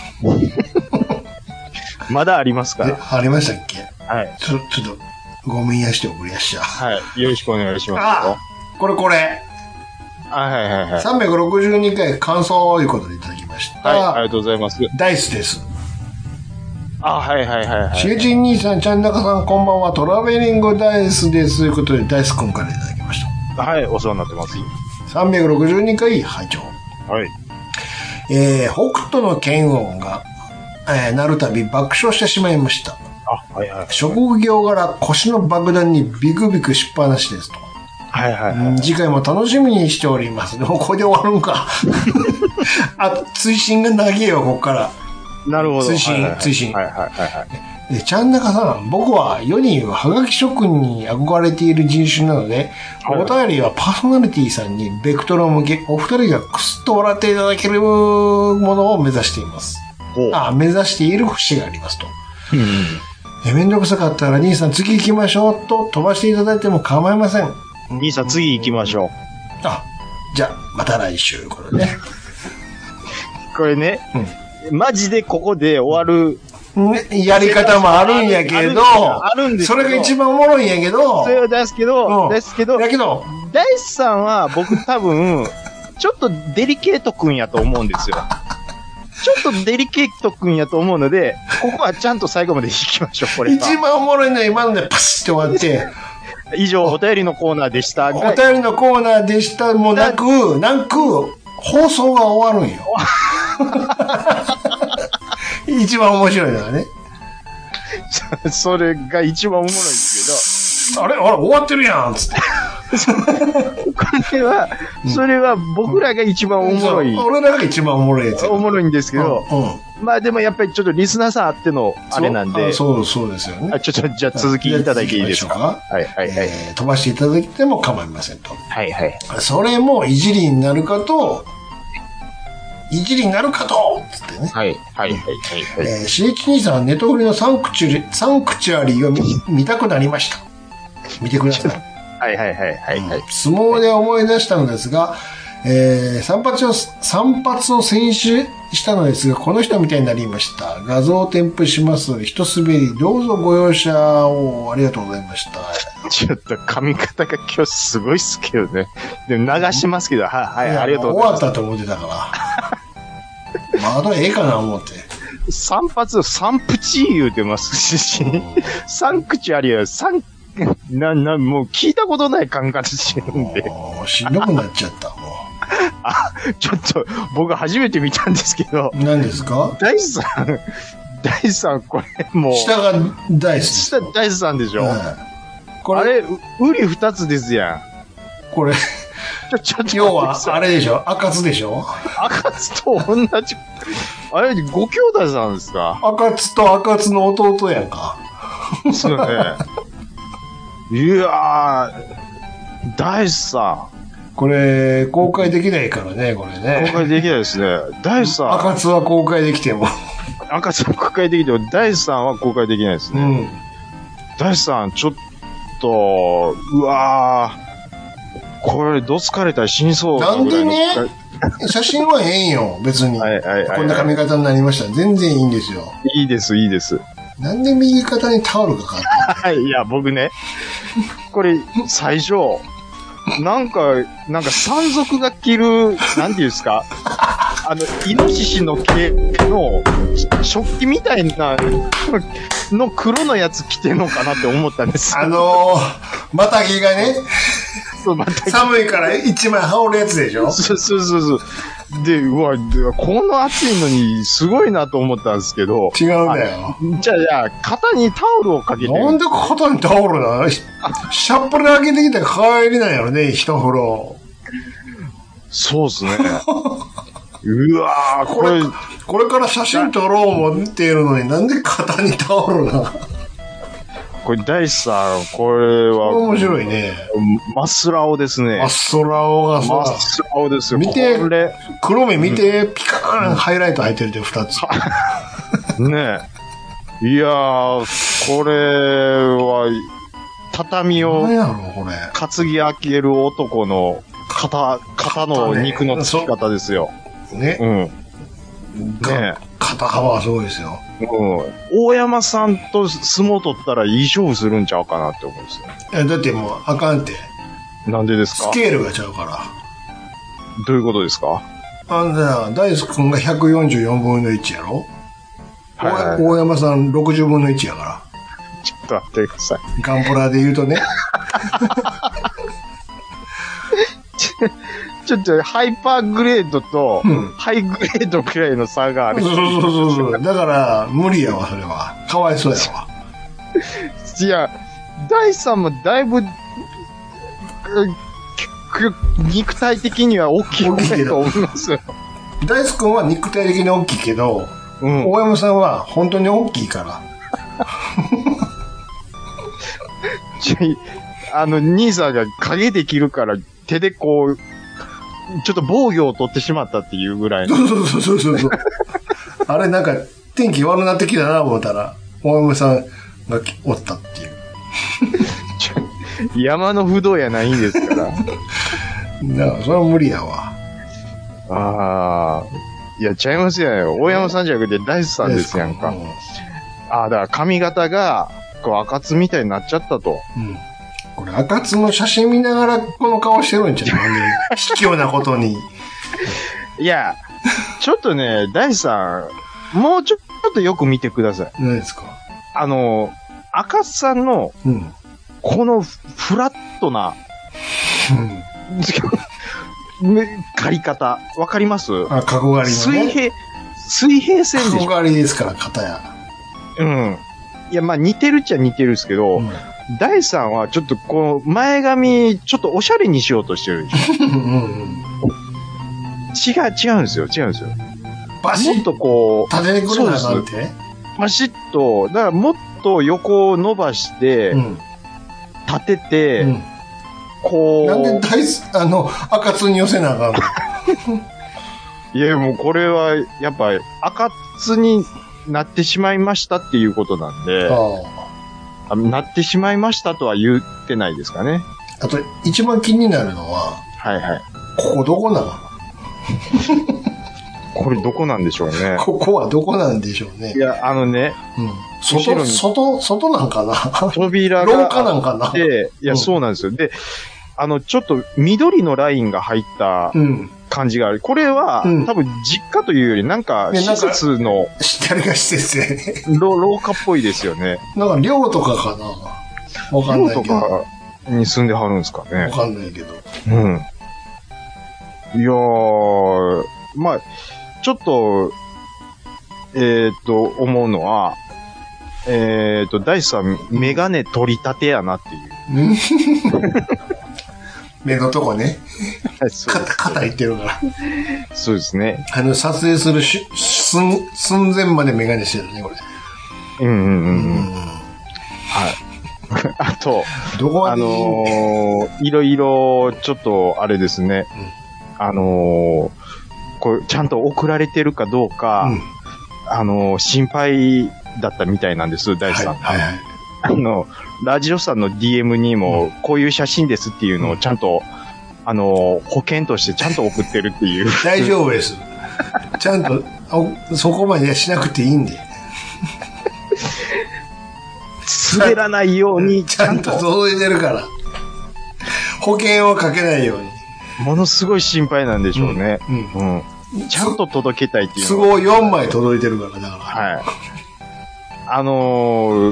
まだありますか？ ありましたっけ？ はい。 ちょ、ちょっと、ごめんやしておくれやっしゃ。 はい。よろしくお願いします。 あ、これこれ。 あ、はいはいはい。 さんびゃくろくじゅうにかい感想ということでいただきました。 はい、ありがとうございます。 ダイスです。 あ、はいはいはいはい。 しげちん兄さん、ちゃんなかさん、こんばんは。トラベリングダイスです。ということで、ダイス君からいただきました。 はい、お世話になってます。 さんびゃくろくじゅうにかい拝聴。 はい。 えー、北斗の剣音が、えー、なるたび爆笑してしまいました。 あ、はいはい。 職業柄、腰の爆弾にビクビクしっぱなしですと。 はいはいはい。 次回も楽しみにしております。でも、これで終わるんか。あ、追伸が長えよ、ここから。 なるほど。 追伸、はいはいはい、追伸。 はいはいはいはい。 で、ちゃんなかさん、僕は世に言うはがき職人に憧れている人種なので、はい、お便りはパーソナリティさんにベクトルを向け、お二人がクスッと笑っていただけるものを目指しています。あ、目指している節がありますと。うん、めんどくさかったら兄さん次行きましょうと飛ばしていただいても構いません。 兄さん次行きましょう。 あ、じゃあ、また来週、これね。 これね、うん、マジでここで終わる、 ね、やり方もあるんやけど、 あるんですけど、 それが一番おもろいんやけど、 それはですけど、うん、ですけど、 だけど、 ダイスさんは僕多分、ちょっとデリケートくんやと思うんですよ。ちょっとデリケートくんやと思うので、ここはちゃんと最後まで行きましょう、これは。 一番おもろいのは今のでパシッと終わって、 以上、お便りのコーナーでした。 お便りのコーナーでしたもなく、なく、放送が終わるんよ。一番面白いのはね。 それが一番おもろいんですけど。 あれあれ終わってるやんつって。 れは、それは僕らが一番おもろい。 うん、俺らが一番おもろいやつ。 おもろいんですけど、うんうん、まあでもやっぱりちょっとリスナーさんあってのあれなんで。 そう、そうですよね。 あ、ちょっと、じゃあ続きいただいていいですか？はいはいはい、 えー。飛ばしていただいても構いませんと。 はいはい。 それもいじりになるかと、いじりになるかとつってね。 はいはいはいはい、はい。 えー、しげき兄さんはネトフリのサンクチュリ、サンクチュアリーを 見, 見たくなりました。見てください。 はいはいはいはい、はいうん。 相撲で思い出したのですが、えー、散髪を、散髪を選手したのですが、この人みたいになりました。画像を添付しますので、一滑り、どうぞご容赦を。ありがとうございました。 ちょっと髪型が今日すごいっすけどね。でも流しますけど、はい、はい、ありがとうございます。 終わったと思ってたから。まだええかな思って。 散髪をサンプチー言うてますし、うん、サンクチュアリーはサン、な、な、もう聞いたことない感覚してるんで。 もうしんどくなっちゃった、もう。 あ、ちょっと、僕初めて見たんですけど。 何ですか？ ダイスさん、ダイスさん、これもう。 下がダイス。 下ダイスさんでしょ、はい、これ、あれ、ウリ二つですやん。 これ、 ちょ、ちょっと。 要は、あれでしょ？赤津でしょ？ 赤津と同じ、あれ、ご兄弟さんですか？ 赤津と赤津の弟やんか。 そうよね。いやー、ダイスさん。 これ、公開できないからね、これね。 公開できないですね。ダイスさん。 赤津は公開できても。 赤津は公開できても、ダイスさんは公開できないですね。うん。ダイスさん、ちょっと、うわー、これ、どつかれたら死にそうなんでね、写真はええんよ、別に。はいはいはい、はい。こんな髪型になりました。全然いいんですよ。 いいです、いいです。 なんで右肩にタオルがかかってる？ いや、僕ね、これ、最初、なんか、なんか山賊が着る、なんていうんですかあの、イノシシの毛の、食器みたいな、の黒のやつ着てんのかなって思ったんです。 あのー、またぎがね、そうまた寒いから一枚羽織るやつでしょ？ そうそうそうそう。で、うわ、こんな暑いのにすごいなと思ったんですけど。 違うんだよ。 じゃあ、じゃあ、肩にタオルをかけて。 なんで肩にタオルなの？シャッポで開けてきたら帰りなんやろね、一風呂。 そうっすね。うわー、これ、 これから写真撮ろう思っているのになんで肩にタオルなの？ これ、ダイスさん、これは。これ面白いね。 マスラオですね。 マスラオがさ。 マスラオですよ。 見て、黒目見て、うん、ピカーンハイライト入ってるで、二つ。 ねえ。いやー、これは、畳を、 何やろ、これ。 担ぎ開ける男の肩、肩の肉のつき方ですよ。 ね。 うん。 ねえ。肩幅はすごいですよ。 うん。大山さんと相撲取ったらいい勝負するんちゃうかなって思うんですよ。 いや、だってもうあかんって。 なんでですか？ スケールがちゃうから。 どういうことですか？ あんな、ダイス君がひゃくよんじゅうよんぶんのいちやろ？はい、はい。大山さんろくじゅうぶんのいちやから。 ちょっと待ってください。 ガンプラで言うとね。 ちょっと、ハイパーグレードと、ハイグレードくらいの差がある。 そうそうそうそう。だから、無理やわ、それは。かわいそうやわ。 いや、ダイさんもだいぶ、肉体的には大きいと思いますよ。 ダイス君は肉体的に大きいけど、うん、大山さんは本当に大きいから。 あの、兄さんが影で切るから、手でこう、ちょっと防御を取ってしまったっていうぐらいの。 そうそうそうそうそう。あれなんか天気悪くなってきたな思ったら、大山さんがおったっていう。 山の不動やないんですから。 だからそれは無理やわ。 ああ。いや、ちゃいますやん。大山さんじゃなくてダイスさんですやんか。うん、ああ、だから髪型が、こう赤津みたいになっちゃったと。 うん。これ赤津の写真見ながらこの顔してるんちゃうね。卑怯なことに。 いや、ちょっとね、ダイさん、もうちょっとよく見てください。 何ですか？ あの、赤津さんの、うん、このフラットな、うん、刈り方、わかります？ あ、角刈りのね。 水平、水平線でしょ。 角刈りですから、肩や。 うん。いや、まあ似てるっちゃ似てるっすけど、うん、 第三はちょっとこう、前髪、ちょっとおしゃれにしようとしてるでしょ。うんうん、違う、違うんですよ、違うんですよ。 バシッもっとこう、 縦にくるななんてバシッと、だからもっと横を伸ばして、うん、立てて、うん、こう。 なんで大あの、赤津に寄せなあかんのいや、もうこれは、やっぱ、赤津になってしまいましたっていうことなんで、あなってしまいましたとは言ってないですかね。 あと、一番気になるのは、 はいはい。 ここどこなのこれどこなんでしょうね。 ここはどこなんでしょうね。 いや、あのね。 うん。外、外、外なんかな扉が。 廊下なんかなで、いや、うん、そうなんですよ。で、あの、ちょっと緑のラインが入った感じがある。これは、うん、多分実家というよりなんか施設の。 誰が施設やね。 廊下っぽいですよね。 なんか寮とかかなわかんないけど。寮とかに住んではるんですかね。 わかんないけど。 うん。いやー、まあ、ちょっと、えっと、思うのは、えっと、大地さん、メガネ取り立てやなっていう。 目のとこね。肩いってるから。 そうですね。 あの、撮影するし寸、寸前までメガネしてるね、これ。 うんうんうんうん。はい。あと、 どこまであのー、いろいろ、ちょっと、あれですね。うん、あのー、これ、ちゃんと送られてるかどうか、うん、あのー、心配だったみたいなんです、大地さん。はいはいはい。あの、ラジオさんの ディーエム にも、こういう写真ですっていうのをちゃんと、あの、保険としてちゃんと送ってるっていう。 大丈夫です。ちゃんと、そこまでしなくていいんで。 滑らないようにちゃんと届いてるから。保険をかけないように。 ものすごい心配なんでしょうね。うん。うんうん、ちゃんと届けたいっていう。 都合よんまい届いてるから、だから。 はい。あのー、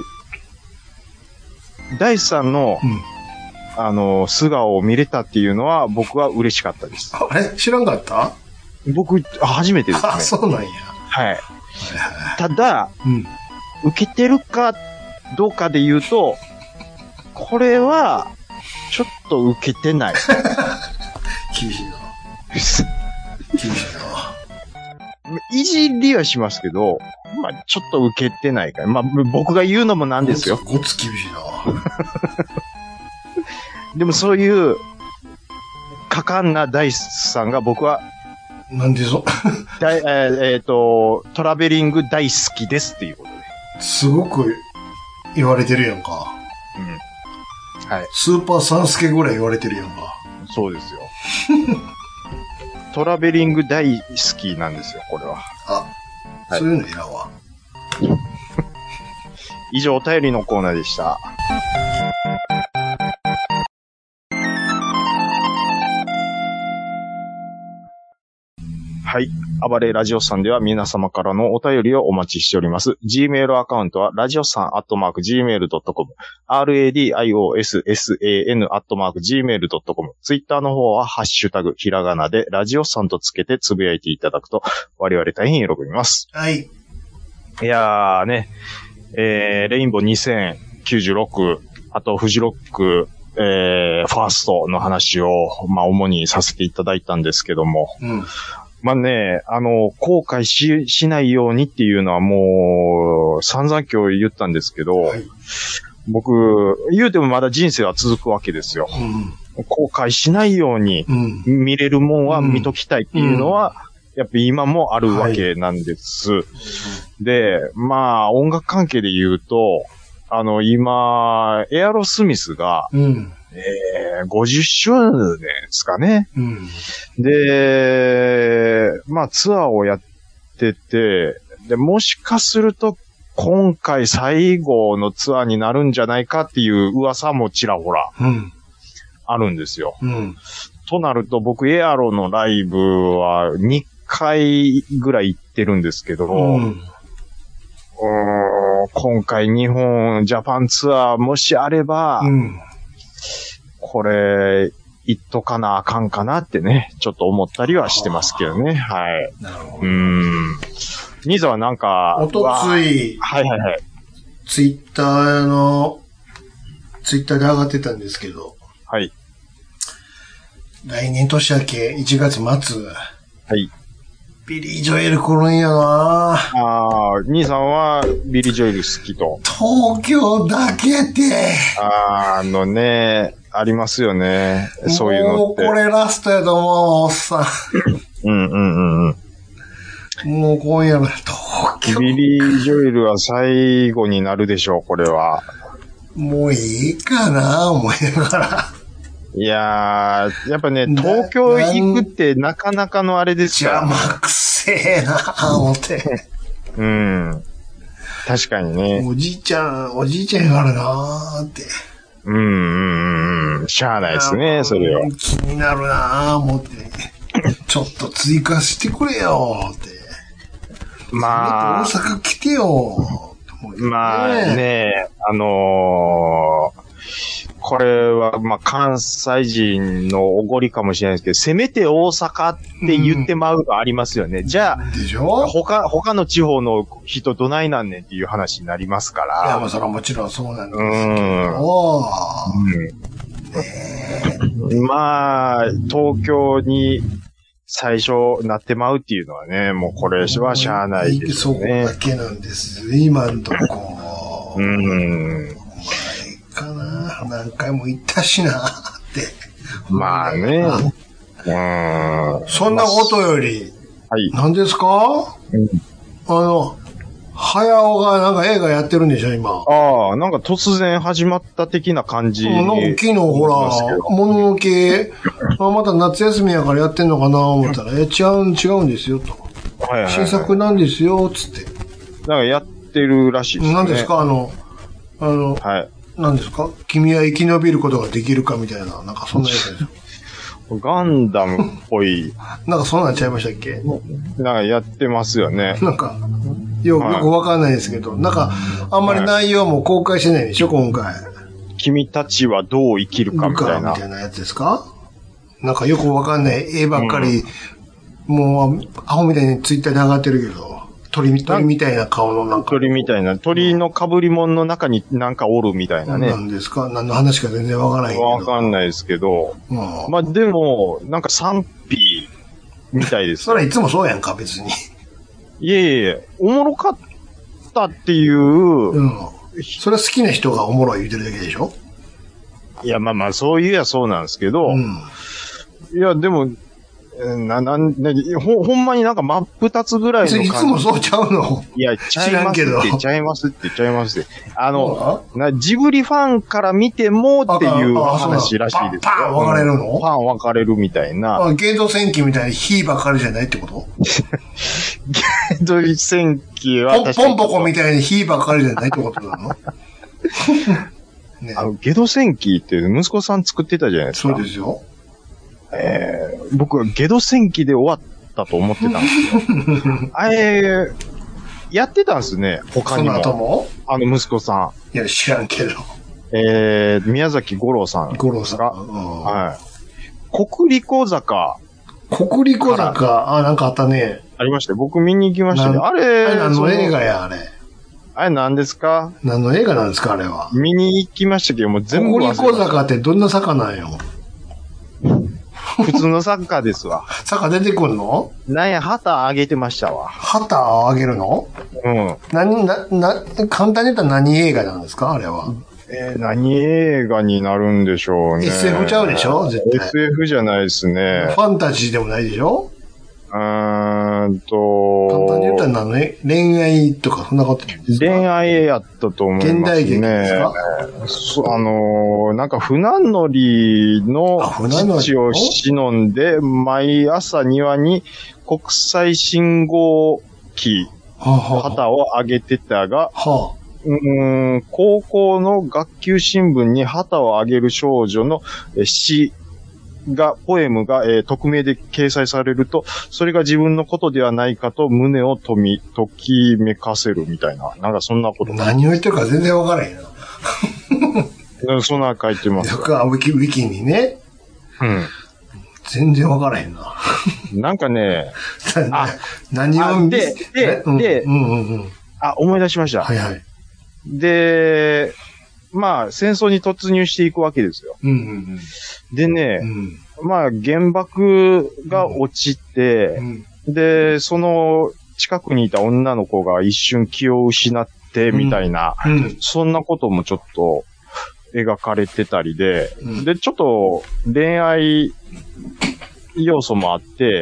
大地さんの、うん、あのー、素顔を見れたっていうのは僕は嬉しかったです。 あれ知らんかった？ 僕、初めてですね。 あ、そうなんや。 はい。ただ、うん、受けてるかどうかで言うと、これは、ちょっと受けてない。 厳しいな。厳しいな。いじりはしますけど、まあ、ちょっと受けてないから。まあ、僕が言うのもなんですよ。 ごつ厳しいな。 でもそういう、果敢な大地さんが僕は、 なんでそ、 だいえー、えーと、トラベリング大好きですっていうことで。 すごく言われてるやんか。 うん。はい。 スーパーサンスケぐらい言われてるやんか。 そうですよ。トラベリング大好きなんですよ、これは。 あ、はい、そういうのいらんわ。 以上、お便りのコーナーでした。はい。暴れラジオさんでは皆様からのお便りをお待ちしております。Gmail アカウントは、ラジオさんアットマーク ジーメールドットコム、ラディオスサン アットマーク ジーメールドットコム、Twitter の方は、ハッシュタグ、ひらがなで、ラジオさんとつけてつぶやいていただくと、我々大変喜びます。 はい。 いやーね、えー、レインボーにせんきゅうじゅうろく、あと、フジロック、えー、ファーストの話を、まあ、主にさせていただいたんですけども、うん。まあね、あの、後悔し、しないようにっていうのはもう、散々今日言ったんですけど、はい、僕、言うてもまだ人生は続くわけですよ。うん、後悔しないように、見れるもんは見ときたいっていうのは、うん、やっぱ今もあるわけなんです。はい、で、まあ、音楽関係で言うと、あの、今、エアロスミスが、うんえー、ごじゅっしゅうねんですかね。うん、で、まあツアーをやってて、で、もしかすると今回最後のツアーになるんじゃないかっていう噂もちらほら、あるんですよ。うん、となると僕エアロのライブはにかいぐらい行ってるんですけど、うん、うーん今回日本ジャパンツアーもしあれば、うんこれ、言っとかなあかんかなってね、ちょっと思ったりはしてますけどね。はい。なるほど。うーん。ニーザはなんか、 おとつい、 はいはいはい。 ツイッターのツイッターで上がってたんですけど。 はい。 来年年明けいちがつ末。はい。ビリー・ジョエル来るんやな。 ああ、兄さんはビリー・ジョエル好きと。 東京だけで。 あー、あのね、ありますよね。そういうのって。 もうこれラストやと思う、おっさん。うんうんうんうん。 もう今夜の東京。 ビリー・ジョエルは最後になるでしょう、これは。 もういいかな、思いながら。 いやー、やっぱね、東京行くってなかなかのあれですよ。 邪魔くせえな、思って。 うん。確かにね。 おじいちゃん、おじいちゃんやからなーって。 うんうんうん。しゃあないですね、それは。 気になるなー思って。ちょっと追加してくれよーって。まあ。大阪来てよー、 ね。まあね、あのー、これは、まあ、関西人のおごりかもしれないですけど、せめて大阪って言ってまうのありますよね。うん、じゃあ、 でしょ？ 他、他の地方の人どないなんねんっていう話になりますから。 いや、まあ、それはもちろんそうなんですけど。うんね、まあ、東京に最初なってまうっていうのはね、もうこれはしゃあないですよね。 そこだけなんです。今んとこ。 うん。 かな。何回も行ったしなって。 まあね。 うん。そんなことより、 はい。 何ですか？うん、あの、早尾がなんか映画やってるんでしょ、今。 ああ、なんか突然始まった的な感じ。 なんか昨日ほら、もののけ、あ、また夏休みやからやってんのかな思ったら、え、違う、違うんですよ、と。はいはいはい、新作なんですよ、つって。 なんかやってるらしいですね。 何ですか、あの、あの、はい。何ですか？君は生き延びることができるかみたいな、なんかそんなやつですよ。 ガンダムっぽい。 なんかそんなんちゃいましたっけ？ なんかやってますよね。 なんか、よく、よくわかんないですけど、なんか、あんまり内容も公開してないでしょ、今回。 君たちはどう生きるかみたいな。 みたいなやつですか？なんかよくわかんない絵ばっかり、うん、もう、アホみたいにツイッターで上がってるけど。鳥、鳥みたいな顔のなんか。 鳥みたいな。鳥の被り物の中になんかおるみたいなね。 何ですか？何の話か全然わからないけど。 わかんないですけど。うん、まあでも、なんか賛否みたいです。 それはいつもそうやんか、別に。 いえいえ、おもろかったっていう。うん。 それは好きな人がおもろい言ってるだけでしょ？ いや、まあまあ、そういやそうなんですけど。うん。いや、でも、な、なん、な、ほ、ほんまになんか真っ二つぐらいの感じ。 いつもそうちゃうの？ いや、ちゃいますって、ちゃいますって、ちゃいますって。あの、な、ジブリファンから見てもっていう話らしいですよ。 パン分かれるの？ パン分かれるみたいな。 あ、ゲート戦記みたいに火ばっかりじゃないってこと？ ゲート戦記は確かに。ポンポコみたいに火ばっかりじゃないってことなの？ ね、あの、ゲド戦記って息子さん作ってたじゃないですか。 そうですよ。 えー、僕はゲド戦記で終わったと思ってたんですよ。あれ、やってたんですね、他にも。 その後も？ あの息子さん。いや、知らんけど。 えー、宮崎五郎さん。 五郎さん。 はい。国立小坂。 国立小坂、あ、なんかあったね。 ありました。僕見に行きましたね。あれ、 あれ何の映画や、あれ。 あれ何ですか？ 何の映画なんですか、あれは。 見に行きましたけど、もう全部忘れました。 国立小坂ってどんな坂なんよ。 普通のサッカーですわ。 坂出てくんの？ なんや、旗あげてましたわ。 旗あげるの？うん。何、な、な、簡単に言ったら何映画なんですかあれは。 えー、何映画になるんでしょうね。 エスエフ ちゃうでしょ絶対。 エスエフ じゃないですね。 ファンタジーでもないでしょ？ うーんと。 簡単に言ったら何の恋愛とかそんなことですか？ 恋愛やったと思いますね。 現代劇ですか？ あのー、なんか船乗りの父を忍んで、毎朝庭に国際信号機、旗を上げてたが、はあうーん、高校の学級新聞に旗を上げる少女の詩が、ポエムが、えー、匿名で掲載されると、それが自分のことではないかと胸をとみ、ときめかせるみたいな。なんかそんなこと。 何を言ってるか全然わからへんな。 そんな書いてます。 よくウィキ、ウィキにね。うん。全然わからへんな。 なんかね、 あ、何を見で、で、で、 うんうんうん。 あ、思い出しました。 はいはい。 で、 まあ、戦争に突入していくわけですよ。 うんうんうん、 でね、うん、まあ、原爆が落ちて、うんうん、で、その近くにいた女の子が一瞬気を失って、みたいな、うんうん、そんなこともちょっと描かれてたりで、うん、で、ちょっと恋愛要素もあって、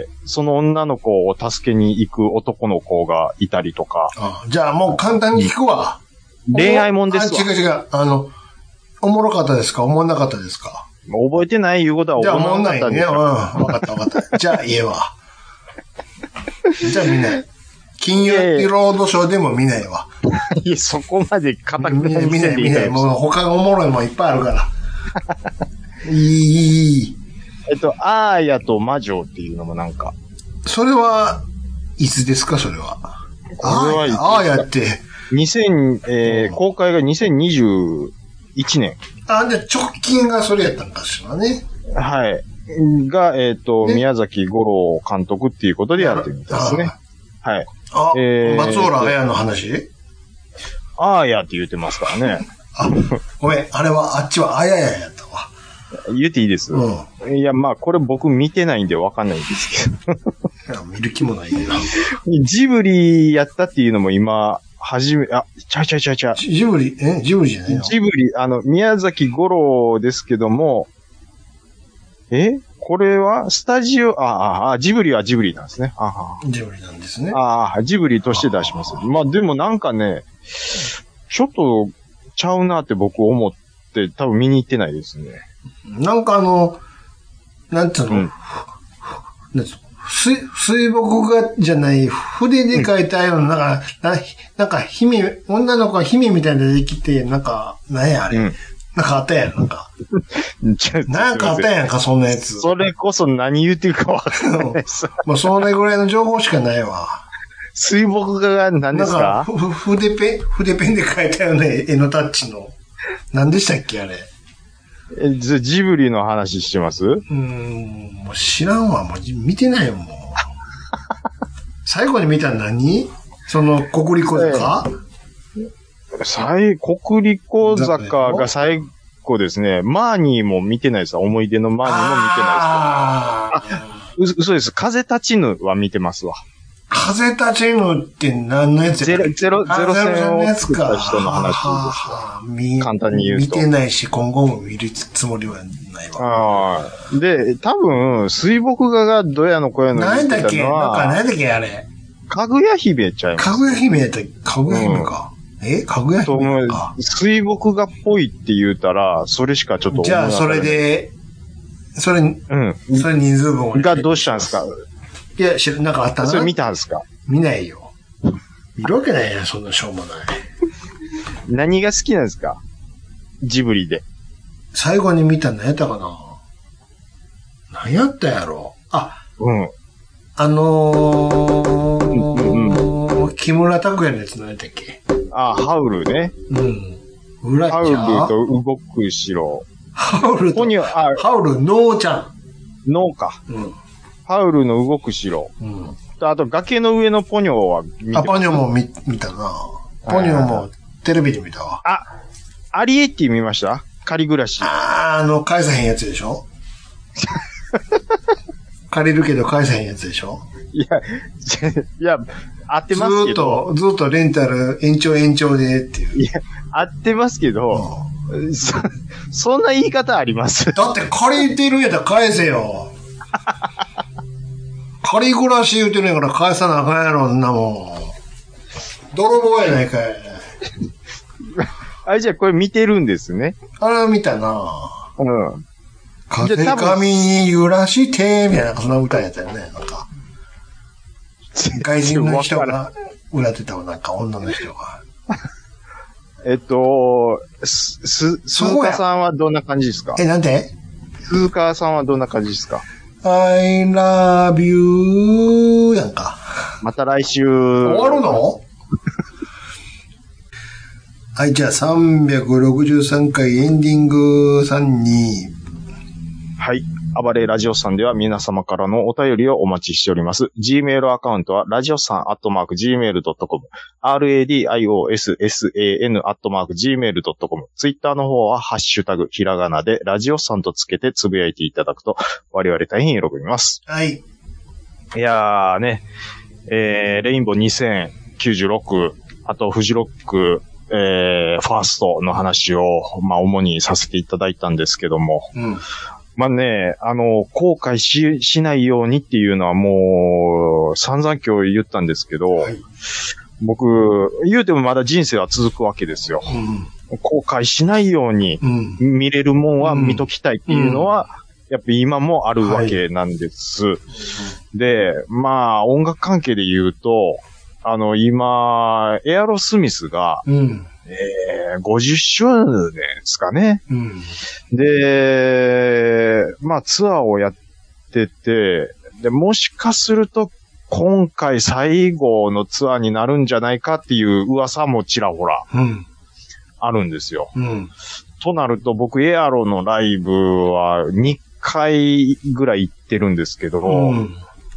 その女の子を助けに行く男の子がいたりとか。 ああ、じゃあもう簡単に聞くわ。 恋愛もんですわ。 あ、違う違う。あの、おもろかったですか？おもんなかったですか？ 覚えてないいうことはおもんなかったんですか？じゃあおもんないね。うん。わかったわかった。じゃあ言えわ。じゃあ見ない。金曜日ロードショーでも見ないわ。 いや、そこまで固く見ない、見ない、見ない。もう他がおもろいもんいっぱいあるから。いい、いい。 えっと、アーヤと魔女っていうのもなんか。 それは、いつですか、それは。 これはいつアーヤって。 にせん、えー、公開がにせんにじゅういちねん。 あ、で、直近がそれやったんかしらね。 はい。が、えっと、宮崎五郎監督っていうことでやってるんですね。はい。 あ、えー、松浦綾の話？ あーやって言ってますからね。 あ、ごめん、あれは、あっちはあやややったわ。 言っていいです。うん。いや、まあ、これ僕見てないんでわかんないんですけど。 いや、見る気もないね。 ジブリやったっていうのも今、はじめ、あ、ちゃうちゃうちゃうちゃう。 ジブリ、えジブリじゃないの？ ジブリ、あの、宮崎五郎ですけども、えこれは、スタジオ、ああ、ジブリはジブリなんですね。ああジブリなんですね。 ああ、ジブリとして出します。まあでもなんかね、ちょっとちゃうなって僕思って多分見に行ってないですね。 なんかあの、なんていうの、うん、なんつうの水、水墨画じゃない、筆で描いたような、なんか、ななんか姫、女の子が姫みたいなできて、なんか、なんやあれ。うんなんかあったやん、なんか。なんかあったやんか、そんなやつ。 それこそ何言ってるかわかんないです。 もうそれぐらいの情報しかないわ。 水墨画が何ですか？ なんか、筆ペン、筆ペンで描いたような絵のタッチの。何でしたっけ、あれ。 え、じゃジブリの話してます？うーん、もう知らんわ。もう見てないよ、もう。最後に見たの何？その、国立小坂？ええ最、国立小坂が最後ですね。マーニーも見てないですわ。思い出のマーニーも見てないですわ。あ、う、嘘です。風立ちぬは見てますわ。 風立ちぬって何のやつやゼロ、ゼロ、ゼロ戦を作った人の話ですわ。簡単に言うと。 見てないし、今後も見るつもりはないわ。ああ。で、多分、水墨画がどやのこやの何だっけなんか何だっけあれ。 かぐや姫ちゃいます。 かぐや姫やったっけかぐや姫か。うんえかぐや姫か。 水墨画っぽいって言うたら、それしかちょっと思わない。じゃあ、それで、それ、うん。それ人数分がどうしたんですか？ いや、知らなんかあったな。 それ見たんですか？ 見ないよ。見るわけないやん、そんなしょうもない。 何が好きなんですか？ジブリで。 最後に見たの何やったかな？何やったやろ？あ、 うん。 あのー、うんうん、木村拓哉のやつ何やったっけ？ あ、ハウルね。 うん。裏ちゃん。 ハウルと動く城。 ハウルと、 ニョあハウル、ノーちゃん。 ノーか。 うん。 ハウルの動く城。 うん。 あと、崖の上のポニョは見てます。 あ、ポニョも見、見たな。ポニョもテレビで見たわ。 あ、アリエッティ見ました？仮暮らし。 あー、あの、返さへんやつでしょ借りるけど返さへんやつでしょいや、いや、合ってますけど。 ずっと、ずっとレンタル延長延長でっていう。 いや、合ってますけど、うん、そ、そんな言い方あります？ だって借りてるんやったら返せよ。借り暮らし言うてるんやから返さなあかんやろ、んなもん。泥棒やないかい。 あれじゃあこれ見てるんですね。 あれは見たなうん。 風上に揺らして、みたいな、そんな歌やったよね、なんか。外人の人が歌ってたわ、なんか女の人が。 えっと、す、す、鈴鹿さんはどんな感じですか？ え、なんで？ 鈴鹿さんはどんな感じですか？ I love you やんか。 また来週。 終わるの？はい、じゃあさんびゃくろくじゅうさんかいエンディングさんに。 はい。 暴れラジオさんでは皆様からのお便りをお待ちしております。Gmail アカウントは、ラジオさんアットマーク ジーメールドットコム、ラディオスサン アットマーク ジーメールドットコム、Twitter の方は、ハッシュタグ、ひらがなで、ラジオさんとつけてつぶやいていただくと、我々大変喜びます。 はい。 いやーね、えー、レインボーにせんきゅうじゅうろく、あと、フジロック、えー、ファーストの話を、まあ、主にさせていただいたんですけども、 うん、 まあね、あの、後悔し、しないようにっていうのはもう、散々今日言ったんですけど、はい、僕、言うてもまだ人生は続くわけですよ。うん、後悔しないように、見れるもんは見ときたいっていうのは、やっぱ今もあるわけなんです。はい、で、まあ、音楽関係で言うと、あの、今、エアロスミスが、 うんえー、ごじゅっしゅうねんですかね。 うん、 で、まあツアーをやってて、で、もしかすると今回最後のツアーになるんじゃないかっていう噂もちらほらあるんですよ。 うん、 となると僕エアロのライブはにかいぐらい行ってるんですけど、 うん、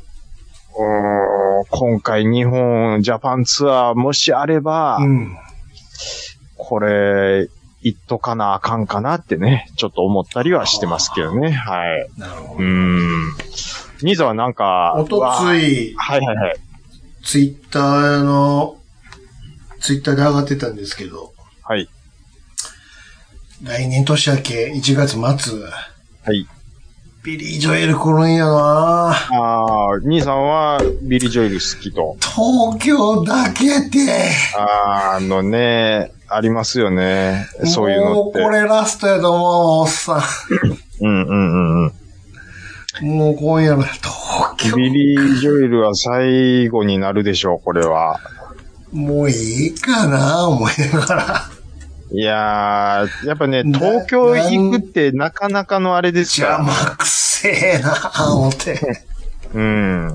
今回日本ジャパンツアーもしあれば、 うんこれ、言っとかなあかんかなってね、ちょっと思ったりはしてますけどね。はい。 なるほど。 うーん。ニーザはなんか、 おとつい、 はいはいはい。 ツイッターの、ツイッターで上がってたんですけど、 はい。 来年年明けいちがつ末。はい。 ビリー・ジョエル来るんやなああ、兄さんはビリー・ジョエル好きと。 東京だけで。 あーあのね、ありますよね。そういうのって。 もうこれラストやと思う、おっさん。 うんうんうんうん。 もう今夜の東京。 ビリー・ジョエルは最後になるでしょう、これは。 もういいかな、思いながら。 いやー、やっぱね、東京行くってなかなかのあれですから。 邪魔くせえな、思って。 うん。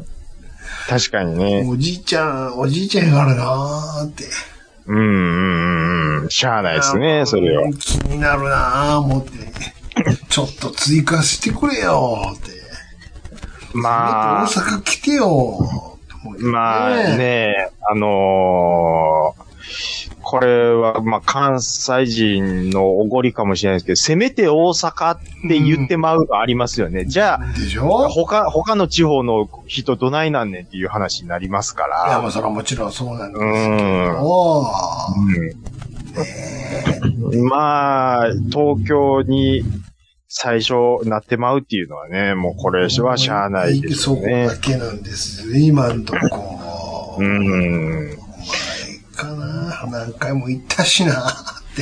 確かにね。 おじいちゃん、おじいちゃんやからなーって。 うんうんうん。しゃあないですね、それは。 気になるなー思って。ちょっと追加してくれよーって。 まあ。 大阪来てよー、ね。 まあね、あのー、これは、まあ、関西人のおごりかもしれないですけど、せめて大阪って言ってまうのありますよね。うん、じゃあ、 でしょ？ 他、他の地方の人どないなんねんっていう話になりますから。 いや、まあ、それはもちろんそうなんですけど。うんうん、まあ、東京に最初なってまうっていうのはね、もうこれはしゃあないですよね。 そこだけなんです。今んとこ。 うん。 かな、何回も行ったしなって。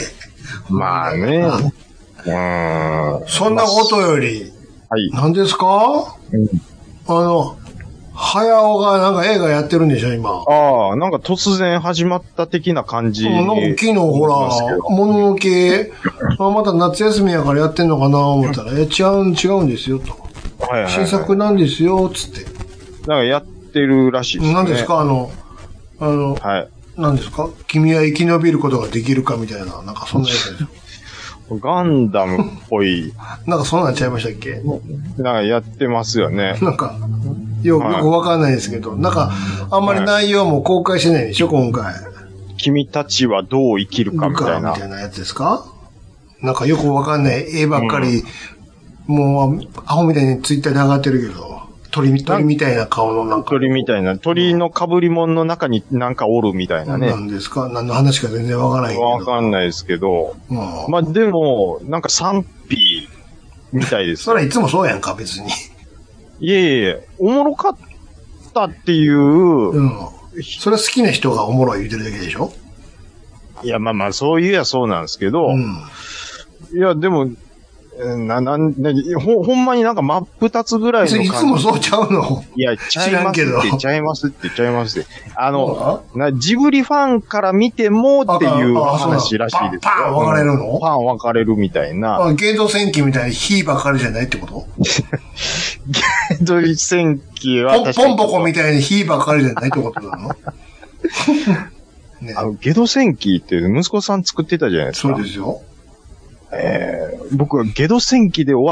まあね。うん。 そんなことより、 はい。 何ですか？うん、あの、早尾がなんか映画やってるんでしょ、今。 ああ、なんか突然始まった的な感じ。 なんか昨日ほら、もののけ、あ、また夏休みやからやってんのかな思ったら、え、違うん、違うんですよ、と。 はいはいはい、 新作なんですよ、つって。 なんかやってるらしいですね。 何ですか、あの、あの、 はい。 何ですか？君は生き延びることができるかみたいな、なんかそんなやつですよ。 ガンダムっぽい。 なんかそんなんちゃいましたっけ？ なんかやってますよね。 なんか、よくわかんないですけど、はい、なんか、あんまり内容も公開してないでしょ、今回。 君たちはどう生きるかみたいな。 みたいなやつですか？なんかよくわかんない絵ばっかり、うん、もう、アホみたいにツイッターで上がってるけど。鳥、鳥みたいな顔のなんか。 鳥みたいな。鳥の被り物の中になんかおるみたいなね。 何ですか？何の話か全然わからないけど。 わかんないですけど。うん、まあでも、なんか賛否みたいです。 それはいつもそうやんか、別に。 いえいえ、おもろかったっていう。うん。 それは好きな人がおもろい言うてるだけでしょ？ いや、まあまあ、そういうやそうなんですけど。うん。いや、でも、な、なん、な、ほ、ほんまになんか真っ二つぐらいの感じ。 いつもそうちゃうの？ いや、ちゃいますって、ちゃいますって、ちゃいますって。あの、な、ジブリファンから見てもっていう話らしいですよ。 パン分かれるの？ パン分かれるみたいな。 ゲート戦記みたいに火ばかりじゃないってこと？ ゲート戦記は確かに。 ポンポコみたいに火ばかりじゃないってことなの？ ね、あの、ゲド戦記って息子さん作ってたじゃないですか。 そうですよ。 えー、僕はゲド戦記で終わっ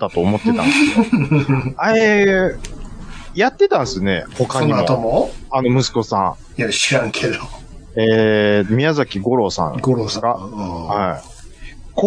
ったと思ってたんですよ。あれ、やってたんですね、他にも。 その後もあの息子さん。いや、知らんけど。 えー、宮崎五郎さん。 五郎さん。 はい。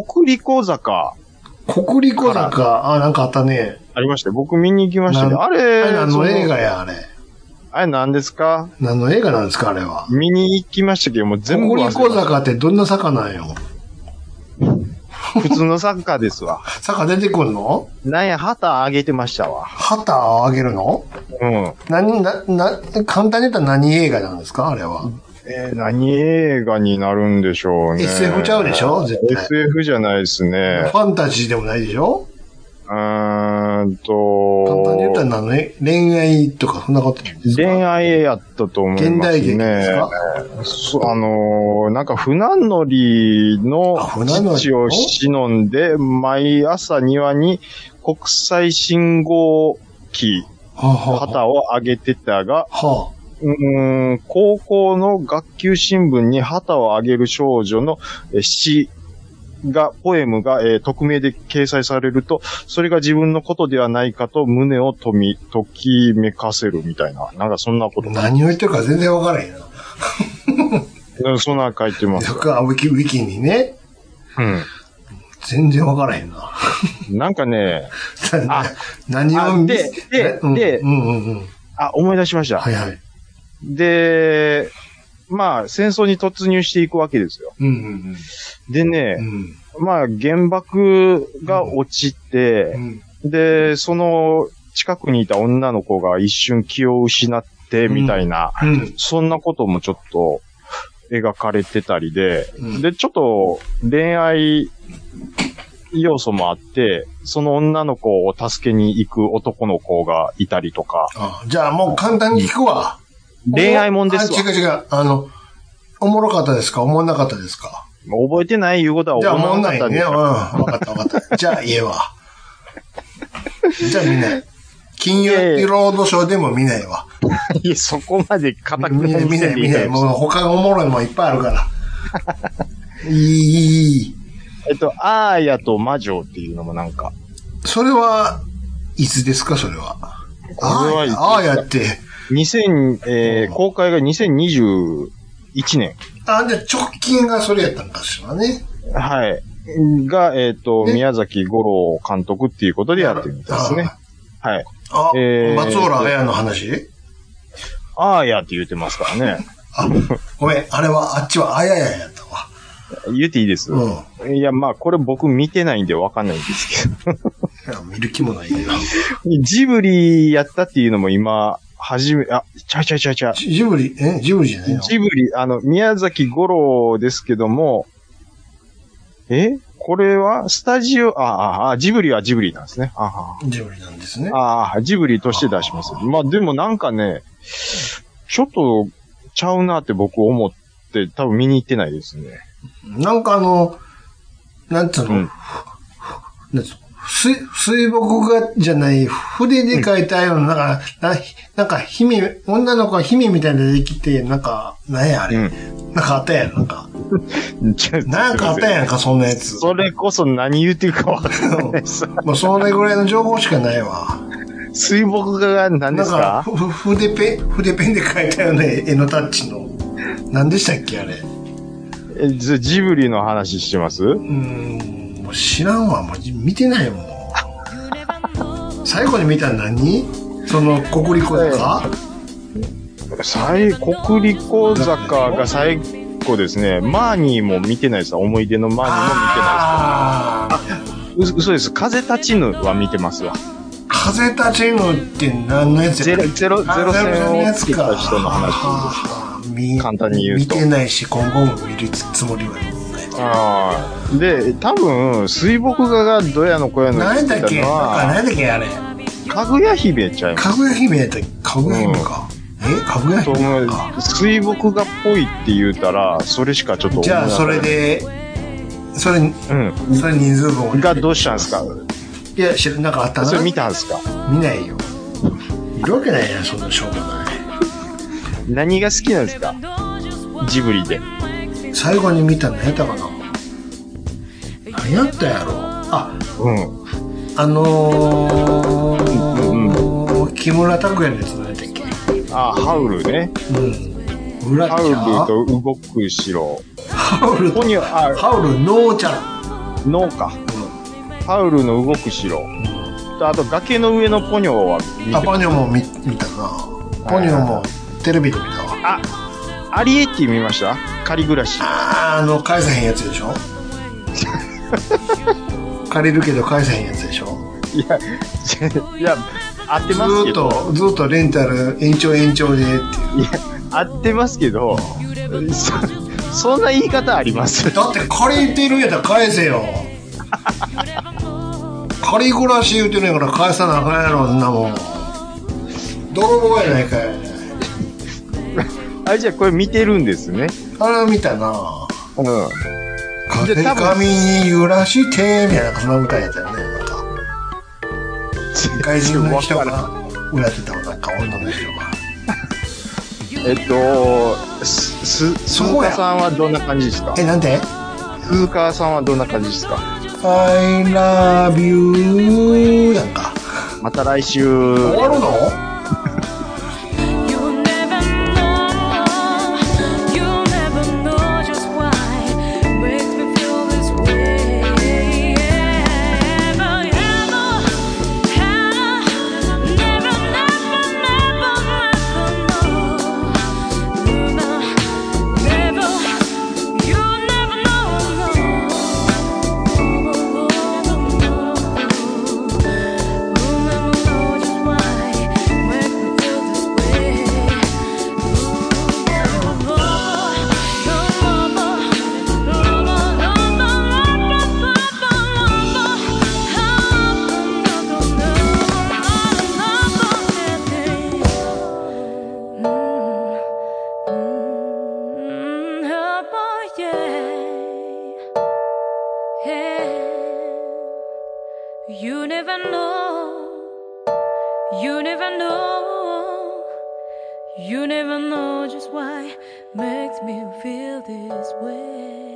国立小坂。 国立小坂、あ、なんかあったね。 ありました。僕見に行きましたけど、あれ、 あれ何の映画や、あれ。 あれ何ですか？ 何の映画なんですか、あれは。 見に行きましたけど、もう全部忘れました。 国立小坂ってどんな坂なんよ。 普通の坂ですわ。 坂出てくんの？ なんや、旗あげてましたわ。 旗あげるの？ うん。 何、な、な、簡単に言ったら何映画なんですかあれは。 えー、何映画になるんでしょうね。 エスエフ ちゃうでしょ絶対。 エスエフ じゃないですね。 ファンタジーでもないでしょうーんと。 簡単に言ったら何の恋愛とかそんなことないですか？ 恋愛やったと思いますね。 現代劇ですか？ そあのー、なんか船乗りの父を忍んで、毎朝庭に国際信号機、旗を上げてたが、はあうーん高校の学級新聞に旗を上げる少女の詩が、ポエムが、えー、匿名で掲載されると、それが自分のことではないかと胸をとみ、ときめかせるみたいな。なんかそんなこと。 何を言ってるか全然わからへんな。そんな書いてます。 よくウィキ、ウィキにね。うん。全然わからへんな。 なんかね、 あ、何を見て、で、で、で、うんうんうん。あ、思い出しました。 はいはい。 で、まあ、戦争に突入していくわけですよ。うんうんうん、でね、うん、まあ、原爆が落ちて、うんうん、で、その近くにいた女の子が一瞬気を失って、みたいな、うんうん、そんなこともちょっと描かれてたりで、うん、で、ちょっと恋愛要素もあって、その女の子を助けに行く男の子がいたりとか。 あじゃあもう簡単に聞くわ。 恋愛もんですわ。 あ、違う違う。あの、おもろかったですかおもんなかったですか覚えてないいうことはおもんなかったんですか。じゃあおもんないね。うん。わかったわかった。じゃあ言えわ。じゃあ見ない。金曜ロードショーでも見ないわ。 いや、そこまで固く見ない、見ない、見ない。もう他がおもろいもんいっぱいあるから。いい、いい。 えっと、アーヤと魔女っていうのもなんか。 それは、いつですかそれは。 これはアーヤって。 にせん、えー、公開がにせんにじゅういちねん。 あ、で、直近がそれやったんかしらね。 はい。が、えっ、ー、と、宮崎五郎監督っていうことでやってるんですね。はい。 あ、えー、松浦綾の話あーやって言ってますからね。 あ、ごめん、あれは、あっちはあやややったわ。 言っていいです。うん。いや、まあ、これ僕見てないんでわかんないんですけど。 いや、見る気もないけど。 ジブリやったっていうのも今、はじめ、あ、ちゃうちゃうちゃうちゃう。 ジブリ、えジブリじゃないの？ ジブリ、あの、宮崎五郎ですけども、えこれは、スタジオ、ああ、ジブリはジブリなんですね。あジブリなんですね。 ああ、ジブリとして出します。まあでもなんかね、ちょっとちゃうなって僕思って多分見に行ってないですね。 なんかあの、なんつうの、うん、なんつうの水、水墨画じゃない、筆で描いたような、なんか、ななんか、姫、女の子が姫みたいなできて、なんか、なんやあれ、うん、なんかあったやん、なんか。なんかあったやんか、そんなやつ。 それこそ何言ってるかわかんないです。 もうそれぐらいの情報しかないわ。 水墨画が何ですか？ なんか、筆ペン、筆ペンで描いたような絵のタッチの。何でしたっけ、あれ。 え、じゃジブリの話してます？ うーん。もう知らんわ、もう見てないもん。最後に見たの何？その国立小坂？ 最国立小坂が最後ですね。マーニーも見てないです。思い出のマーニーも見てないです。あ、嘘です。風立ちぬは見てますわ。 風立ちぬって何のやつや？ ゼロゼロゼロ戦をつけた人の話です。簡単に言うと。 見てないし今後も見るつもりはない。 ああ。で、多分、水墨画がどやのこやの何だっけ？何だっけあれ。 かぐや姫ちゃいます。 かぐや姫やったっけ？かぐや姫か。うん、えかぐや姫か。 水墨画っぽいって言うたら、それしかちょっと思いなかった。じゃあ、それで、それ、うん。それ人数分がどうしたんですか？ いや、知らなかったな。 それ見たんですか？ 見ないよ。いるわけないやん、そんなしょうもない。 何が好きなんですか？ジブリで。 最後に見たのやったかな？何やったやろ？あ、 うん。 あのー、うんうん、木村拓哉のやつ何やったっけ？ あ、ハウルね。 うん。裏ハウルと動く城。 ハウルと、ハウル、ノーちゃん。ノーか。うん。ハウルの動く城。うん、とあと、崖の上のポニョは見た。あ、ポニョも 見, 見たな。ポニョもテレビで見たわ。 あ、アリエッティ見ました？仮暮らし。 あー、あの、返さへんやつでしょ？借りるけど返さへんやつでしょ？ いや、いや、合ってますけど。 ずっと、ずっとレンタル延長延長でっていう。 いや、合ってますけど、そ, そんな言い方あります？ だって借りてるんやったら返せよ。借り暮らし言うてるんやから返さなあかんやろ、そんなもん。泥棒やないかい。 あ、じゃあこれ見てるんですね。 あれは見たな。うん。風上に揺らして、みたいな、その歌やったよね、なんか。外人の人が歌ってたわ、なんか女の人が。 えっと、す、す、鈴鹿さんはどんな感じですか？ え、なんで？ 鈴鹿さんはどんな感じですか？ I love you やんか。 また来週。 終わるの？ You never know, you never know, you never know just why makes me feel this way.